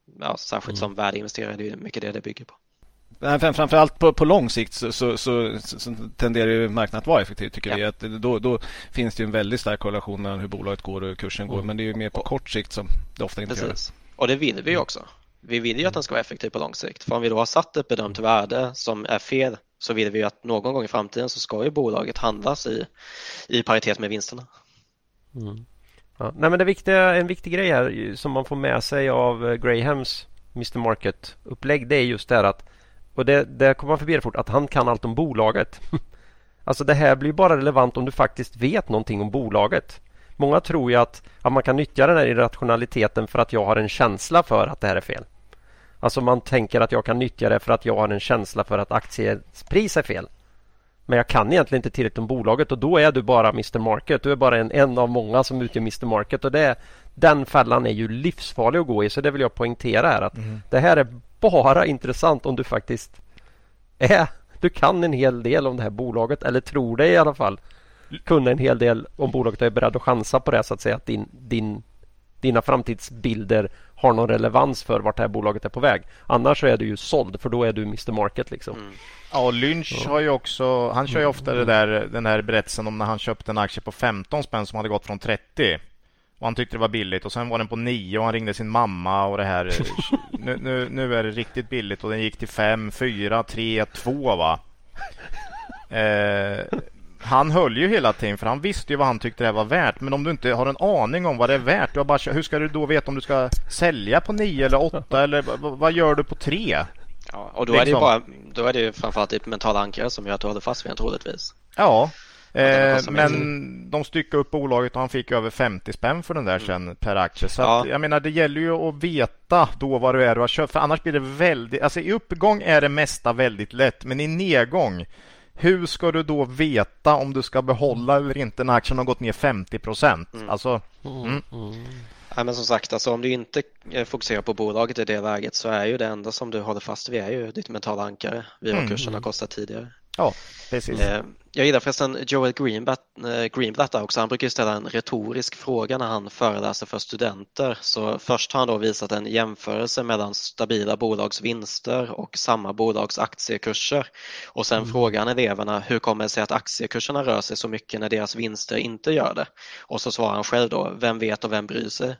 ja, särskilt som värdeinvesterare, det är mycket det det bygger på. Framförallt på, på lång sikt så, så, så, så tenderar ju marknaden att vara effektiv, tycker ja. vi. Att då, då finns det ju en väldigt stark korrelation mellan hur bolaget går och hur kursen går. Mm. Men det är ju mer på kort sikt som det ofta inte Precis. gör. Och det vill vi ju också. Vi vill ju att den ska vara effektiv på lång sikt. För om vi då har satt ett bedömt värde som är fel, så vill vi ju att någon gång i framtiden så ska ju bolaget handlas i, i paritet med vinsterna. Mm. Ja. Nej, men det viktiga, en viktig grej här som man får med sig av Grahams mister Market-upplägg, det är just det här att, och det, det kommer man förbi det fort, att han kan allt om bolaget. Alltså det här blir bara relevant om du faktiskt vet någonting om bolaget. Många tror ju att, att man kan nyttja den här irrationaliteten för att jag har en känsla för att det här är fel. Alltså man tänker att jag kan nyttja det för att jag har en känsla för att aktiepris är fel. Men jag kan egentligen inte tillräckligt om bolaget, och då är du bara mister Market. Du är bara en, en av många som utgör mister Market, och det, den fällan är ju livsfarlig att gå i. Så det vill jag poängtera här, att mm. det här är bara intressant om du faktiskt är, du kan en hel del om det här bolaget, eller tror det i alla fall. Kunna en hel del om bolaget och är beredd att chansa på det, så att säga att din, din, dina framtidsbilder har någon relevans för vart det här bolaget är på väg. Annars så är du ju såld, för då är du mister Market liksom. Mm. Ja, och Lynch ja. har ju också, han kör ju ofta det där, den här berättelsen om när han köpte en aktie på femton spänn som hade gått från trettio. Och han tyckte det var billigt, och sen var den på nio och han ringde sin mamma och det här, nu, nu, nu är det riktigt billigt, och den gick till fem, fyra, tre, två va. Eh, han höll ju hela tiden, för han visste ju vad han tyckte det var värt. Men om du inte har en aning om vad det är värt, du har bara, hur ska du då veta om du ska sälja på nio eller åtta, eller vad, vad gör du på tre? Ja, och då liksom. är det ju bara, då är det ju framförallt ett mentala ankare som gör att du håller fast vid en troligtvis. Ja, eh, men de styckade upp bolaget och han fick över femtio spänn för den där sen mm. per aktie. Så ja. att, jag menar, det gäller ju att veta då vad du är du har köpt, för annars blir det väldigt, alltså i uppgång är det mesta väldigt lätt, men i nedgång, hur ska du då veta om du ska behålla eller inte när aktien har gått ner femtio procent? Mm. Alltså, mm. Mm. Ja, men som sagt, alltså, om du inte fokuserar på bolaget i det läget, så är ju det enda som du håller fast vid är ju ditt mentala ankare vid vad mm. kursen har kostat tidigare. Ja, precis. Eh, jag gillar förresten Joel Greenblatt, eh, Greenblatt också. Han brukar ju ställa en retorisk fråga när han föreläser för studenter. Så först har han då visat en jämförelse mellan stabila bolags vinster och samma bolags aktiekurser. Och sen mm. frågar han eleverna, hur kommer det sig att aktiekurserna rör sig så mycket när deras vinster inte gör det? Och så svarar han själv då, vem vet och vem bryr sig?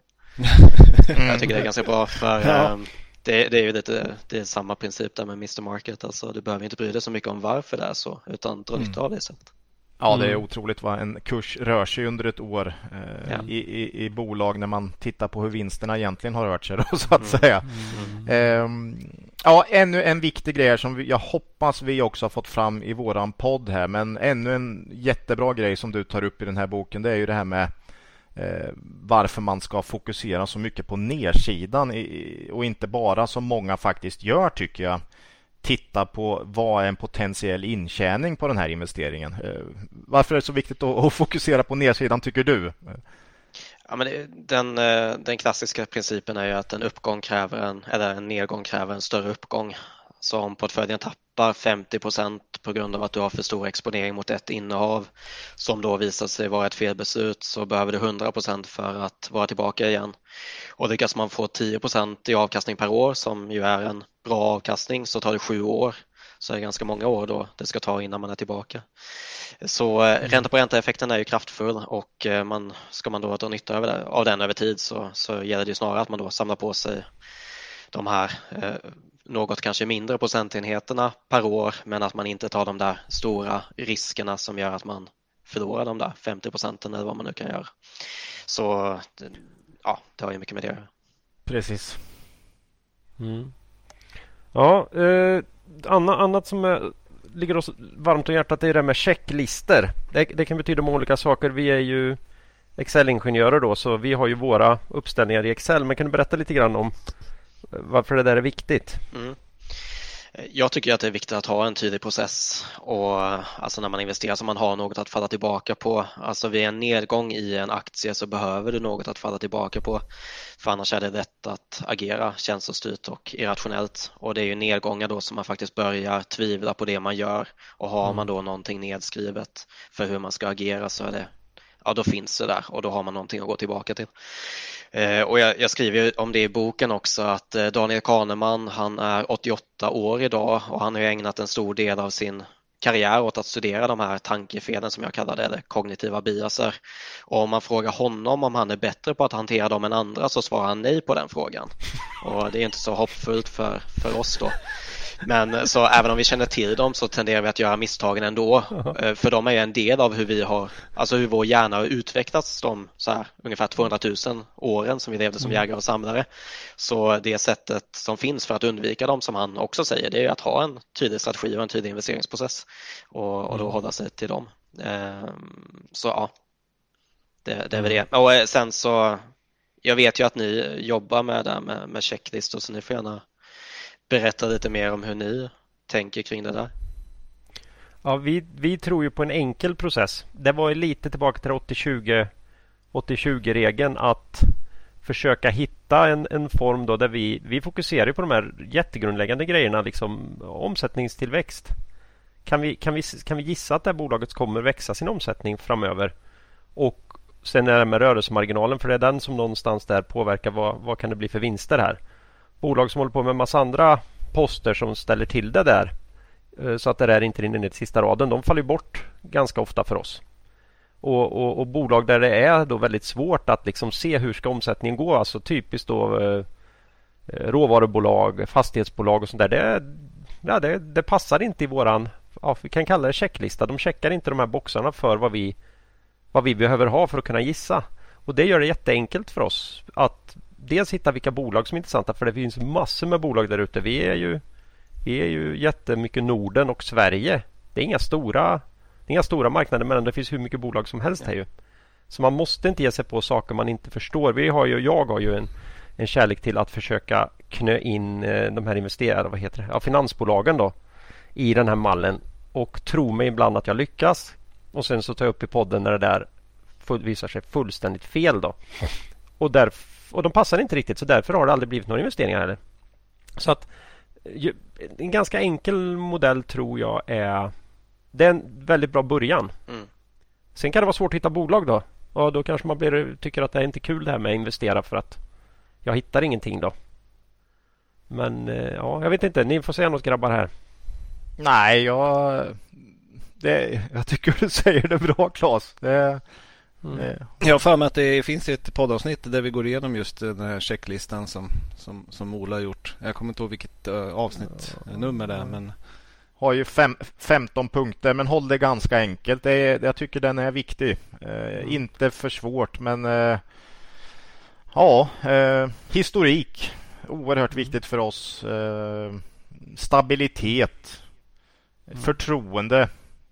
Mm. Jag tycker det är ganska bra, för ja. eh, Det, det är ju lite, det är samma princip där med mister Market. Alltså, du behöver inte bry dig så mycket om varför det är så, utan dra nytta av det istället. Ja, det är otroligt vad en kurs rör sig under ett år eh, ja. i, i, i bolag när man tittar på hur vinsterna egentligen har rört sig då, så att mm. säga. Mm. Eh, ja, ännu en viktig grej som vi, jag hoppas vi också har fått fram i våran podd här, men ännu en jättebra grej som du tar upp i den här boken, det är ju det här med Eh, varför man ska fokusera så mycket på nedsidan i, och inte bara, som många faktiskt gör tycker jag, titta på vad är en potentiell intjäning på den här investeringen. Eh, varför är det så viktigt att, att fokusera på nedsidan tycker du? Ja, men det, den, den klassiska principen är ju att en uppgång kräver en, eller en nedgång kräver en större uppgång. Så om portföljen tappar femtio procent på grund av att du har för stor exponering mot ett innehav som då visar sig vara ett felbeslut, så behöver du hundra procent för att vara tillbaka igen. Och lyckas man få tio procent i avkastning per år, som ju är en bra avkastning, så tar det sju år. Så är det ganska många år då det ska ta innan man är tillbaka. Så mm. ränta på ränta-effekten är ju kraftfull, och man, ska man då dra nytta av, det, av den över tid, så, så gäller det ju snarare att man då samlar på sig de här eh, något kanske mindre procentenheterna per år, men att man inte tar de där stora riskerna som gör att man förlorar de där femtio procenten eller vad man nu kan göra. Så ja, det har ju mycket med det. Precis. Mm. Ja, eh, annat som är, ligger oss varmt om hjärtat är det med checklister. Det, det kan betyda många olika saker. Vi är ju Excel-ingenjörer då, så vi har ju våra uppställningar i Excel. Men kan du berätta lite grann om varför det där är viktigt? Mm. Jag tycker att det är viktigt att ha en tydlig process, och alltså när man investerar så man har något att falla tillbaka på. Alltså vid en nedgång i en aktie så behöver du något att falla tillbaka på, för annars är det lätt att agera känslostyrt och irrationellt. Och det är ju nedgångar då som man faktiskt börjar tvivla på det man gör, och har man då någonting nedskrivet för hur man ska agera, så är det ja då finns det där och då har man någonting att gå tillbaka till. Eh, och jag, jag skriver om det i boken också att eh, Daniel Kahneman, han är åttioåtta år idag och han har ägnat en stor del av sin karriär åt att studera de här tankefelen som jag kallar det, eller kognitiva biaser. Och om man frågar honom om han är bättre på att hantera dem än andra så svarar han nej på den frågan. Och det är inte så hoppfullt för, för oss då. Men så även om vi känner till dem så tenderar vi att göra misstagen ändå. För de är en del av hur vi har, alltså hur vår hjärna har utvecklats de så här, ungefär tvåhundratusen åren som vi levde som jägare och samlare. Så det sättet som finns för att undvika dem, som han också säger, det är att ha en tydlig strategi och en tydlig investeringsprocess och, och då mm. hålla sig till dem. Så ja, det, det är väl det. Och sen så, jag vet ju att ni jobbar med det med, med checklistor, så ni får gärna berätta lite mer om hur ni tänker kring det där. Ja, vi, vi tror ju på en enkel process. Det var ju lite tillbaka till åttio tjugo-regeln att försöka hitta en, en form då där vi, vi fokuserar på de här jättegrundläggande grejerna, liksom omsättningstillväxt. Kan vi, kan vi, kan vi gissa att det här bolaget kommer växa sin omsättning framöver? Och sen är det med rörelsemarginalen, för det är den som någonstans där påverkar vad, vad kan det bli för vinster här. Bolag som håller på med en massa andra poster som ställer till det där så att det där inte rinner ner till sista raden, de faller bort ganska ofta för oss. Och, och, och bolag där det är då väldigt svårt att liksom se hur ska omsättningen gå, alltså typiskt då eh, råvarubolag, fastighetsbolag och sånt där, det, ja, det, det passar inte i våran, ja, vi kan kalla det checklista. De checkar inte de här boxarna för vad vi, vad vi behöver ha för att kunna gissa. Och det gör det jätteenkelt för oss att dels hitta vilka bolag som är intressanta, för det finns massor med bolag där ute. Vi är ju, vi är ju jättemycket Norden och Sverige. Det är inga stora, det är inga stora marknader, men det finns hur mycket bolag som helst här ju. Så man måste inte ge sig på saker man inte förstår. Vi har ju, jag har ju en, en kärlek till att försöka knö in eh, de här investerare, vad heter det? Ja, finansbolagen då, i den här mallen, och tro mig ibland att jag lyckas. Och sen så tar jag upp i podden när det där visar sig fullständigt fel då. Och därför Och de passar inte riktigt, så därför har det aldrig blivit några investeringar heller. Så att en ganska enkel modell tror jag är, det är en väldigt bra början. Mm. Sen kan det vara svårt att hitta bolag då. Och då kanske man blir, tycker att det är inte kul det här med att investera för att jag hittar ingenting då. Men ja, jag vet inte. Ni får säga något, grabbar här. Nej, jag, det, jag tycker du säger det bra, Claes. Det Mm. Jag har för mig att det finns ett poddavsnitt där vi går igenom just den här checklistan som, som, som Ola har gjort. Jag kommer inte ihåg vilket uh, avsnitt uh, nummer det är, men har ju fem, femton punkter, men håll det ganska enkelt. Det är, jag tycker den är viktig. Uh, mm. Inte för svårt, men uh, ja, uh, historik. Oerhört viktigt för oss. Uh, stabilitet. Mm. Förtroende.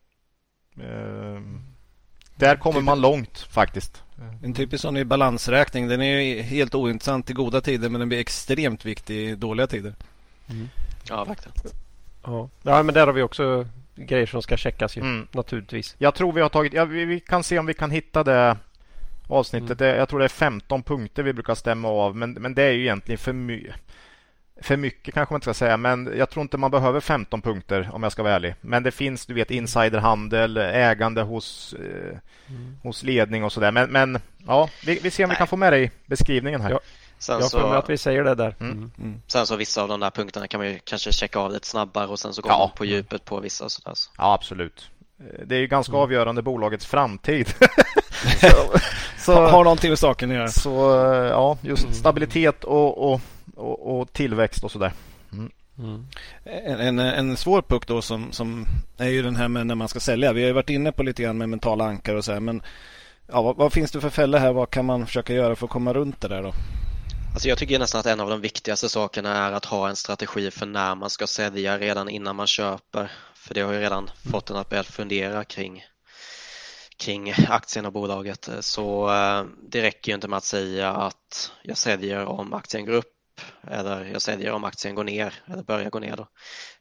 Uh, Där kommer man långt faktiskt. En typisk sån är balansräkning. Den är helt ointressant i goda tider, men den blir extremt viktig i dåliga tider. Mm. Ja, faktiskt. Ja. Ja, men där har vi också grejer som ska checkas ju, mm. naturligtvis. Jag tror vi har tagit, ja, vi, vi kan se om vi kan hitta det avsnittet. Mm. Det, jag tror det är femton punkter vi brukar stämma av, men, men det är ju egentligen för mycket. För mycket kanske man inte ska säga, men jag tror inte man behöver femton punkter om jag ska vara ärlig. Men det finns, du vet, insiderhandel, ägande hos, eh, mm. hos ledning och sådär. Men, men ja, vi, vi ser om Nej. vi kan få med det i beskrivningen här. Ja. Sen jag får med att vi säger det där. Mm. Mm. Mm. Sen så vissa av de där punkterna kan man ju kanske checka av lite snabbare och sen så går ja. man på djupet på vissa och sådär. Så. Ja, absolut. Det är ju ganska mm. avgörande bolagets framtid. så, så, har någonting med saken att göra. Så ja, just stabilitet och, och Och, och tillväxt och sådär. Mm. Mm. En, en, en svår punkt då som, som är ju den här med när man ska sälja. Vi har ju varit inne på lite grann med mentala ankar och så här, men ja, vad, vad finns det för fällor här? Vad kan man försöka göra för att komma runt det där då? Alltså jag tycker nästan att en av de viktigaste sakerna är att ha en strategi för när man ska sälja redan innan man köper. För det har ju redan mm. fått en att börja fundera kring kring aktien och bolaget. Så det räcker ju inte med att säga att jag säljer om aktien går upp upp eller jag säljer om aktien går ner eller börjar gå ner då.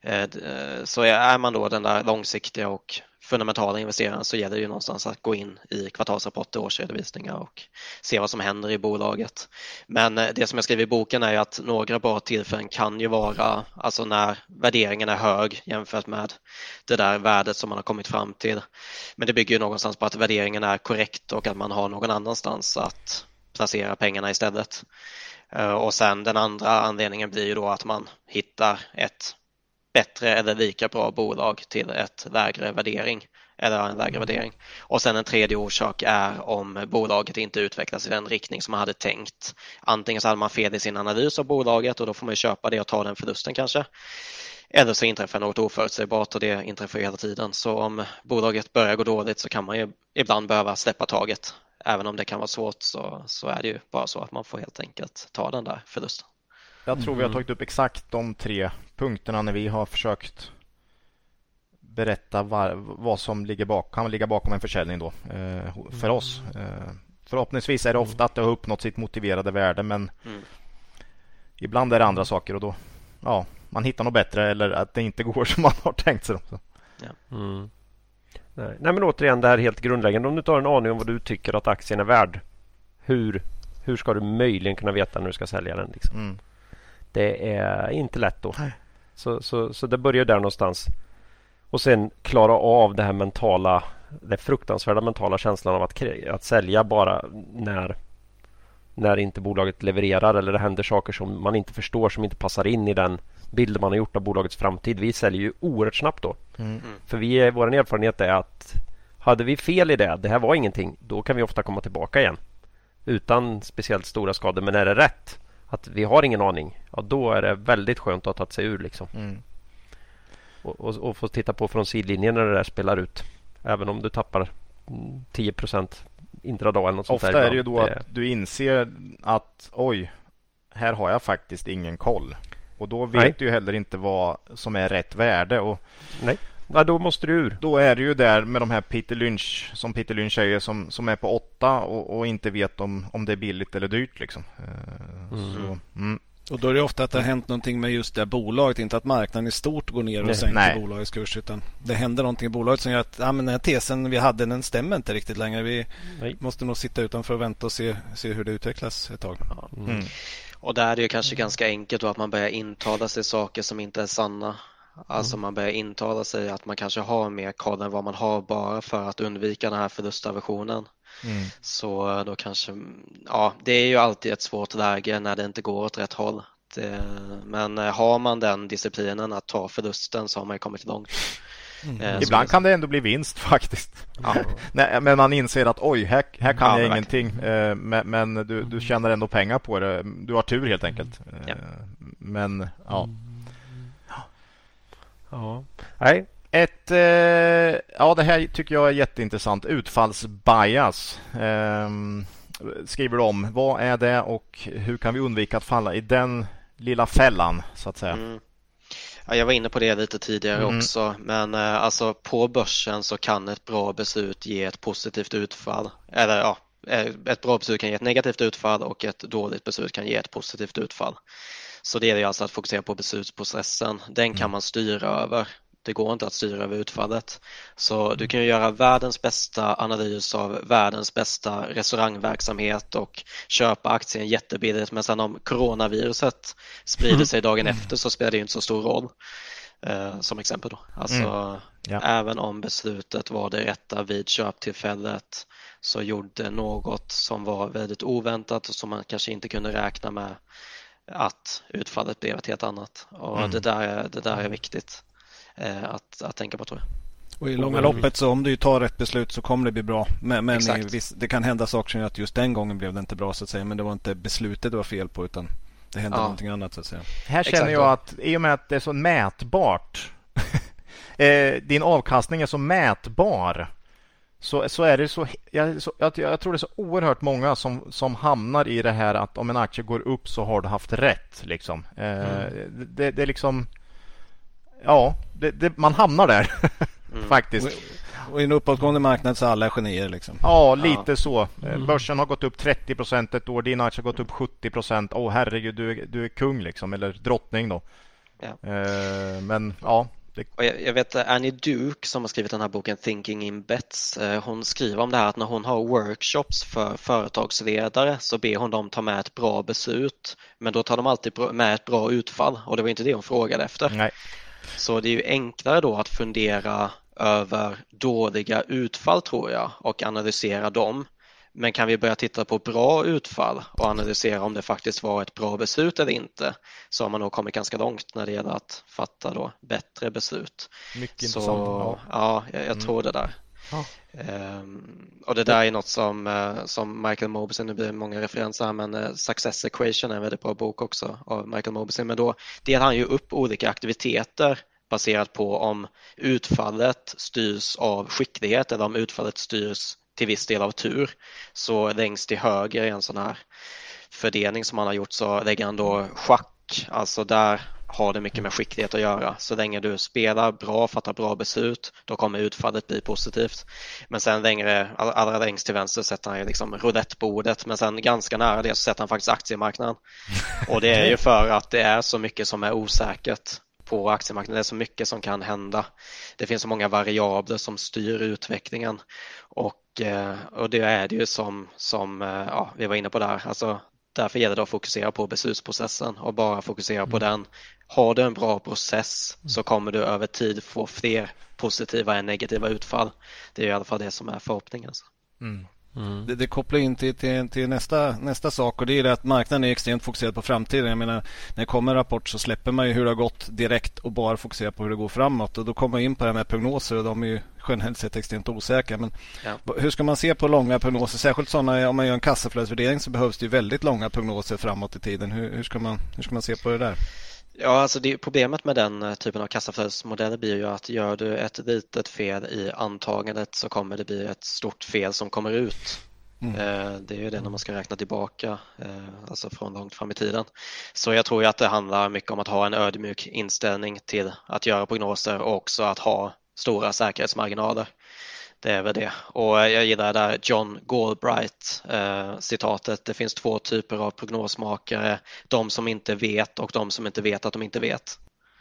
Så är man då den där långsiktiga och fundamentala investeraren så gäller det ju någonstans att gå in i kvartalsrapporter, årsredovisningar och se vad som händer i bolaget. Men det som jag skriver i boken är ju att några bra tillfällen kan ju vara alltså när värderingen är hög jämfört med det där värdet som man har kommit fram till. Men det bygger ju någonstans på att värderingen är korrekt och att man har någon annanstans att placera pengarna istället. Och sen den andra anledningen blir ju då att man hittar ett bättre eller lika bra bolag till ett lägre värdering eller en lägre värdering. Och sen en tredje orsak är om bolaget inte utvecklas i den riktning som man hade tänkt. Antingen så hade man fel i sin analys av bolaget och då får man ju köpa det och ta den förlusten kanske. Eller så inträffar något oförutsägbart och det inträffar hela tiden. Så om bolaget börjar gå dåligt så kan man ju ibland behöva släppa taget. Även om det kan vara svårt så, så är det ju bara så att man får helt enkelt ta den där förlusten. Jag tror vi har tagit upp exakt de tre punkterna när vi har försökt berätta var, vad som ligger bakom, kan ligga bakom en försäljning då, eh, för oss. Eh, förhoppningsvis är det ofta att det har uppnått sitt motiverade värde, men mm. ibland är det andra saker och då ja, man hittar något bättre eller att det inte går som man har tänkt sig. Också. Ja. Mm. Nej. Nej, men återigen det här helt grundläggande. Om du tar en aning om vad du tycker att aktien är värd, hur, hur ska du möjligen kunna veta när du ska sälja den? Liksom? Mm. Det är inte lätt då. Så, så, så det börjar där någonstans. Och sen klara av det här mentala, det fruktansvärda mentala känslan av att, att sälja bara när, när inte bolaget levererar eller det händer saker som man inte förstår, som inte passar in i den bild man har gjort av bolagets framtid. Vi säljer ju oerhört snabbt då. Mm. För vi, vår erfarenhet är att hade vi fel i det, det här var ingenting, då kan vi ofta komma tillbaka igen. Utan speciellt stora skador. Men är det rätt att vi har ingen aning, ja, då är det väldigt skönt att ta sig ur liksom. Mm. Och, och, och få titta på från sidlinjen när det där spelar ut. Även om du tappar tio procent intradag eller något sånt där. Ofta är det ju då det... att du inser att oj, här har jag faktiskt ingen koll. Och då vet Nej. du ju heller inte vad som är rätt värde. Och Nej. Ja, då måste du ur. Då är det ju där med de här Peter Lynch, som Peter Lynch säger, som, som är på åtta och, och inte vet om, om det är billigt eller dyrt liksom. Mm. Så, mm. Och då är det ofta att det har hänt någonting med just det bolaget, inte att marknaden i stort går ner och sänker Nej. bolagets kurs, utan det händer någonting i bolaget som gör att ja, men den här tesen vi hade, den stämmer inte riktigt längre. Vi Nej. måste nog sitta utanför och vänta och se, se hur det utvecklas ett tag. Mm. Mm. Och där är det ju kanske ganska enkelt då att man börjar intala sig saker som inte är sanna. Alltså mm. man börjar intala sig att man kanske har mer koll än vad man har bara för att undvika den här förlustaversionen. Mm. Så då kanske, ja, det är ju alltid ett svårt läge när det inte går åt rätt håll. Det, men har man den disciplinen att ta förlusten så har man ju kommit långt. Mm. Eh, Ibland kan det ändå bli vinst faktiskt. Ja. Nej, men man inser att oj, här, här kan ja, jag ingenting. Eh, men men du, du tjänar ändå pengar på det. Du har tur helt enkelt. Eh, ja. Men ja. Ja. Nej. Ett, eh, ja, det här tycker jag är jätteintressant. Utfallsbias eh, skriver du om. Vad är det och hur kan vi undvika att falla i den lilla fällan så att säga? Mm. Ja, jag var inne på det lite tidigare mm. också, men eh, alltså på börsen så kan ett bra beslut ge ett positivt utfall. Eller ja, ett bra beslut kan ge ett negativt utfall och ett dåligt beslut kan ge ett positivt utfall. Så det är alltså att fokusera på beslutsprocessen. Den kan man styra över. Det går inte att styra över utfallet. Så du kan ju göra världens bästa analys av världens bästa restaurangverksamhet och köpa aktien jättebilligt. Men sen om coronaviruset sprider sig dagen efter så spelar det ju inte så stor roll. Eh, som exempel då. Alltså, mm. ja. Även om beslutet var det rätta vid köptillfället så gjorde något som var väldigt oväntat och som man kanske inte kunde räkna med att utfallet blev ett helt annat. Och mm. det, där är, det där är viktigt eh, att, att tänka på, tror jag. Och i långa loppet så om du tar rätt beslut så kommer det bli bra. Men, men viss, det kan hända saker som gör att just den gången blev det inte bra så att säga. Men det var inte beslutet det var fel på utan det hände ja. någonting annat så att säga. Här känner Exakt. jag att i och med att det är så mätbart eh, din avkastning är så mätbar så, så är det så jag, så jag, jag tror det är så oerhört många som, som hamnar i det här att om en aktie går upp så har du haft rätt liksom. Eh, mm. det, det är liksom ja, det, det, man hamnar där. mm. faktiskt. Och, och i en uppåtgående marknad så alla är genier liksom. Ja, lite ja. så. Mm. Börsen har gått upp trettio procent ett år, din aktie har gått upp sjuttio procent. Åh oh, herregud, du är, du är kung liksom, eller drottning då. Ja. Eh, men ja. Och jag, jag vet Annie Duke som har skrivit den här boken Thinking in Bets, eh, hon skriver om det här att när hon har workshops för företagsledare så ber hon dem ta med ett bra beslut, men då tar de alltid med ett bra utfall, och det var inte det hon frågade efter. Nej. Så det är ju enklare då att fundera över dåliga utfall tror jag och analysera dem. Men kan vi börja titta på bra utfall och analysera om det faktiskt var ett bra beslut eller inte, så har man nog kommit ganska långt när det gäller att fatta då bättre beslut. Mycket så, intressant. Ja, ja jag, jag mm. tror det där. Ja. Um, och det där är något som, uh, som Michael Mauboussin, nu blir det många referenser här, men uh, Success Equation är en väldigt bra bok också av Michael Mauboussin, men då delar han ju upp olika aktiviteter baserat på om utfallet styrs av skicklighet eller om utfallet styrs till viss del av tur. Så längst till höger i en sån här fördelning som han har gjort så lägger han då schack, alltså där har det mycket med skicklighet att göra. Så länge du spelar bra, fattar bra beslut, då kommer utfallet bli positivt. Men sen längre, allra längst till vänster sätter han ju liksom roulettebordet, men sen ganska nära det så sätter han faktiskt aktiemarknaden. Och det är ju för att det är så mycket som är osäkert på aktiemarknaden. Det är så mycket som kan hända. Det finns så många variabler som styr utvecklingen, och, och det är det ju som, som ja, vi var inne på där. Alltså, därför gäller det att fokusera på beslutsprocessen och bara fokusera mm. på den. Har du en bra process så kommer du över tid få fler positiva än negativa utfall. Det är i alla fall det som är förhoppningen. Mm. Mm. Det, det kopplar in till, till, till nästa, nästa sak, och det är det att marknaden är extremt fokuserad på framtiden. Jag menar, när det kommer en rapport så släpper man ju hur det har gått direkt och bara fokuserar på hur det går framåt, och då kommer man in på det här med prognoser, och de är ju generellt sett extremt osäkra. Men ja. Hur ska man se på långa prognoser? Särskilt sådana, om man gör en kassaflödesvärdering så behövs det ju väldigt långa prognoser framåt i tiden. Hur, hur, ska, man, hur ska man se på det där? Ja, alltså det, problemet med den typen av kassaflödesmodeller blir ju att gör du ett litet fel i antagandet så kommer det bli ett stort fel som kommer ut. Mm. Det är ju det när man ska räkna tillbaka, alltså från långt fram i tiden. Så jag tror ju att det handlar mycket om att ha en ödmjuk inställning till att göra prognoser och också att ha stora säkerhetsmarginaler. Det är väl det. Och jag gillar där John Galbraith eh, citatet: det finns två typer av prognosmakare, de som inte vet och de som inte vet att de inte vet.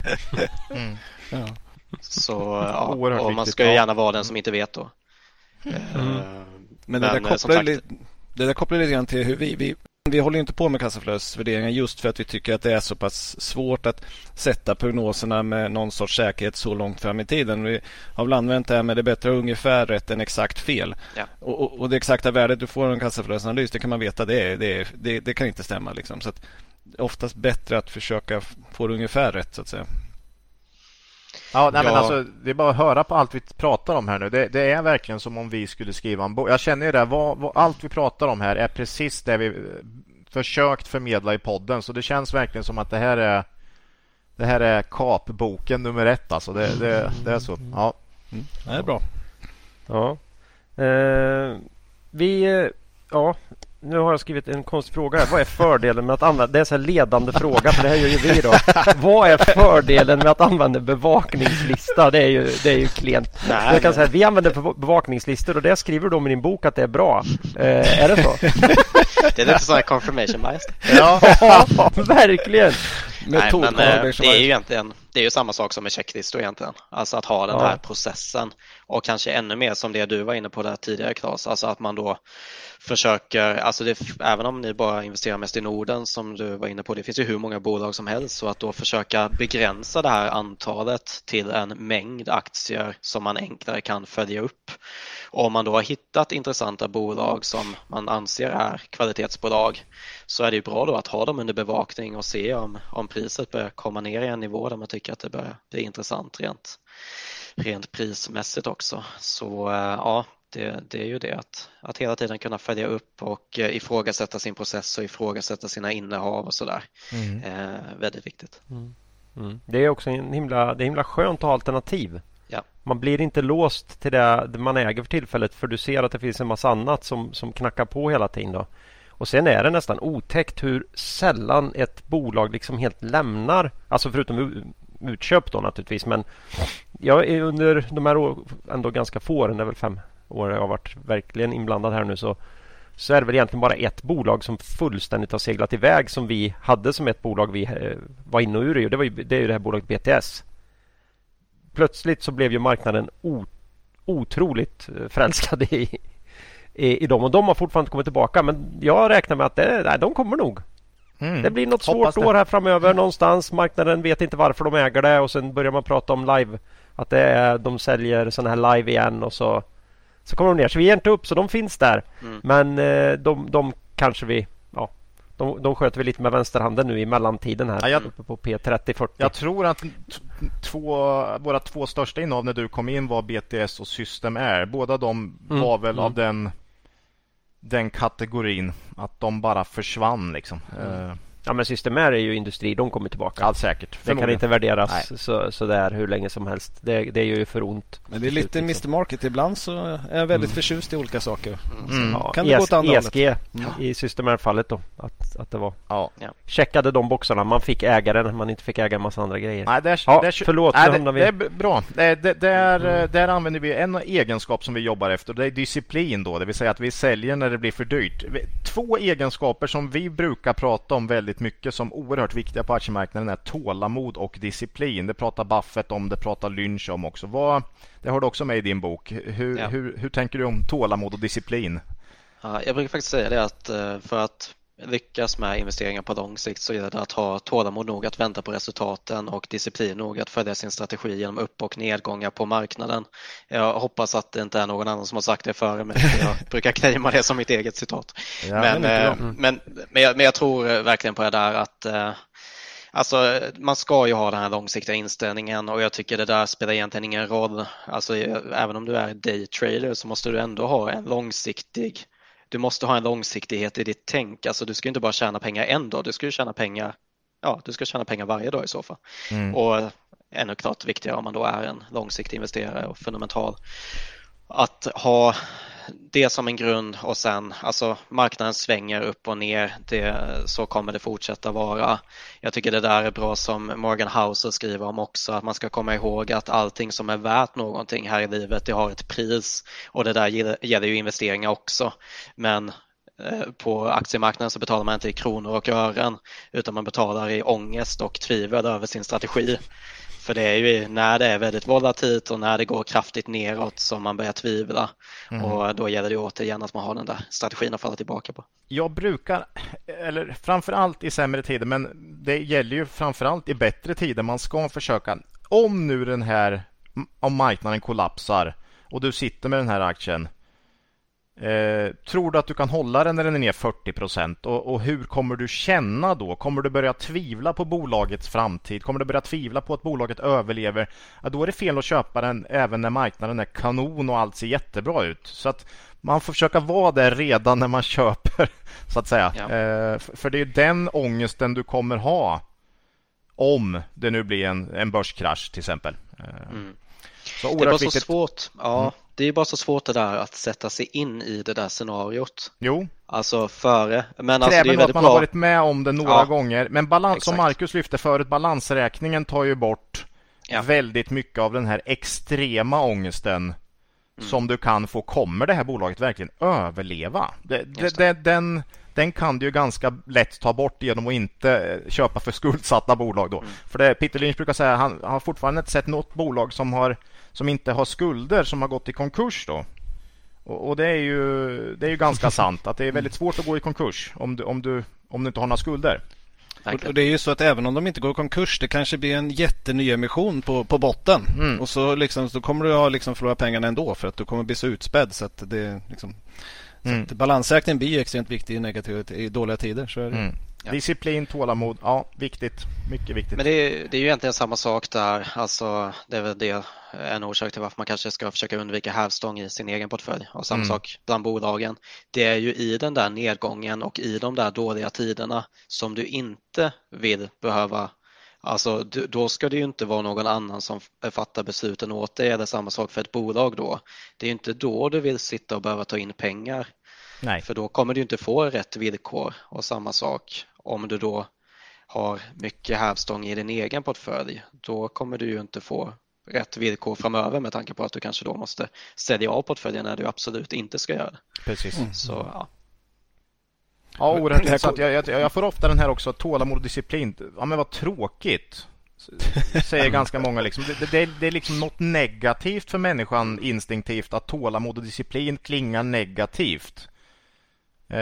Mm. Ja. Så ja, och man ska ju gärna vara den som inte vet då. Mm. Eh, men det, men, där kopplar sagt, li- det där kopplar lite grann till hur vi, vi Vi håller inte på med kassaflödesvärderingar just för att vi tycker att det är så pass svårt att sätta prognoserna med någon sorts säkerhet så långt fram i tiden. Vi har väl använt det här med det bättre ungefär rätt än exakt fel. Ja. Och, och, och det exakta värdet du får av en kassaflödesanalys, det kan man veta, det, är, det, är, det, det kan inte stämma. Liksom. Så att det är oftast bättre att försöka få det ungefär rätt, så att säga. Ja, nej, ja. men alltså, det är bara att höra på allt vi pratar om här nu. Det, det är verkligen som om vi skulle skriva en bok. Jag känner ju det, vad, vad, allt vi pratar om här är precis det vi försökt förmedla i podden. Så det känns verkligen som att det här är det här är kapboken nummer ett. Alltså. Det, det, det är så. Ja. Mm, det är bra. Ja. Eh, vi... Ja... Nu har jag skrivit en konstig fråga här. Vad är fördelen med att använda... Det är en ledande fråga, för det här gör ju vi då. Vad är fördelen med att använda bevakningslista? Det är ju, det är ju klent. Nej, jag kan säga, vi använder bevakningslistor och det skriver du om i din bok att det är bra. Eh, är det så? Det är lite så här confirmation bias. Ja, verkligen. Nej, men eh, det är ju egentligen det är ju samma sak som med checklistor egentligen. Alltså att ha den ja. här processen, och kanske ännu mer som det du var inne på där tidigare, Claes. Alltså att man då försöker, alltså det, även om ni bara investerar mest i Norden som du var inne på, det finns ju hur många bolag som helst, så att då försöka begränsa det här antalet till en mängd aktier som man enklare kan följa upp. Och om man då har hittat intressanta bolag som man anser är kvalitetsbolag, så är det ju bra då att ha dem under bevakning och se om, om priset börjar komma ner i en nivå där man tycker att det börjar bli intressant rent, rent prismässigt också. Så ja, det, det är ju det att, att hela tiden kunna följa upp och ifrågasätta sin process och ifrågasätta sina innehav och sådär. Mm. Eh, väldigt viktigt. Mm. Mm. Det är också en himla, det är himla skönt att ha alternativ. Ja. Man blir inte låst till det man äger för tillfället, för du ser att det finns en massa annat som, som knackar på hela tiden då. Och sen är det nästan otäckt hur sällan ett bolag liksom helt lämnar, alltså förutom utköp då naturligtvis. Men jag är under de här år, ändå ganska få åren, det är väl fem år jag har varit verkligen inblandad här nu, så, så är det väl egentligen bara ett bolag som fullständigt har seglat iväg som vi hade som ett bolag vi eh, var inne och ur i, och det, var ju, det är ju det här bolaget B T S. Plötsligt så blev ju marknaden o, otroligt förälskad i, i, i dem, och de har fortfarande kommit tillbaka, men jag räknar med att det, nej, de kommer nog. Mm. Det blir något svårt år här framöver någonstans. Marknaden vet inte varför de äger det, och sen börjar man prata om live, att det är, de säljer sådana här live igen, och så, så kommer de ner. Så vi ger inte upp, så de finns där. Mm. Men eh, de, de kanske vi ja, de, de sköter vi lite med vänsterhanden nu i mellantiden här, ja, jag, uppe på P trettio fyrtio. Jag tror att t- två, våra två största innehav när du kom in var B T S och System Air. Båda de mm. var väl mm. av den den kategorin att de bara försvann liksom. Mm. Ja, men System Air är ju industri, de kommer tillbaka. Ja, säkert. Det kan inte värderas så, så där hur länge som helst. Det, det är ju för ont. Men det är lite mister Market. Ibland så är jag väldigt mm. förtjust i olika saker. Mm. Ja, kan det E S, gå åt andra E S G mm. i System Air-fallet då. Att, att det var. Ja. Checkade de boxarna. Man fick ägaren, man inte fick äga en massa andra grejer. Nej, det är, ja, det är, förlåt. Nej, det, vi... det är bra. Det, det, det är, mm. Där använder vi en egenskap som vi jobbar efter. Det är disciplin då. Det vill säga att vi säljer när det blir för dyrt. Två egenskaper som vi brukar prata om väldigt mycket som oerhört viktiga på aktiemarknaden är tålamod och disciplin. Det pratar Buffett om, det pratar Lynch om också. Vad, det har du också med i din bok. Hur, ja. hur, hur tänker du om tålamod och disciplin? Ja, jag brukar faktiskt säga det att för att lyckas med investeringar på lång sikt så är det att ha tålamod nog att vänta på resultaten och disciplin nog att följa sin strategi genom upp- och nedgångar på marknaden. Jag hoppas att det inte är någon annan som har sagt det före mig. Jag brukar claima det som mitt eget citat. Ja, men, eh, men, men, jag, men jag tror verkligen på det där att eh, alltså, man ska ju ha den här långsiktiga inställningen, och jag tycker det där spelar egentligen ingen roll. Alltså, även om du är daytrader så måste du ändå ha en långsiktig Du måste ha en långsiktighet i ditt tänk. Alltså du ska inte bara tjäna pengar en dag. Du ska ju tjäna pengar, ja, du ska tjäna pengar varje dag i så fall. Mm. Och ännu klart viktigare om man då är en långsiktig investerare och fundamental. Att ha det som en grund, och sen, alltså marknaden svänger upp och ner. Det, så kommer det fortsätta vara. Jag tycker det där är bra som Morgan Housel skriver om också. Att man ska komma ihåg att allting som är värt någonting här i livet, det har ett pris. Och det där gäller ju investeringar också. Men på aktiemarknaden så betalar man inte i kronor och ören, utan man betalar i ångest och tvivel över sin strategi. För det är ju när det är väldigt volatilt och när det går kraftigt neråt som man börjar tvivla. Mm. Och då gäller det återigen att man har den där strategin att falla tillbaka på. Jag brukar, eller framförallt i sämre tider, men det gäller ju framförallt i bättre tider. Man ska försöka, om nu den här, om marknaden kollapsar och du sitter med den här aktien, Eh, tror du att du kan hålla den när den är ner fyrtio procent? Och, och hur kommer du känna då? Kommer du börja tvivla på bolagets framtid? Kommer du börja tvivla på att bolaget överlever? Ja, då är det fel att köpa den även när marknaden är kanon och allt ser jättebra ut. Så att man får försöka vara där redan när man köper, så att säga. Ja. Eh, för, för det är den ångesten du kommer ha om det nu blir en, en börskrasch till exempel. Eh, mm. Så det är bara så viktigt. svårt. Ja. Mm. Det är bara så svårt det där att sätta sig in i det där scenariot. Jo. Alltså före. Men alltså, det är att man bra. har varit med om det några ja. gånger. Men balans, som Marcus lyfte förut, balansräkningen tar ju bort ja. väldigt mycket av den här extrema ångesten mm. som du kan få. Kommer det här bolaget verkligen överleva? Det, det, det, den, den kan du ju ganska lätt ta bort genom att inte köpa för skuldsatta bolag då. Mm. För det Peter Lynch brukar säga, han har fortfarande inte sett något bolag som har som inte har skulder som har gått i konkurs då. Och, och det är ju det är ju ganska sant att det är väldigt svårt att gå i konkurs om du om du om du inte har några skulder. Och, och det är ju så att även om de inte går i konkurs, det kanske blir en jätteny emission på på botten mm. och så liksom så kommer du ha liksom förlora pengarna ändå för att du kommer bli så utspädd så att det liksom mm. så att balansräkningen blir extremt viktig i negativa i dåliga tider, så är det. Mm. Ja. Disciplin, tålamod, ja, viktigt, mycket viktigt. Men det är, det är ju egentligen samma sak där, alltså det är väl det en orsak till varför man kanske ska försöka undvika hävstång i sin egen portfölj, och samma mm. sak bland bolagen. Det är ju i den där nedgången och i de där dåliga tiderna som du inte vill behöva, alltså då ska det ju inte vara någon annan som fattar besluten åt dig, eller samma sak för ett bolag då. Det är ju inte då du vill sitta och behöva ta in pengar. Nej. För då kommer du inte få rätt villkor, och samma sak om du då har mycket hävstång i din egen portfölj, då kommer du ju inte få rätt villkor framöver med tanke på att du kanske då måste sälja av portföljen när du absolut inte ska göra det. Precis. Mm. Så, ja. Ja, oerhört intressant. Jag, jag, jag får ofta den här också, tålamod och disciplin. Ja, men vad tråkigt, säger ganska många. Liksom. Det, det, det är liksom något negativt för människan instinktivt att tålamod och disciplin klingar negativt. Eh,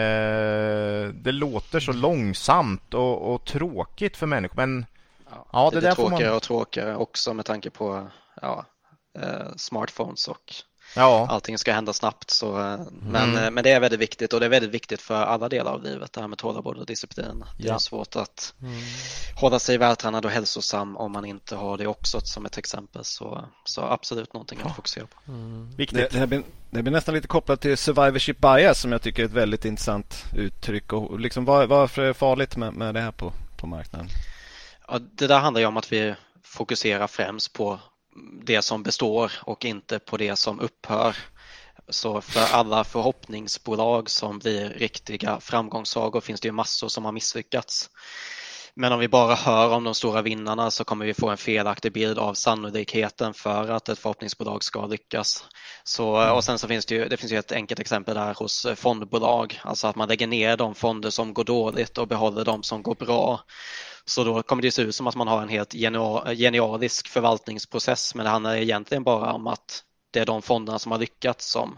det låter så långsamt och, och tråkigt för människor. Men ja, ja, det, det är där tråkigare man... och tråkigare också med tanke på ja, eh, smartphones och ja. allting ska hända snabbt. Så, eh, men, mm. eh, men det är väldigt viktigt, och det är väldigt viktigt för alla delar av livet, det här med tålamod och disciplin. Det är ja. svårt att mm. hålla sig vältränad och hälsosam om man inte har det också som ett exempel. Så, så absolut någonting att fokusera på. Mm. Viktigt. Det, det, här blir, det blir nästan lite kopplat till survivorship bias som jag tycker är ett väldigt intressant uttryck. Och liksom, var, varför är det farligt med, med det här på, på marknaden? Ja, det där handlar ju om att vi fokuserar främst på det som består och inte på det som upphör. Så för alla förhoppningsbolag som blir riktiga framgångssagor finns det ju massor som har misslyckats. Men om vi bara hör om de stora vinnarna så kommer vi få en felaktig bild av sannolikheten för att ett förhoppningsbolag ska lyckas. Så, och sen så finns det ju, det finns ju ett enkelt exempel där hos fondbolag. Alltså att man lägger ner de fonder som går dåligt och behåller de som går bra. Så då kommer det se ut som att man har en helt genialisk förvaltningsprocess, men det handlar egentligen bara om att det är de fonderna som har lyckats som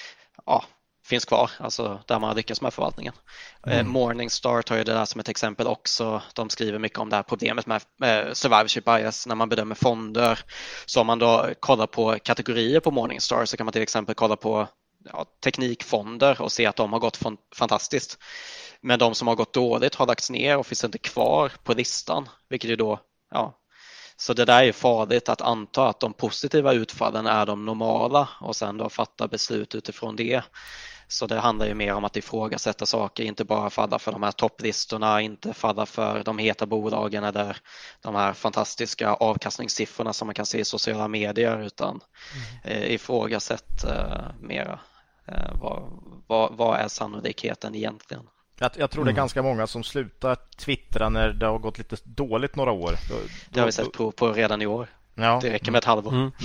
ja, finns kvar, alltså där man har lyckats med förvaltningen. Mm. Morningstar tar ju det där som ett exempel också. De skriver mycket om det här problemet med, med survivorship bias när man bedömer fonder. Så om man då kollar på kategorier på Morningstar så kan man till exempel kolla på ja, teknikfonder och se att de har gått fantastiskt. Men de som har gått dåligt har lagts ner och finns inte kvar på listan, vilket är då, ja. Så det där är farligt att anta att de positiva utfallen är de normala och sen då fatta beslut utifrån det. Så det handlar ju mer om att ifrågasätta saker, inte bara falla för de här topplistorna, inte falla för de heta bolagen eller de här fantastiska avkastningssiffrorna som man kan se i sociala medier, utan mm. eh, ifrågasätt eh, mera. Eh, vad, vad, vad är sannolikheten egentligen? Jag, jag tror det är ganska många som slutar twittra när det har gått lite dåligt några år. Då, då, det har vi sett prov på redan i år. Ja. Det räcker med ett halvår. Mm.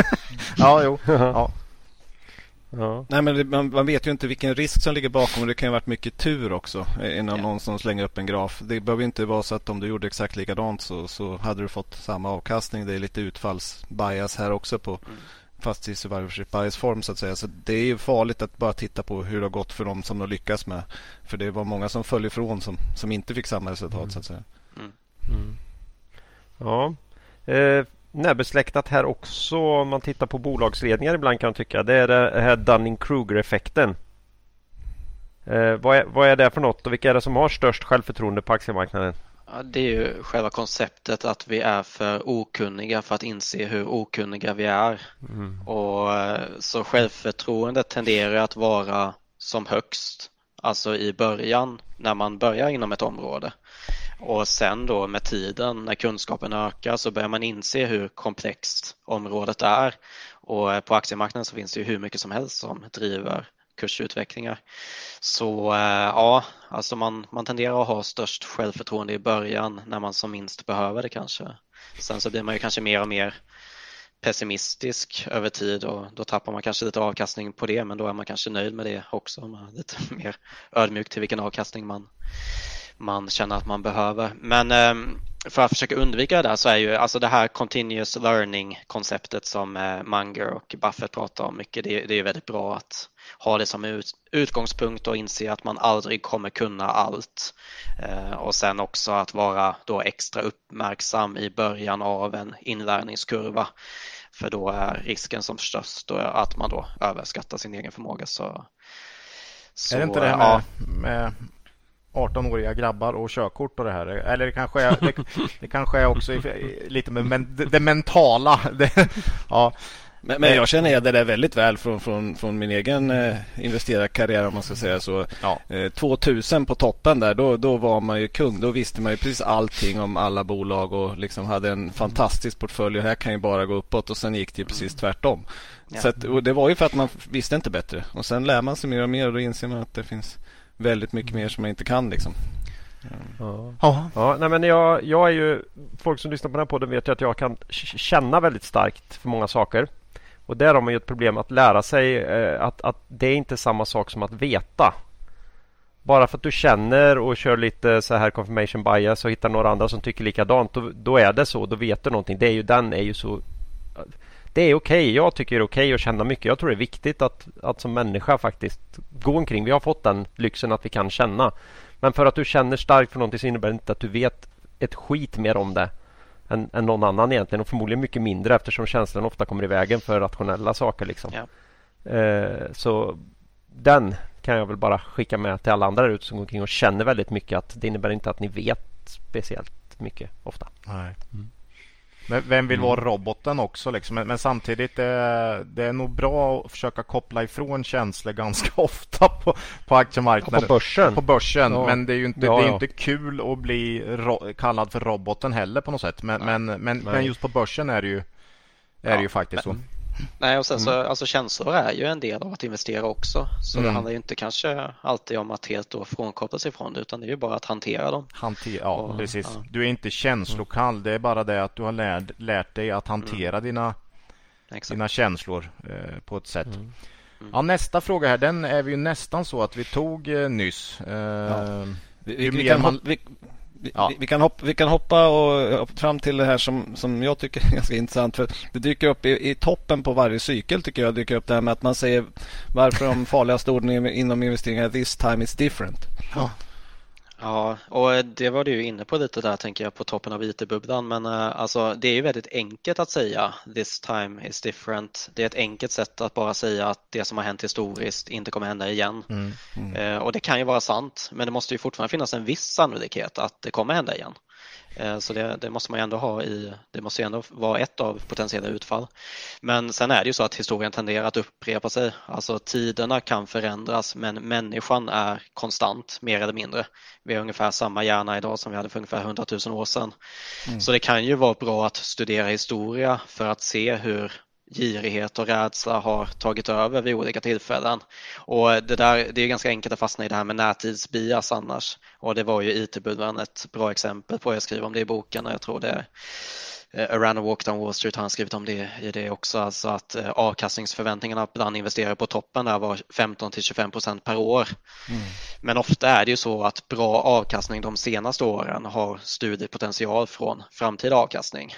ja, jo. Ja. Ja. Nej, men det, man, man vet ju inte vilken risk som ligger bakom, och det kan ju ha varit mycket tur också innan ja. någon som slänger upp en graf. Det behöver inte vara så att om du gjorde exakt likadant så, så hade du fått samma avkastning. Det är lite utfallsbias här också på mm. fast i survivorship bias form så att säga. Så det är ju farligt att bara titta på hur det har gått för dem som de lyckas med. För det var många som föll ifrån som, som inte fick samma resultat mm. så att säga. Mm. Mm. Ja. Eh, närbesläktat här också, om man tittar på bolagsledningar ibland kan man tycka, det är det här Dunning-Kruger-effekten. Eh, vad, är, vad är det för något och vilka är det som har störst självförtroende på aktiemarknaden? Ja, det är ju själva konceptet att vi är för okunniga för att inse hur okunniga vi är. Mm. Och så självförtroendet tenderar att vara som högst, alltså i början när man börjar inom ett område. Och sen då med tiden när kunskapen ökar så börjar man inse hur komplext området är. Och på aktiemarknaden så finns det ju hur mycket som helst som driver kursutvecklingar. Så ja, alltså man, man tenderar att ha störst självförtroende i början när man som minst behöver det kanske. Sen så blir man ju kanske mer och mer pessimistisk över tid och då tappar man kanske lite avkastning på det, men då är man kanske nöjd med det också. Man är lite mer ödmjuk till vilken avkastning man, man känner att man behöver. Men för att försöka undvika det där så är ju alltså det här continuous learning-konceptet som Munger och Buffett pratar om mycket, det, det är väldigt bra att ha det som ut, utgångspunkt och inse att man aldrig kommer kunna allt. Eh, och sen också att vara då extra uppmärksam i början av en inlärningskurva. För då är risken som störst då att man då överskattar sin egen förmåga. Så, så, är det inte det med, ja. med arton-åriga grabbar och körkort och det här? Eller det kanske är, det, det kanske är också lite med men, det, det mentala. Det, ja. Men, men jag känner det där väldigt väl från, från, från min egen eh, investerarkarriär om man ska säga så. Ja. Eh, tvåtusen på toppen där, då, då var man ju kung. Då visste man ju precis allting om alla bolag och liksom hade en fantastisk portfölj. Och här kan ju bara gå uppåt och sen gick det ju precis tvärtom. Ja. Så att, och det var ju för att man visste inte bättre. Och sen lär man sig mer och mer och då inser man att det finns väldigt mycket mer som man inte kan liksom. Ja. Ja. Ja, nej men jag, jag är ju, folk som lyssnar på den här podden vet ju att jag kan känna väldigt starkt för många saker. Och där har man ju ett problem att lära sig eh, att, att det är inte samma sak som att veta. Bara för att du känner och kör lite så här confirmation bias och hittar några andra som tycker likadant, då, då är det så, då vet du någonting. Det är ju, den är ju så... Det är okej, okay. Jag tycker det är okej okay att känna mycket. Jag tror det är viktigt att, att som människa faktiskt gå omkring. Vi har fått den lyxen att vi kan känna. Men för att du känner starkt för någonting så innebär det inte att du vet ett skit mer om det än, än någon annan egentligen. Och förmodligen mycket mindre eftersom känslan ofta kommer i vägen för rationella saker. Liksom. Ja. Eh, så den kan jag väl bara skicka med till alla andra där ute som går omkring och känner väldigt mycket. Att det innebär inte att ni vet speciellt mycket ofta. Nej. Mm. Men vem vill vara roboten också liksom? men, men samtidigt är det är nog bra att försöka koppla ifrån känslor ganska ofta på, på aktiemarknaden. På börsen. På börsen. Ja. Men det är ju inte, Ja, det är ja. inte kul att bli ro- kallad för roboten heller på något sätt. Men, men, men, men just på börsen är det ju, är Ja, det ju faktiskt men, så. Nej, och sen så, Mm. alltså känslor är ju en del av att investera också. Så Mm. det handlar ju inte kanske alltid om att helt då frånkoppla sig från det, utan det är ju bara att hantera dem. Hanter- ja, Och- precis. ja. Du är inte känslokall. Det är bara det att du har lärt, lärt dig att hantera dina, Exakt. dina känslor eh, på ett sätt. Mm. Ja, nästa fråga här, den är vi ju nästan så att vi tog eh, nyss. Eh, Ja. Vi, vi, ju vi, mer kan man- hoppa, vi, vi, Ja. vi, vi, kan hoppa, vi kan hoppa och hoppa fram till det här som, som jag tycker är ganska intressant. För det dyker upp i, i toppen på varje cykel tycker jag. Dyker upp det här med att man säger varför de farligaste orden inom investeringar this time is different. Ja. Ja, och det var du ju inne på lite där tänker jag på toppen av I T-bubblan, men eh, alltså det är ju väldigt enkelt att säga this time is different. Det är ett enkelt sätt att bara säga att det som har hänt historiskt inte kommer hända igen. Mm. Mm. Eh, och det kan ju vara sant, men det måste ju fortfarande finnas en viss sannolikhet att det kommer hända igen. Eh, så det, det måste man ju ändå ha i, det måste ju ändå vara ett av potentiella utfall. Men sen är det ju så att historien tenderar att upprepa sig. Alltså tiderna kan förändras, men människan är konstant, mer eller mindre. Vi har ungefär samma hjärna idag som vi hade för ungefär hundratusen år sedan. Mm. Så det kan ju vara bra att studera historia för att se hur girighet och rädsla har tagit över vid olika tillfällen. Och det, där, det är ganska enkelt att fastna i det här med närtidsbias annars. Och det var ju I T-bubblan ett bra exempel på. Jag skriver om det i boken och jag tror det är A Random Walk Down Wall Street har han skrivit om det i det också. Alltså att eh, avkastningsförväntningarna bland investerare på toppen där var femton till tjugofem procent per år. Mm. Men ofta är det ju så att bra avkastning de senaste åren har studiepotential från framtida avkastning.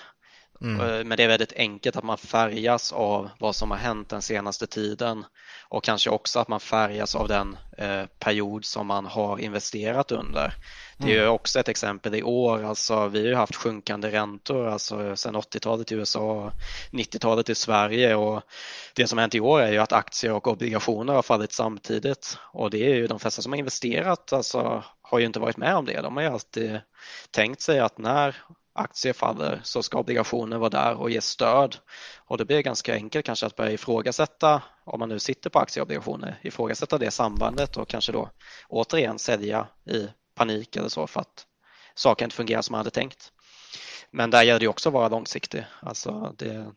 Mm. Men det är väldigt enkelt att man färgas av vad som har hänt den senaste tiden och kanske också att man färgas av den eh, period som man har investerat under. Det är ju också ett exempel i år, alltså vi har ju haft sjunkande räntor alltså sedan åttiotalet i U S A och nittiotalet i Sverige, och det som har hänt i år är ju att aktier och obligationer har fallit samtidigt, och det är ju de flesta som har investerat alltså har ju inte varit med om det. De har ju alltid tänkt sig att när aktier faller så ska obligationer vara där och ge stöd, och det blir ganska enkelt kanske att börja ifrågasätta, om man nu sitter på aktieobligationer, ifrågasätta det sambandet och kanske då återigen sälja i panik eller så för att saker inte fungerar som man hade tänkt. Men där gäller det också att vara långsiktig, alltså det, Det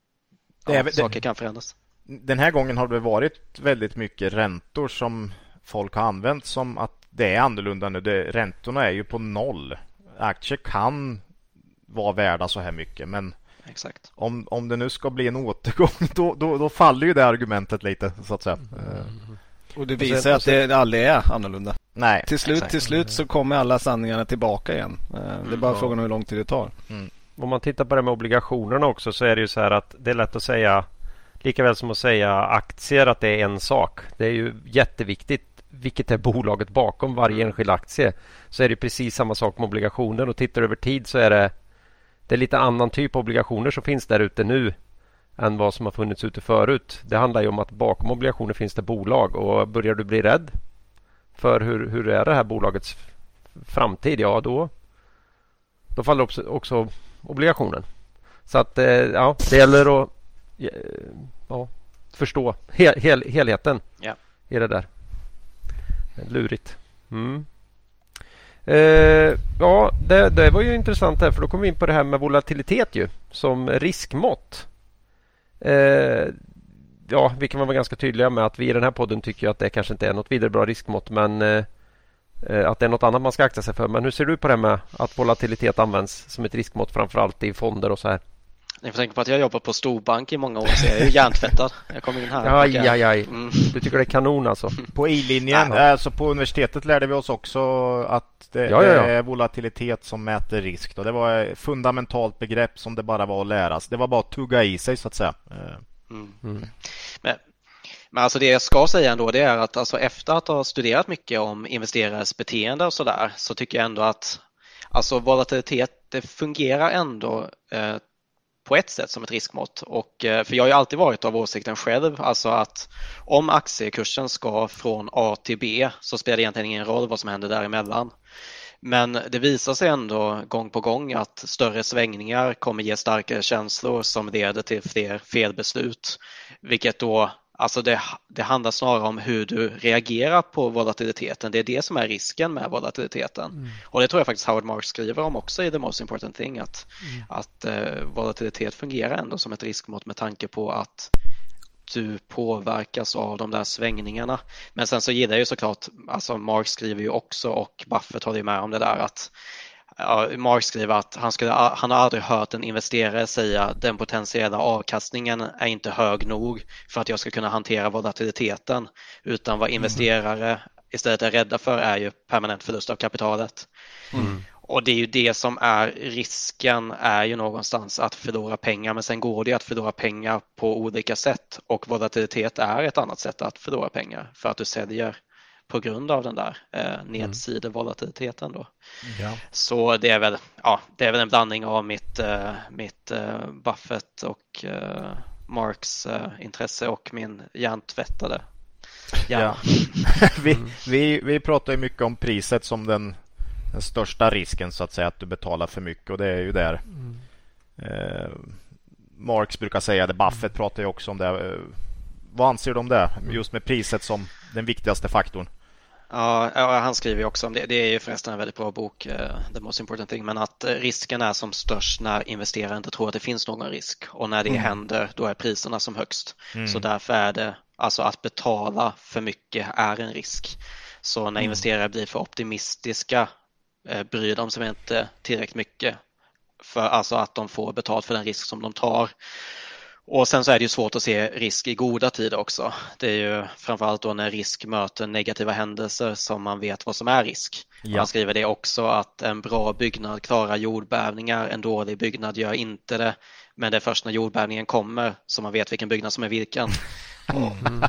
ja, är- det- saker kan förändras. Den här gången har det varit väldigt mycket räntor som folk har använt som att det är annorlunda nu. Det, räntorna är ju på noll. Aktier kan vara värda så här mycket, men Exakt. om, om det nu ska bli en återgång då, då, då faller ju det argumentet lite så att säga. Eh, Och det visar att det aldrig är annorlunda. nej. Till slut, Exakt. till slut så kommer alla sanningarna tillbaka igen. Eh, Det är bara Ja. frågan om hur lång tid det tar. Om man tittar på det med obligationerna också så är det ju så här att det är lätt att säga, lika väl som att säga aktier, att det är en sak. Det är ju jätteviktigt vilket är bolaget bakom varje enskild aktie. Så är det precis samma sak med obligationer, och tittar över tid så är det det är lite annan typ av obligationer som finns där ute nu än vad som har funnits ute förut. Det handlar ju om att bakom obligationer finns det bolag, och börjar du bli rädd för hur, hur är det här bolagets framtid, ja då då faller också, också obligationen. Så att eh, ja, det gäller att eh, ja, förstå hel, hel, helheten Ja. i det där. Lurigt. Mm. Eh, ja, det, det var ju intressant här, för då kom vi in på det här med volatilitet ju som riskmått. Eh, ja, vi kan vara ganska tydliga med att vi i den här podden tycker att det kanske inte är något vidare bra riskmått, men eh, eh, att det är något annat man ska akta sig för. Men hur ser du på det med att volatilitet används som ett riskmått framförallt i fonder och så här? Ni får tänka på att jag har jobbat på storbank i många år, så jag är ju hjärntvättad. Jag kommer in här. Aj, aj, aj. Mm. Du tycker det är kanon alltså? På I-linjen, Nej. alltså på universitetet lärde vi oss också att det, ja, ja, ja. det är volatilitet som mäter risk. Då. Det var ett fundamentalt begrepp som det bara var att läras. Det var bara att tugga i sig så att säga. Mm. Mm. Men, men alltså det jag ska säga ändå, det är att alltså efter att ha studerat mycket om investerares beteende och sådär, så tycker jag ändå att alltså volatilitet, det fungerar ändå eh, på ett sätt som ett riskmått. Och, för jag har ju alltid varit av åsikten själv, alltså att om aktiekursen ska från A till B så spelar det egentligen ingen roll vad som händer däremellan. Men det visar sig ändå gång på gång att större svängningar kommer ge starkare känslor som leder till fler felbeslut, vilket då Alltså det, det handlar snarare om hur du reagerar på volatiliteten. Det är det som är risken med volatiliteten. Mm. Och det tror jag faktiskt Howard Marks skriver om också i The Most Important Thing. Att, mm. att eh, volatilitet fungerar ändå som ett riskmått med tanke på att du påverkas av de där svängningarna. Men sen så gillar jag ju såklart, alltså Mark skriver ju också och Buffett håller ju med om det där att Ja, Mark skriver att han, skulle, han har aldrig hört en investerare säga att den potentiella avkastningen är inte hög nog för att jag ska kunna hantera volatiliteten, utan vad investerare istället är rädda för är ju permanent förlust av kapitalet. Mm. Och det är ju det som är risken, är ju någonstans att förlora pengar, men sen går det att förlora pengar på olika sätt och volatilitet är ett annat sätt att förlora pengar för att du säljer på grund av den där eh, nedsidevolatiliteten då. Ja. Så det är väl ja, det är väl en blandning av mitt eh, mitt eh, Buffett och eh, Marks eh, intresse och min hjärntvättade hjärna. Ja. vi, vi, vi pratar ju mycket om priset som den, den största risken så att säga, att du betalar för mycket, och det är ju där mm. eh, Marx brukar säga det, Buffett pratar ju också om det. Eh, vad anser du om det? Just med priset som den viktigaste faktorn. Ja, han skriver ju också om det. Det är ju förresten en väldigt bra bok, The Most Important Thing. Men att risken är som störst när investerare inte tror att det finns någon risk. Och när det mm. händer, då är priserna som högst. Mm. Så därför är det, alltså att betala för mycket är en risk. Så när mm. investerare blir för optimistiska bryr de sig inte tillräckligt mycket. För alltså att de får betalt för den risk som de tar. Och sen så är det ju svårt att se risk i goda tider också. Det är ju framförallt då när risk möter negativa händelser som man vet vad som är risk. Ja. Han skriver det också att en bra byggnad klarar jordbävningar, en dålig byggnad gör inte det. Men det är först när jordbävningen kommer som man vet vilken byggnad som är vilken. Mm.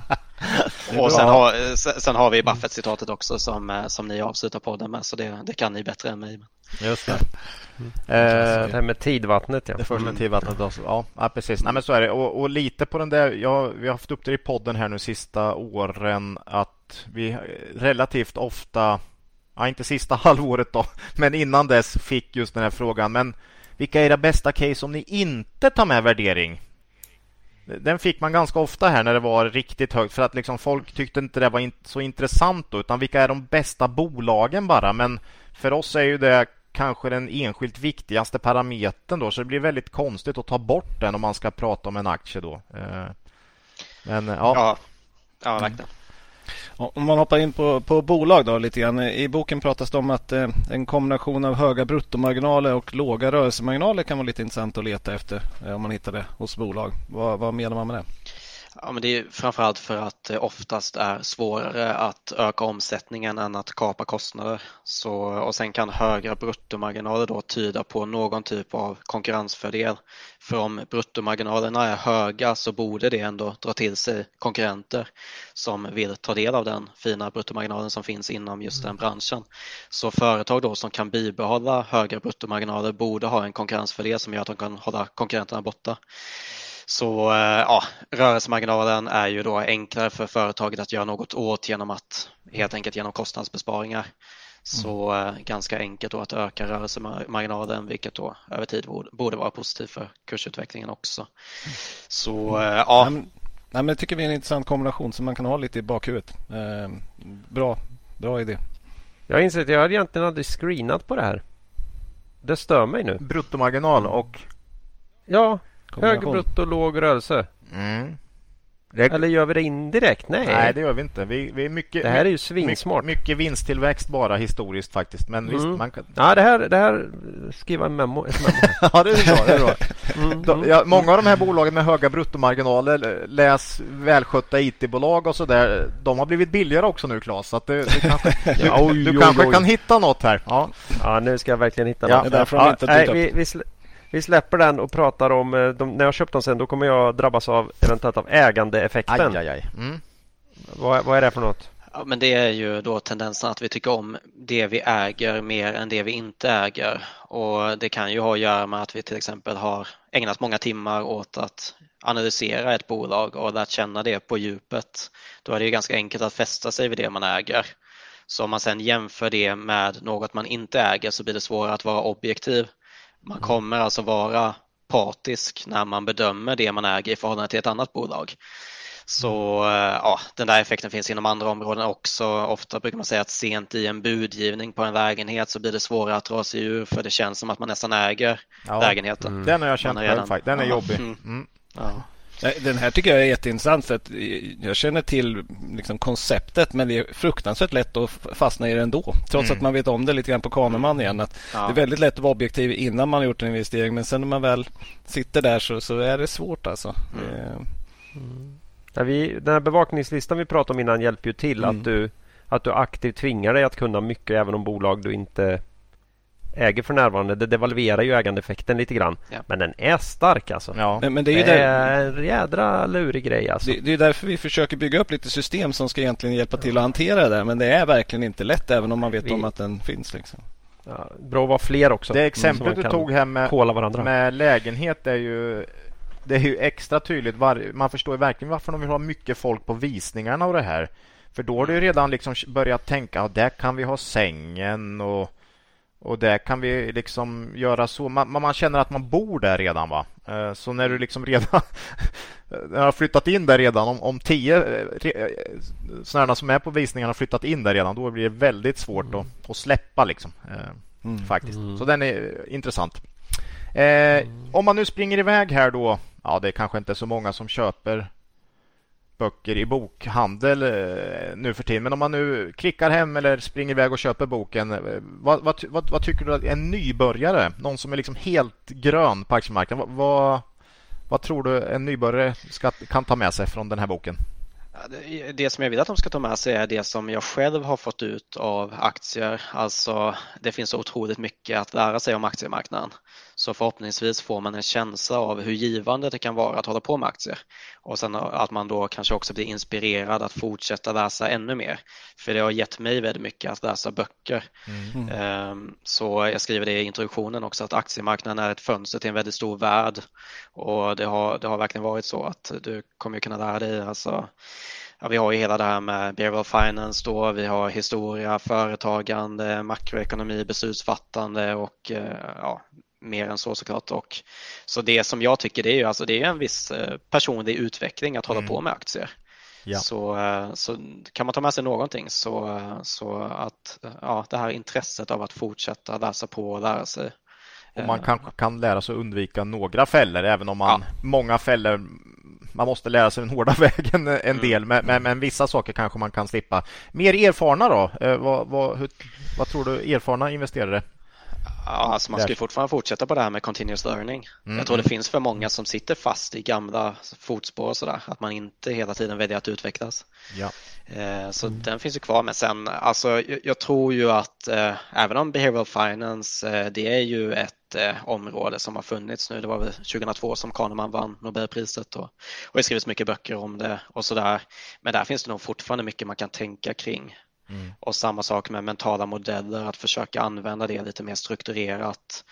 Och sen har, sen har vi Buffett-citatet också som, som ni avslutar podden med, så det, det kan ni bättre än mig. Just det. Mm. Eh, det här med tidvattnet, ja. Det första med tidvattnet också. Ja, ja precis. Nej, men så är det. Och, och lite på den där, ja, vi har haft upp det i podden här nu sista åren att vi relativt ofta, ja inte sista halvåret då, men innan dess fick just den här frågan. Men vilka är era bästa case om ni inte tar med värdering? Den fick man ganska ofta här när det var riktigt högt, för att liksom folk tyckte inte det var in- så intressant då, utan vilka är de bästa bolagen bara. Men för oss är ju det kanske den enskilt viktigaste parametern då, så det blir väldigt konstigt att ta bort den om man ska prata om en aktie då. Men ja, ja, ja verkligen. Om man hoppar in på, på bolag då lite grann. I boken pratas det om att eh, en kombination av höga bruttomarginaler och låga rörelsemarginaler kan vara lite intressant att leta efter eh, om man hittar det hos bolag. Vad, vad menar man med det? Ja, men det är framförallt för att det oftast är svårare att öka omsättningen än att kapa kostnader. Så, och sen kan höga bruttomarginaler då tyda på någon typ av konkurrensfördel. För om bruttomarginalerna är höga så borde det ändå dra till sig konkurrenter som vill ta del av den fina bruttomarginalen som finns inom just den branschen. Så företag då som kan bibehålla höga bruttomarginaler borde ha en konkurrensfördel som gör att de kan hålla konkurrenterna borta. Så ja, rörelsemarginalen är ju då enklare för företaget att göra något åt genom att helt enkelt genom kostnadsbesparingar. Så mm. ganska enkelt då att öka rörelsemarginalen, vilket då över tid borde vara positivt för kursutvecklingen också. Så mm. ja. Nej, men jag tycker vi är en intressant kombination som man kan ha lite i bakhuvudet. Eh, bra, bra idé. Jag har insett att jag egentligen aldrig screenat på det här. Det stör mig nu. Bruttomarginal och ja, hög brutto, låg rörelse. Mm. Det... Eller gör vi det indirekt? Nej, Nej det gör vi inte. Vi, vi är mycket, det här är ju svinsmart. Mycket, mycket vinsttillväxt bara historiskt faktiskt. Men mm. visst, man kan... Ja, det här, det här skriva en memo. Ett memo. Ja, det är bra. Det är bra. Mm. De, ja, många av de här bolagen med höga bruttomarginaler, läs välskötta I T-bolag och sådär, de har blivit billigare också nu, Claes. Så att du, du kanske, ja, du, du kanske kan hitta något här. Ja, ja nu ska jag verkligen hitta ja, något. Det är därför de ja, inte nej, upp. vi, vi, slä, vi släpper den och pratar om, de, när jag köpt dem sen, då kommer jag drabbas av eventuellt av ägandeeffekten. Aj, aj, aj. Mm. Vad, vad är det för något? Ja, men det är ju då tendensen att vi tycker om det vi äger mer än det vi inte äger. Och det kan ju ha att göra med att vi till exempel har ägnat många timmar åt att analysera ett bolag och att känna det på djupet. Då är det ju ganska enkelt att fästa sig vid det man äger. Så om man sedan jämför det med något man inte äger så blir det svårare att vara objektiv. Man kommer alltså vara partisk när man bedömer det man äger i förhållande till ett annat bolag. Så ja, den där effekten finns inom andra områden också. Ofta brukar man säga att sent i en budgivning på en lägenhet så blir det svårare att dra sig ur för det känns som att man nästan äger ja. lägenheten. Mm. Den har jag känt själv faktiskt. Den är ja. jobbig. Mm. Mm. Ja. Den här tycker jag är jätteintressant för att jag känner till liksom konceptet men det är fruktansvärt lätt att fastna i det ändå. Trots mm. att man vet om det lite grann på Kahneman igen. Att ja. Det är väldigt lätt att vara objektiv innan man har gjort en investering men sen när man väl sitter där så, så är det svårt alltså. Mm. Mm. Ja, vi, den här bevakningslistan vi pratade om innan hjälper ju till mm. att, du, att du aktivt tvingar dig att kunna mycket även om bolag du inte äger för närvarande. Det devalverar ju ägandeeffekten lite grann. Ja. Men den är stark alltså. Ja. Men, men det är, ju det är en jädra lurig grej alltså. Det, det är därför vi försöker bygga upp lite system som ska egentligen hjälpa till att hantera det där. Men det är verkligen inte lätt även om man vet vi... om att den finns liksom. Ja, bra att vara fler också. Det exemplet du tog här med, med lägenhet är ju det är ju extra tydligt. Var, man förstår ju verkligen varför de vill ha mycket folk på visningarna och det här. För då har det ju redan liksom börjat tänka att där kan vi ha sängen och, och där kan vi liksom göra så. Man, man känner att man bor där redan va. Så när du liksom redan har flyttat in där redan om, om tio sådana som är på visningarna har flyttat in där redan då blir det väldigt svårt mm. att, att släppa liksom. Mm. Faktiskt. Mm. Så den är intressant. Eh, om man nu springer iväg här då, ja det är kanske inte så många som köper böcker i bokhandel eh, nu för tiden, men om man nu klickar hem eller springer iväg och köper boken, eh, vad, vad, vad, vad tycker du att en nybörjare, någon som är liksom helt grön på aktiemarknaden, vad, vad, vad tror du en nybörjare ska, kan ta med sig från den här boken? Det som jag vill att de ska ta med sig är det som jag själv har fått ut av aktier. Alltså det finns så otroligt mycket att lära sig om aktiemarknaden. Så förhoppningsvis får man en känsla av hur givande det kan vara att hålla på med aktier. Och sen att man då kanske också blir inspirerad att fortsätta läsa ännu mer. För det har gett mig väldigt mycket att läsa böcker. Mm. Så jag skriver det i introduktionen också att aktiemarknaden är ett fönster till en väldigt stor värld. Och det har, det har verkligen varit så att du kommer kunna lära dig alltså. Ja, vi har ju hela det här med behavioral finance då, vi har historia, företagande, makroekonomi, beslutsfattande och ja, mer än så såklart. Och, så det som jag tycker det är ju alltså, det är en viss personlig utveckling att hålla mm. på med aktier. Ja. Så, så kan man ta med sig någonting så, så att ja, det här intresset av att fortsätta läsa på och lära sig. Och man kanske kan lära sig att undvika några fällor även om man ja. många fällor man måste lära sig den hårda vägen en mm. del men, men, men vissa saker kanske man kan slippa. Mer erfarna då? Eh, vad, vad, hur, vad tror du erfarna investerare? Ja, alltså man ska ju fortfarande fortsätta på det här med continuous learning. Mm. Jag tror det finns för många som sitter fast i gamla fotspår och sådär. Att man inte hela tiden väljer att utvecklas. Ja. Eh, så mm. den finns ju kvar. Men sen, alltså jag, jag tror ju att eh, även om behavioral finance, eh, det är ju ett eh, område som har funnits nu. Det var väl tjugohundratvå som Kahneman vann Nobelpriset och, och det skrivits mycket böcker om det och sådär. Men där finns det nog fortfarande mycket man kan tänka kring. Mm. Och samma sak med mentala modeller, att försöka använda det lite mer strukturerat.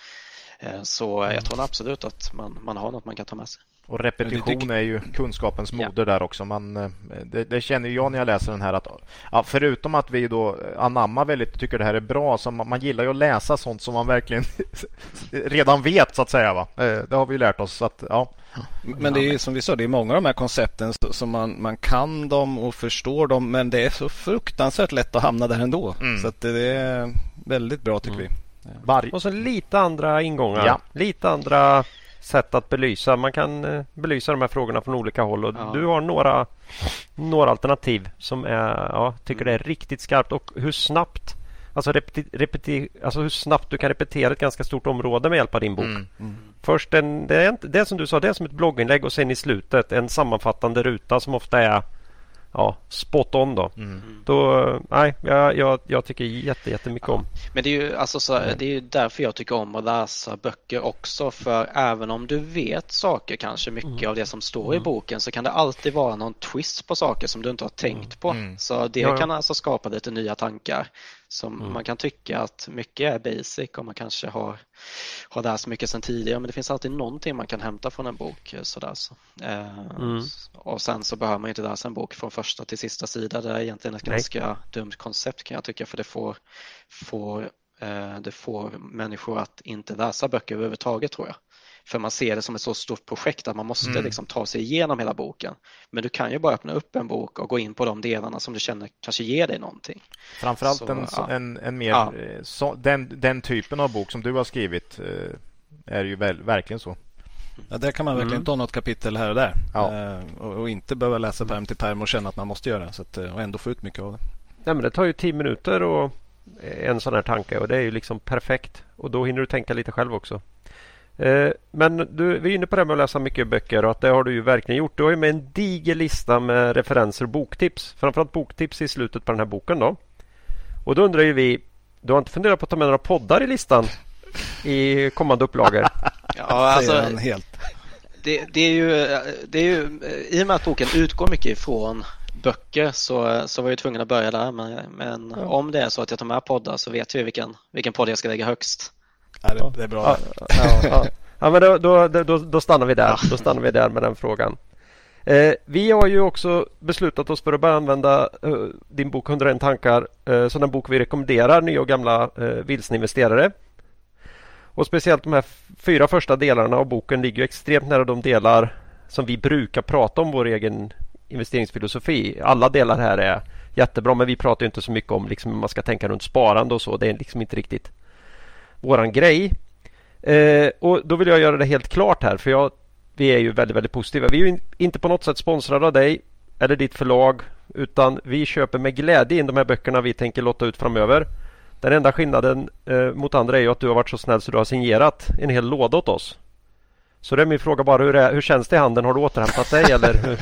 Så jag tror absolut att man, man har något man kan ta med sig. Och repetition är ju kunskapens moder ja. där också. Man, det, det känner jag när jag läser den här att ja, förutom att vi då anammar väldigt tycker det här är bra, så man, man gillar ju att läsa sånt som man verkligen redan vet så att säga va. Det har vi ju lärt oss så att ja. Men det är som vi sa, det är många av de här koncepten som man, man kan dem och förstår dem, men det är så fruktansvärt lätt att hamna där ändå. Mm. Så att det är väldigt bra tycker mm. vi. Var- och så lite andra ingångar, ja. lite andra sätt att belysa. Man kan eh, belysa de här frågorna från olika håll och Ja. du har några, några alternativ som är, ja, tycker det är riktigt skarpt och hur snabbt Alltså, repeti, repeti, alltså hur snabbt du kan repetera ett ganska stort område med hjälp av din bok. Mm. Mm. Först en, det, är inte, det som du sa, det är som ett blogginlägg och sen i slutet en sammanfattande ruta som ofta är ja, spot on då. Mm. Då nej, jag, jag, jag tycker jätte, jättemycket om. Men det är ju alltså så, det är ju därför jag tycker om att läsa böcker också, för även om du vet saker, kanske mycket Mm. av det som står i boken, så kan det alltid vara någon twist på saker som du inte har tänkt på. Mm. Så det Ja, ja. kan alltså skapa lite nya tankar som Mm. man kan tycka att mycket är basic och man kanske har, har läst mycket sedan tidigare, men det finns alltid någonting man kan hämta från en bok sådär så. Eh, Mm. Och sen så behöver man inte läsa en bok från första till sista sida. Det är egentligen ett Nej. ganska dumt koncept kan jag tycka, för det får, får, eh, det får människor att inte läsa böcker överhuvudtaget, tror jag. För man ser det som ett så stort projekt att man måste Mm. liksom ta sig igenom hela boken. Men du kan ju bara öppna upp en bok och gå in på de delarna som du känner kanske ger dig någonting. Framförallt Så, en, ja. en, en mer Ja. eh, så, den, den typen av bok som du har skrivit eh, är ju väl, verkligen så. Ja, där kan man verkligen Mm. ta något kapitel här och där. Ja. Eh, och, och inte behöva läsa pärm till pärm och känna att man måste göra det. Så att, eh, och ändå få ut mycket av det. Nej, men det tar ju tio minuter och en sån här tanke och det är ju liksom perfekt. Och då hinner du tänka lite själv också. Eh, men du, vi är inne på det här med att läsa mycket böcker och att det har du ju verkligen gjort. Du har ju med en diger lista med referenser och boktips. Framförallt boktips i slutet på den här boken då. Och då undrar ju vi, du har inte funderat på att ta med några poddar i listan i kommande upplagor? Ja, Alltså, alltså, han helt. det, det, är ju, det är ju, i och med att boken utgår mycket ifrån böcker så, så var jag tvungen att börja där. Men, men Ja. om det är så att jag tar med poddar så vet jag vilken, vilken podd jag ska lägga högst. Ja, det, det är bra. Ja, ja, ja. ja men då, då, då, då stannar vi där. Då stannar vi där med den frågan. Eh, vi har ju också beslutat oss för att börja använda eh, din bok hundraett tankar eh, som den bok vi rekommenderar nya och gamla eh, vilsna investerare. Och speciellt de här fyra första delarna av boken ligger ju extremt nära de delar som vi brukar prata om vår egen investeringsfilosofi. Alla delar här är jättebra, men vi pratar ju inte så mycket om liksom hur man ska tänka runt sparande och så. Det är liksom inte riktigt våran grej. Eh, och då vill jag göra det helt klart här, för jag, vi är ju väldigt, väldigt positiva. Vi är ju in, inte på något sätt sponsrade av dig eller ditt förlag, utan vi köper med glädje in de här böckerna vi tänker låta ut framöver. Den enda skillnaden eh, mot andra är ju att du har varit så snäll så du har signerat en hel låda åt oss. Så det är min fråga bara, hur, är, hur känns det i handen? Har du återhämtat dig eller hur?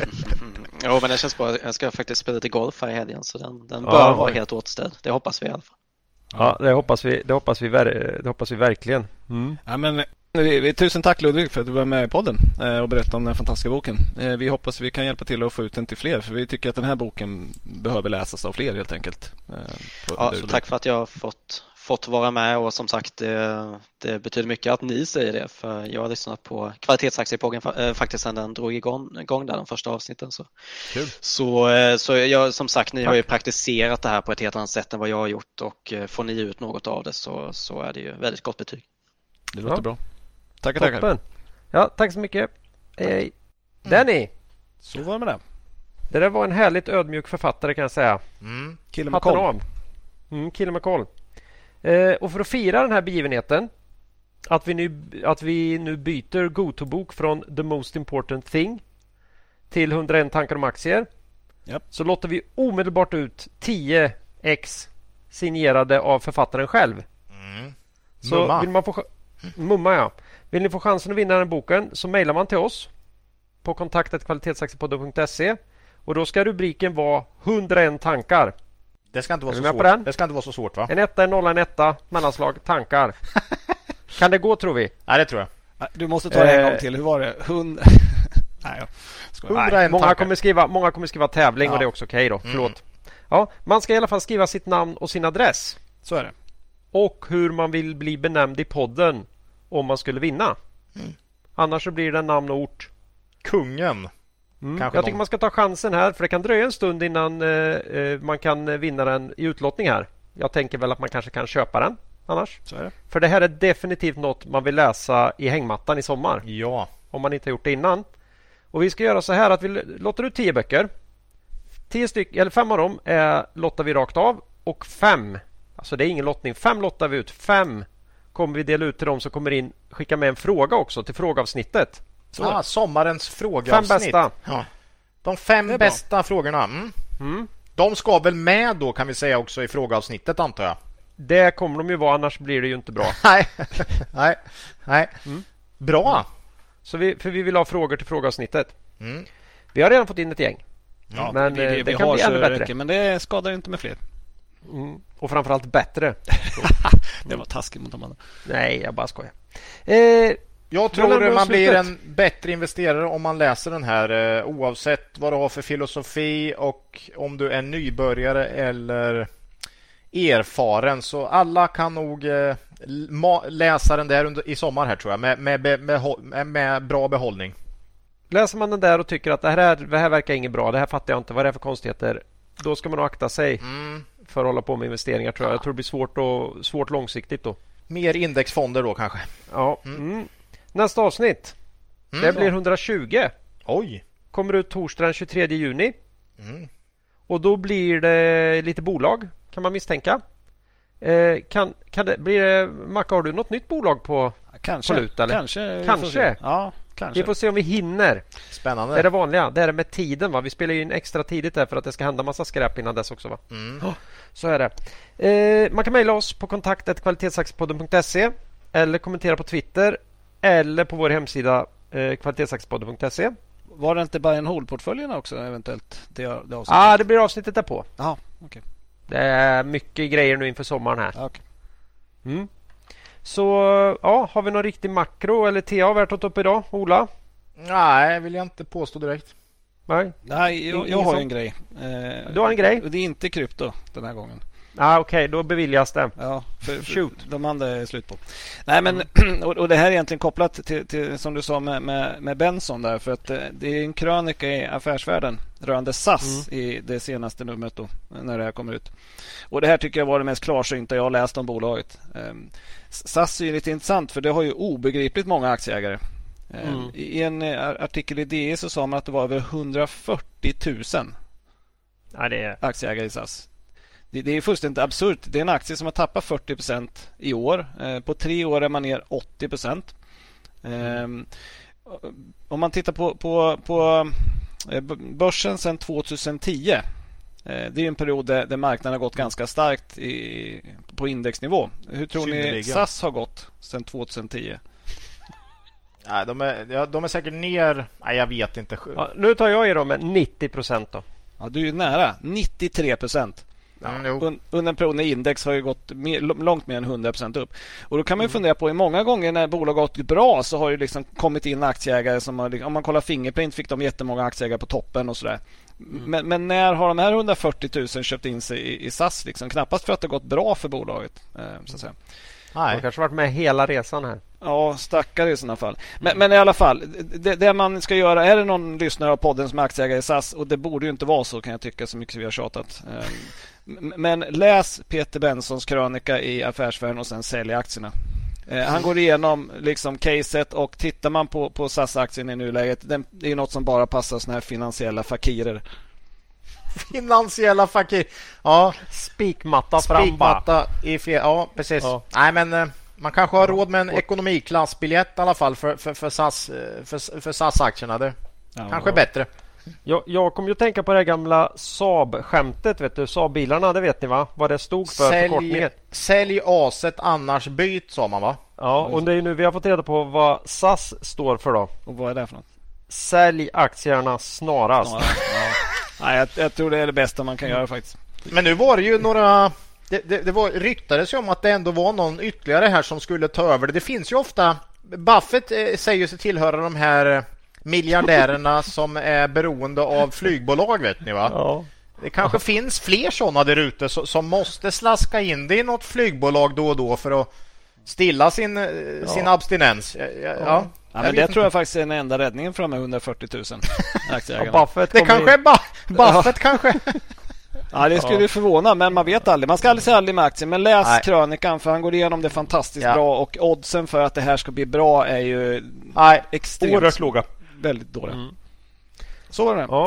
Jo, men det känns bra. Jag ska faktiskt spela lite golf här i helgen, så den, den Ja. bör vara helt återställd. Det hoppas vi i alla fall. Ja, det hoppas vi, det hoppas vi, ver- det hoppas vi verkligen. Mm. Ja, men, vi, vi, tusen tack Ludvig för att du var med i podden eh, och berättade om den här fantastiska boken. Eh, vi hoppas vi kan hjälpa till att få ut den till fler, för vi tycker att den här boken behöver läsas av fler helt enkelt. Eh, på, Ja, så tack för att jag har fått, fått vara med, och som sagt det, det betyder mycket att ni säger det, för jag har lyssnat på Kvalitetsaktiepodden äh, faktiskt sedan den drog igång, igång där de första avsnitten. Så, Kul. så, äh, så jag, som sagt, ni tack. Har ju praktiserat det här på ett helt annat sätt än vad jag har gjort, och äh, får ni ut något av det så, så är det ju väldigt gott betyg. Det låter Ja. bra. Tackar, tackar. Toppen. Ja, tack så mycket. Hej, hej. Danny, Så var det med det. det där var en härligt ödmjuk författare kan jag säga. Mm. Kille med Hatten koll. av. Mm, kille med koll. Eh, och för att fira den här begivenheten, att vi nu, att vi nu byter GoTo-bok från The Most Important Thing till hundraett tankar om aktier, Japp. så låter vi omedelbart ut tio ex signerade av författaren själv. Mm. Så Mumma. vill man få ch- Mumma, ja. Vill ni få chansen att vinna den boken så mejlar man till oss på kontaktet kvalitetsaktiepodden punkt se, och då ska rubriken vara hundraett tankar. Det ska inte vara Är så vi med svårt. på den? Det ska inte vara så svårt, va? En etta, en nolla, en etta, mellanslag, tankar. Kan det gå, tror vi? Nej, det tror jag. Nej, du måste ta det en Eh. gång till. Hur var det? Hund... Nej, jag skojar. Hundra Nej, en många, tankar. kommer skriva, många kommer skriva tävling Ja. och det är också okej då. Mm. Förlåt. Ja, man ska i alla fall skriva sitt namn och sin adress. Så är det. Och hur man vill bli benämnd i podden om man skulle vinna. Mm. Annars så blir det namn och ort. Kungen. Mm. Kanske Jag tycker någon- man ska ta chansen här, för det kan dröja en stund innan eh, eh, man kan vinna den i utlottning här. Jag tänker väl att man kanske kan köpa den annars. Så är det. För det här är definitivt något man vill läsa i hängmattan i sommar, Ja. om man inte har gjort det innan. Och vi ska göra så här att vi lottar ut tio böcker. Tio stycken, eller fem av dem är, lottar vi rakt av, och fem, alltså det är ingen lottning, fem lottar vi ut. Fem kommer vi dela ut till dem som kommer in, skicka med en fråga också till frågeavsnittet. Så. Ah, sommarens frågeavsnitt. Fem bästa. Ja. De fem bästa frågorna. Mm. Mm. De ska väl med då, kan vi säga, också i frågeavsnittet, antar jag. Det kommer de ju vara, annars blir det ju inte bra. nej, nej, nej. Mm. Bra. Så vi, för vi vill ha frågor till frågeavsnittet. Mm. Vi har redan fått in ett gäng. Ja, men vi, vi, det vi kan har bli ännu bättre. Räcker, men det skadar inte med fler. Mm. Och framförallt bättre. Det var taskigt mot de andra. Nej, jag bara skojar. Eh, jag tror man blir en bättre investerare om man läser den här, eh, oavsett vad du har för filosofi och om du är nybörjare eller erfaren. Så alla kan nog eh, läsa den där under, i sommar här, tror jag, med, med, med, med, med bra behållning. Läser man den där och tycker att det här, det här verkar inget bra, det här fattar jag inte, vad det är för konstigheter, då ska man nog akta sig mm. för att hålla på med investeringar, tror jag. Jag tror det blir svårt, och, svårt långsiktigt då. Mer indexfonder då kanske. Ja. Mm. Mm. Nästa avsnitt, mm. det blir etthundratjugo. Oj. Kommer ut torsdag den tjugotredje juni. Mm. Och då blir det lite bolag, kan man misstänka. Eh, kan, kan det, blir det, Macka, har du något nytt bolag på, kanske, på lut, eller? Kanske. Kanske. Ja, kanske. Vi får se om vi hinner. Spännande. Det är det vanliga. Det är det med tiden, va? Vi spelar ju in extra tidigt där för att det ska hända massa skräp innan dess också, va? Mm. Oh, så är det. Eh, man kan mejla oss på kontakt snabel-a kvalitetsaktiepodden punkt se eller kommentera på Twitter eller på vår hemsida eh, kvalitetsaktiepodden punkt se. Var det inte buy and hold-portföljerna också eventuellt? Det, det Ja, ah, det blir avsnittet därpå. Jaha, okej. Okay. Det är mycket grejer nu inför sommaren här. Okay. Mm. Så ja, har vi någon riktig makro eller T A värt att ta upp idag, Ola? Nej, vill jag inte påstå direkt. Nej, Nej jag, jag har ju en grej. Eh, du har en grej? Det är inte krypto den här gången. Ah, okej, okay, då beviljas det. Ja, för, för Shoot. De andra är slut på. Nej, men mm. och, och det här är egentligen kopplat till, till som du sa med, med, med Benson där, för att det är en krönika i Affärsvärlden rörande S A S mm. i det senaste numret då, när det här kommer ut. Och det här tycker jag var det mest klarsynta jag har läst om bolaget. Um, S A S är ju lite intressant, för det har ju obegripligt många aktieägare. Um, mm. I en artikel i D E så sa man att det var över hundrafyrtio tusen ja, det är... aktieägare i S A S. Det, det är fullständigt absurt. Det är en aktie som har tappat fyrtio procent i år. Eh, på tre år är man ner åttio procent. Eh, om man tittar på, på, på eh, börsen sedan tjugohundratio. Eh, det är en period där, där marknaden har gått ganska starkt i, på indexnivå. Hur tror Synnerligen. ni S A S har gått sedan tjugohundratio? Nej, de, är, ja, de är säkert ner... Nej, jag vet inte. Ja, nu tar jag er då med nittio procent då. Ja, du är nära. nittiotre procent. Mm, under en period när index har ju gått mer, långt mer än hundra procent upp. Och då kan man ju fundera på, i många gånger när bolag har gått bra så har ju liksom kommit in aktieägare som har, om man kollar Fingerprint fick de jättemånga aktieägare på toppen och sådär. Mm. Men, men när har de här hundrafyrtio tusen köpt in sig i, i S A S liksom? Knappast för att det har gått bra för bolaget, eh, så att säga. Nej. De kanske varit med hela resan här. Ja, stackare i sådana fall. Men, mm. men i alla fall, det, det man ska göra, är det någon lyssnare av podden som är aktieägare i S A S, och det borde ju inte vara så, kan jag tycka, så mycket som vi har tjatat. Men läs Peter Bensons krönika i Affärsvärlden och sen sälj aktierna. Han går igenom liksom caset, och tittar man på, på S A S-aktien i nuläget, det är något som bara passar såna här finansiella fakirer. Finansiella fakir. Ja, spikmatta fram. Spikmatta i fel. Ja, precis. Ja. Nej, men eh, man kanske har råd med en ekonomiklassbiljett i alla fall för för för S A S för, för S A S-aktierna. Det ja, kanske ja. bättre. Jag, jag kom ju att tänka på det gamla Saab-skämtet, vet du, Saab-bilarna, det vet ni, va? Vad det stod för sälj, förkortningen. Sälj aset, annars byt, sa man, va? Ja, och det är nu vi har fått reda på vad S A S står för då. Och vad är det för något? Sälj aktierna snarast. snarast ja. Nej, jag, jag tror det är det bästa man kan göra faktiskt. Men nu var det ju några... Det, det, det var, ryktades ju om att det ändå var någon ytterligare här som skulle ta över det. Det finns ju ofta... Buffett eh, säger sig tillhöra de här miljardärerna som är beroende av flygbolag, vet ni, va? Ja. Det kanske ja. finns fler sådana där ute som, som måste slaska in det i något flygbolag då och då för att stilla sin, ja. sin abstinens. Ja, ja. ja. Ja, men det tror jag faktiskt är den enda räddningen för de här hundrafyrtio tusen aktieägarna. Ja, Buffett det kanske in. är ba- Buffett ja. kanske. Ja, det skulle ja. förvåna, men man vet aldrig. Man ska aldrig säga aldrig med aktier, men läs Nej. krönikan, för han går igenom det fantastiskt ja. bra, och oddsen för att det här ska bli bra är ju Nej. extremt oerhört låga. Väldigt dåliga. Mm. Så var det. Ja.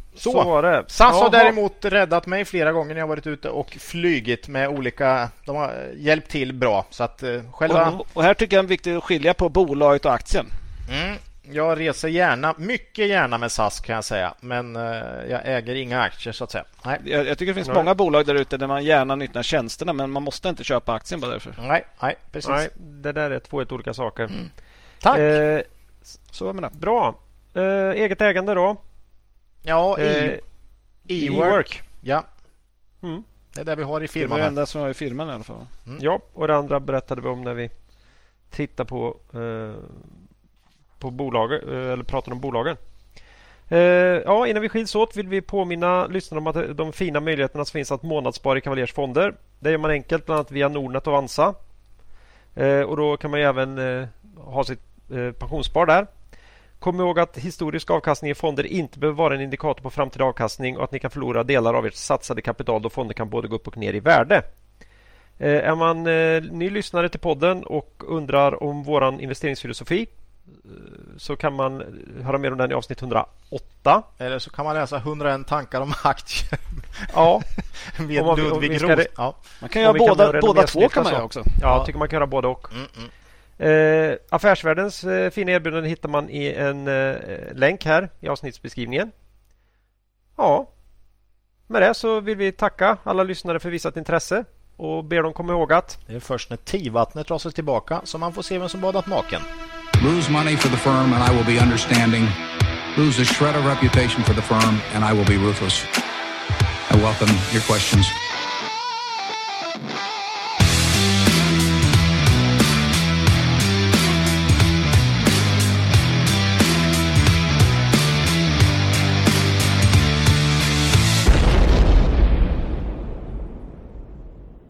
Så, Så var det. S A S har Jaha. däremot räddat mig flera gånger när jag varit ute och flygit med olika, de har hjälpt till bra. Så att eh, själva... Och, och här tycker jag det är viktigt att skilja på bolaget och aktien. Mm, jag reser gärna, mycket gärna med S A S kan jag säga. Men eh, jag äger inga aktier så att säga. Nej, Jag, jag tycker det finns Nej. många bolag där ute där man gärna nyttjar tjänsterna, men man måste inte köpa aktien bara därför. nej, nej precis. Nej, det där är två helt olika saker. Mm. Tack! Eh, Så jag menar. bra. Eh, eget ägande då? ja, Eh, e- E-work. Ja, Mm. det är det vi har i Det var firman. det här. enda som var i firman i alla fall. Ja, och det andra berättade vi om när vi tittade på, eh, på bolaget, eh, eller pratade om bolagen. Eh, ja, innan vi skiljs åt vill vi påminna lyssnarna om att de fina möjligheterna som finns att månadsspara i Cavaliers fonder. Det gör man enkelt bland annat via Nordnet och Avanza. Eh, och då kan man ju även eh, ha sitt eh, pensionsspar där. Kom ihåg att historisk avkastning i fonder inte behöver vara en indikator på framtida avkastning och att ni kan förlora delar av ert satsade kapital då fonder kan både gå upp och ner i värde. Eh, är man eh, ny lyssnare till podden och undrar om våran investeringsfilosofi eh, så kan man höra mer om den i avsnitt hundraåtta. Eller så kan man läsa hundraen tankar om aktier Ja, med Om man- om Ludvig vi ska Ros. det- Ja. Man kan göra Och vi kan båda, göra det båda mer två kan snyfta man så. göra också. ja, Ja. tycker man kan göra både och. Mm, mm. Eh, affärsvärldens eh, fina erbjudande hittar man i en eh, länk här i avsnittsbeskrivningen. Ja, med det så vill vi tacka alla lyssnare för visat intresse och ber dem komma ihåg att Det är först när tidvattnet drar sig tillbaka som man får se vem som badat naken. Lose money for the firm and I will be understanding. Lose a shred of reputation for the firm and I will be ruthless. I welcome your questions.